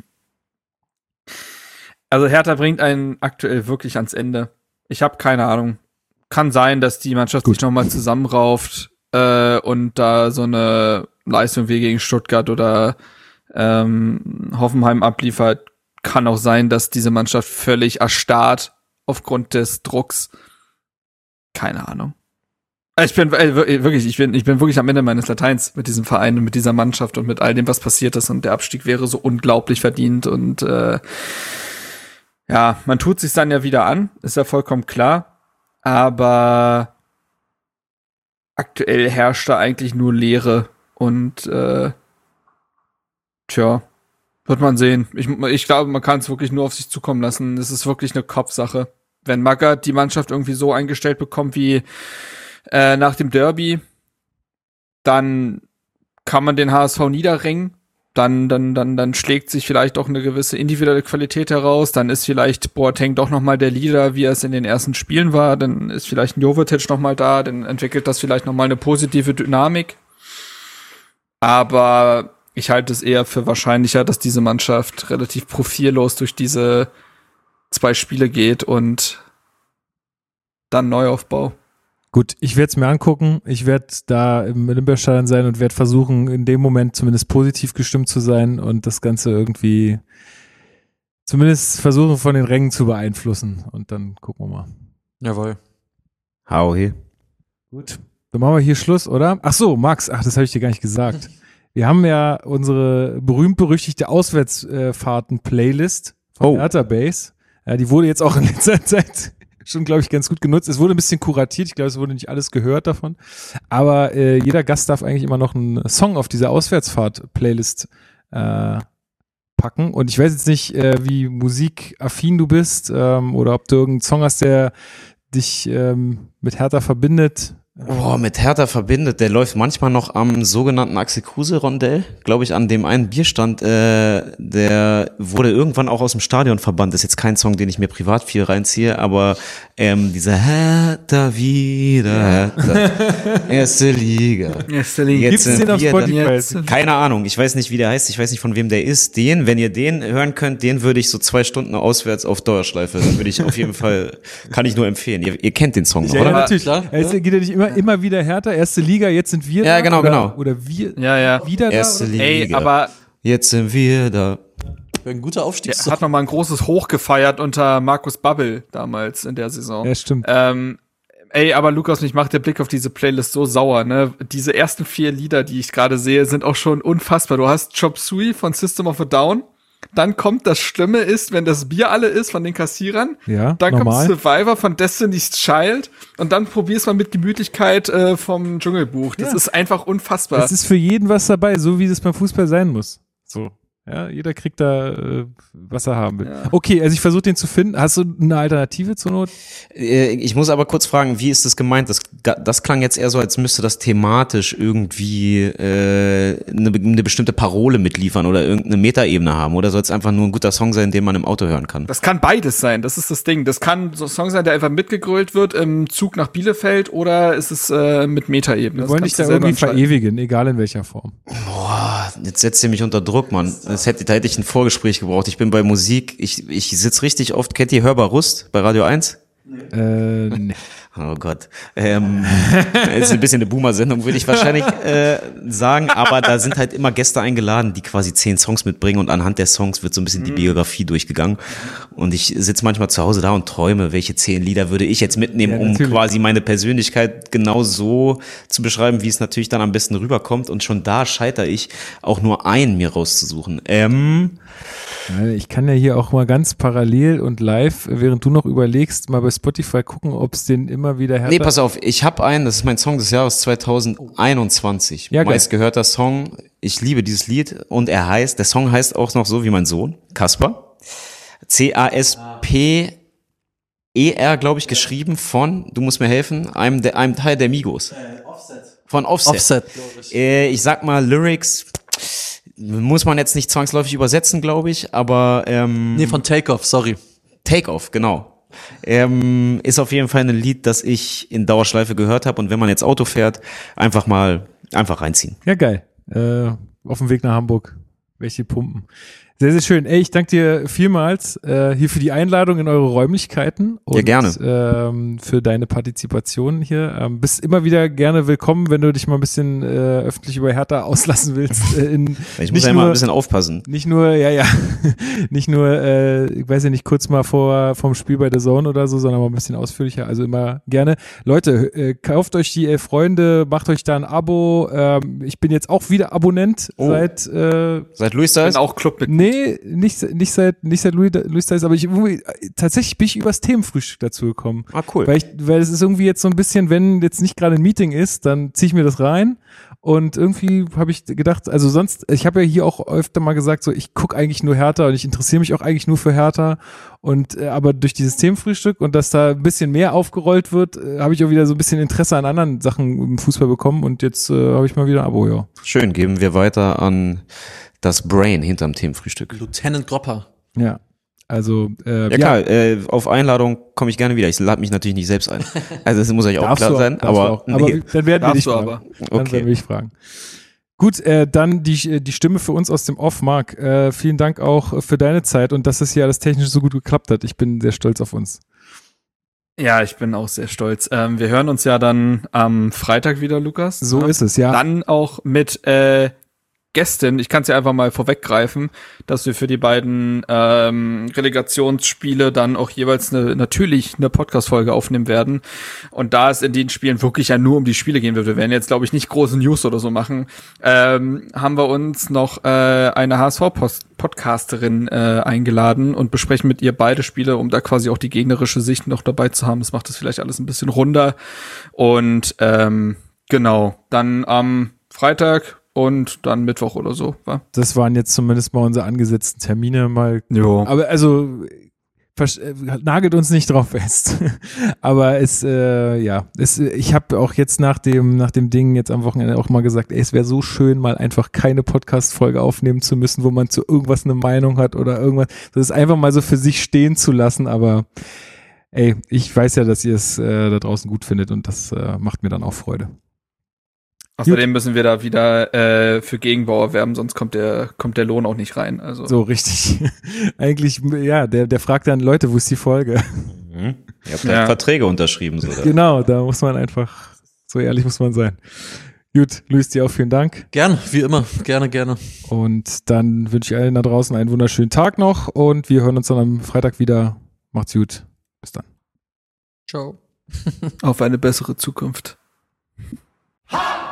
Also Hertha bringt einen aktuell wirklich ans Ende. Ich habe keine Ahnung. Kann sein, dass die Mannschaft Gut. sich nochmal zusammenrauft äh, und da so eine Leistung wie gegen Stuttgart oder ähm, Hoffenheim abliefert. Kann auch sein, dass diese Mannschaft völlig erstarrt aufgrund des Drucks. Keine Ahnung. Ich bin äh, wirklich, ich bin, ich bin wirklich am Ende meines Lateins mit diesem Verein und mit dieser Mannschaft und mit all dem, was passiert ist. Und der Abstieg wäre so unglaublich verdient. Und äh, ja, man tut sich dann ja wieder an, ist ja vollkommen klar. Aber aktuell herrscht da eigentlich nur Leere. Und äh, tja, wird man sehen. Ich, ich glaube, man kann es wirklich nur auf sich zukommen lassen. Es ist wirklich eine Kopfsache. Wenn Magath die Mannschaft irgendwie so eingestellt bekommt wie Äh, nach dem Derby, dann kann man den H S V niederringen, dann, dann, dann, dann schlägt sich vielleicht auch eine gewisse individuelle Qualität heraus, dann ist vielleicht Boateng doch nochmal der Leader, wie er es in den ersten Spielen war, dann ist vielleicht ein Jovetic nochmal da, dann entwickelt das vielleicht nochmal eine positive Dynamik. Aber ich halte es eher für wahrscheinlicher, dass diese Mannschaft relativ profillos durch diese zwei Spiele geht und dann Neuaufbau. Gut, ich werde es mir angucken. Ich werde da im Olympiastadion sein und werde versuchen, in dem Moment zumindest positiv gestimmt zu sein und das Ganze irgendwie zumindest versuchen, von den Rängen zu beeinflussen. Und dann gucken wir mal. Jawohl. Hau he. Gut. Dann machen wir hier Schluss, oder? Ach so, Max, ach, das habe ich dir gar nicht gesagt. Wir haben ja unsere berühmt-berüchtigte Auswärtsfahrten-Playlist von Oh. Hertha Base. Ja, die wurde jetzt auch in letzter Zeit schon, glaube ich, ganz gut genutzt. Es wurde ein bisschen kuratiert. Ich glaube, es wurde nicht alles gehört davon. Aber äh, jeder Gast darf eigentlich immer noch einen Song auf diese Auswärtsfahrt-Playlist äh, packen. Und ich weiß jetzt nicht, äh, wie musikaffin du bist ähm, oder ob du irgendeinen Song hast, der dich ähm, mit Hertha verbindet. Boah, mit Hertha verbindet, der läuft manchmal noch am sogenannten Axel Kruse Rondell, glaube ich, an dem einen Bierstand, äh, der wurde irgendwann auch aus dem Stadion verbannt. Das ist jetzt kein Song, den ich mir privat viel reinziehe, aber ähm, dieser Hertha wieder, Hertha, erste Liga. Erste Liga. Gibt's den auf Spotify? Jetzt. Keine Ahnung, ich weiß nicht, wie der heißt, ich weiß nicht, von wem der ist. Den, wenn ihr den hören könnt, den würde ich so zwei Stunden auswärts auf Dauerschleife, dann würde ich auf jeden Fall, kann ich nur empfehlen. Ihr, ihr kennt den Song noch, Ja, oder? ja, natürlich. Klar. Es geht ja nicht immer, immer wieder Hertha, erste Liga, jetzt sind wir Ja, da. genau, oder, genau. Oder wir Ja, ja. wieder Erste da. Oder? Liga. Ey, aber Jetzt sind wir da. Ein guter der Aufstiegssong. hat noch mal ein großes Hoch gefeiert unter Markus Babbel damals in der Saison. Ja, stimmt. Ähm, ey, aber Lukas, mich macht der Blick auf diese Playlist so sauer, ne? Diese ersten vier Lieder, die ich gerade sehe, sind auch schon unfassbar. Du hast Chop Suey von System of a Down. Dann kommt das Schlimme ist, wenn das Bier alle ist von den Kassierern. Ja, Dann normal. kommt Survivor von Destiny's Child. Und dann probier's mal mit Gemütlichkeit äh, vom Dschungelbuch. Das Ja. ist einfach unfassbar. Es ist für jeden was dabei, so wie es beim Fußball sein muss. So. Ja, jeder kriegt da, äh, was er haben will. Okay, also ich versuche den zu finden. Hast du eine Alternative zur Not? Äh, Ich muss aber kurz fragen, wie ist das gemeint? Das, das klang jetzt eher so, als müsste das thematisch irgendwie äh, eine, eine bestimmte Parole mitliefern oder irgendeine Metaebene haben. Oder soll es einfach nur ein guter Song sein, den man im Auto hören kann? Das kann beides sein, das ist das Ding. Das kann so ein Song sein, der einfach mitgegrölt wird im Zug nach Bielefeld, oder ist es äh, mit Metaebene. Wir Das wollen dich kannst du da selber irgendwie entscheiden. verewigen, egal in welcher Form. Boah, jetzt setzt ihr mich unter Druck, Mann. Das hätte, da hätte ich ein Vorgespräch gebraucht. Ich bin bei Musik, ich, ich sitze richtig oft, kennt ihr Hörbar Rust bei Radio eins? Äh, nee. Oh Gott. Ähm, ist ein bisschen eine Boomer-Sendung, würde ich wahrscheinlich äh, sagen, aber da sind halt immer Gäste eingeladen, die quasi zehn Songs mitbringen und anhand der Songs wird so ein bisschen die Biografie durchgegangen. Und ich sitze manchmal zu Hause da und träume, welche zehn Lieder würde ich jetzt mitnehmen, Ja, um natürlich. quasi meine Persönlichkeit genau so zu beschreiben, wie es natürlich dann am besten rüberkommt. Und schon da scheitere ich, auch nur einen mir rauszusuchen. Ähm, Ich kann ja hier auch mal ganz parallel und live, während du noch überlegst, mal bei Spotify gucken, ob es den immer wieder Hertha... Nee, pass auf, ich habe einen, das ist mein Song des Jahres zwanzig einundzwanzig. Ja, geil. Meistgehörter Song. Ich liebe dieses Lied und er heißt, der Song heißt auch noch so wie mein Sohn, Kasper. C A S P E R, glaube ich, geschrieben von, du musst mir helfen, einem, der, einem Teil der Migos. Von Offset. Offset, glaube ich. Äh, ich sag mal, Lyrics muss man jetzt nicht zwangsläufig übersetzen, glaube ich, aber ähm, Nee, von Takeoff, sorry. Take-Off, genau. Ähm, ist auf jeden Fall ein Lied, das ich in Dauerschleife gehört habe und wenn man jetzt Auto fährt, einfach mal einfach reinziehen. Ja, geil. Äh, auf dem Weg nach Hamburg. Welche Pumpen. Sehr, sehr schön. Ey, ich danke dir vielmals äh, hier für die Einladung in eure Räumlichkeiten und Ja, gerne. Ähm, für deine Partizipation hier. Ähm, bist immer wieder gerne willkommen, wenn du dich mal ein bisschen äh, öffentlich über Hertha auslassen willst. Äh, in, Ich muss nicht ja immer nur- ein bisschen aufpassen. Nicht nur, ja, ja, nicht nur, äh, ich weiß ja nicht, kurz mal vor vom Spiel bei The Zone oder so, sondern mal ein bisschen ausführlicher. Also immer gerne. Leute, äh, kauft euch die Elf Freunde, macht euch da ein Abo. Ähm, ich bin jetzt auch wieder Abonnent Oh. seit, äh, Seit Luis da Ich ist? bin auch Club mit. nee, nicht, nicht seit, nicht seit Louis, Louis da ist, aber ich, irgendwie- tatsächlich bin ich übers Themenfrühstück dazu gekommen. Ah, cool. Weil ich, weil es ist irgendwie jetzt so ein bisschen, wenn jetzt nicht gerade ein Meeting ist, dann ziehe ich mir das rein. Und irgendwie habe ich gedacht, also sonst, ich habe ja hier auch öfter mal gesagt, so ich gucke eigentlich nur Hertha und ich interessiere mich auch eigentlich nur für Hertha. Und äh, aber durch dieses Themenfrühstück und dass da ein bisschen mehr aufgerollt wird, äh, habe ich auch wieder so ein bisschen Interesse an anderen Sachen im Fußball bekommen und jetzt äh, habe ich mal wieder ein Abo, ja. Schön, geben wir weiter an das Brain hinterm Themenfrühstück. Lieutenant Gropper. Ja. Also, äh, Ja klar, äh, auf Einladung komme ich gerne wieder. Ich lade mich natürlich nicht selbst ein. Also das muss euch auch darfst klar du auch, sein. darfst du Aber, auch. aber nee. dann werden wir Darfst dich du fragen. aber. Dann Okay. werden wir dich fragen. Gut, äh, dann die, die Stimme für uns aus dem Off, Marc. Äh, vielen Dank auch für deine Zeit und dass es hier alles technisch so gut geklappt hat. Ich bin sehr stolz auf uns. Ja, ich bin auch sehr stolz. Ähm, wir hören uns ja dann am Freitag wieder, Lukas. So Ja. ist es, ja. Dann auch mit äh, Gästen. Ich kann es ja einfach mal vorweggreifen, dass wir für die beiden ähm, Relegationsspiele dann auch jeweils eine, natürlich eine Podcast-Folge aufnehmen werden. Und da es in den Spielen wirklich ja nur um die Spiele gehen wird, wir werden jetzt, glaube ich, nicht große News oder so machen, ähm, haben wir uns noch äh, eine H S V-Podcasterin äh, eingeladen und besprechen mit ihr beide Spiele, um da quasi auch die gegnerische Sicht noch dabei zu haben. Das macht das vielleicht alles ein bisschen runder. Und ähm, genau, dann am Freitag und dann Mittwoch oder so, wa? Das waren jetzt zumindest mal unsere angesetzten Termine mal. Jo. Aber also, Versch- äh, nagelt uns nicht drauf fest. Aber es, äh, ja, es, ich habe auch jetzt nach dem, nach dem Ding jetzt am Wochenende auch mal gesagt, ey, es wäre so schön, mal einfach keine Podcast-Folge aufnehmen zu müssen, wo man zu irgendwas eine Meinung hat oder irgendwas. Das ist einfach mal so für sich stehen zu lassen, aber ey, ich weiß ja, dass ihr es äh, da draußen gut findet und das äh, macht mir dann auch Freude. Außerdem müssen wir da wieder äh, für Gegenbau erwerben, sonst kommt der kommt der Lohn auch nicht rein. Also So, richtig. Eigentlich, ja, der, der fragt dann, Leute, wo ist die Folge? Mhm. Ihr habt Ja. ja Verträge unterschrieben, so. Genau, da muss man einfach, so ehrlich muss man sein. Gut, Luis, dir auch vielen Dank. Gerne, wie immer. Gerne, gerne. Und dann wünsche ich allen da draußen einen wunderschönen Tag noch und wir hören uns dann am Freitag wieder. Macht's gut. Bis dann. Ciao. auf eine bessere Zukunft. Ha!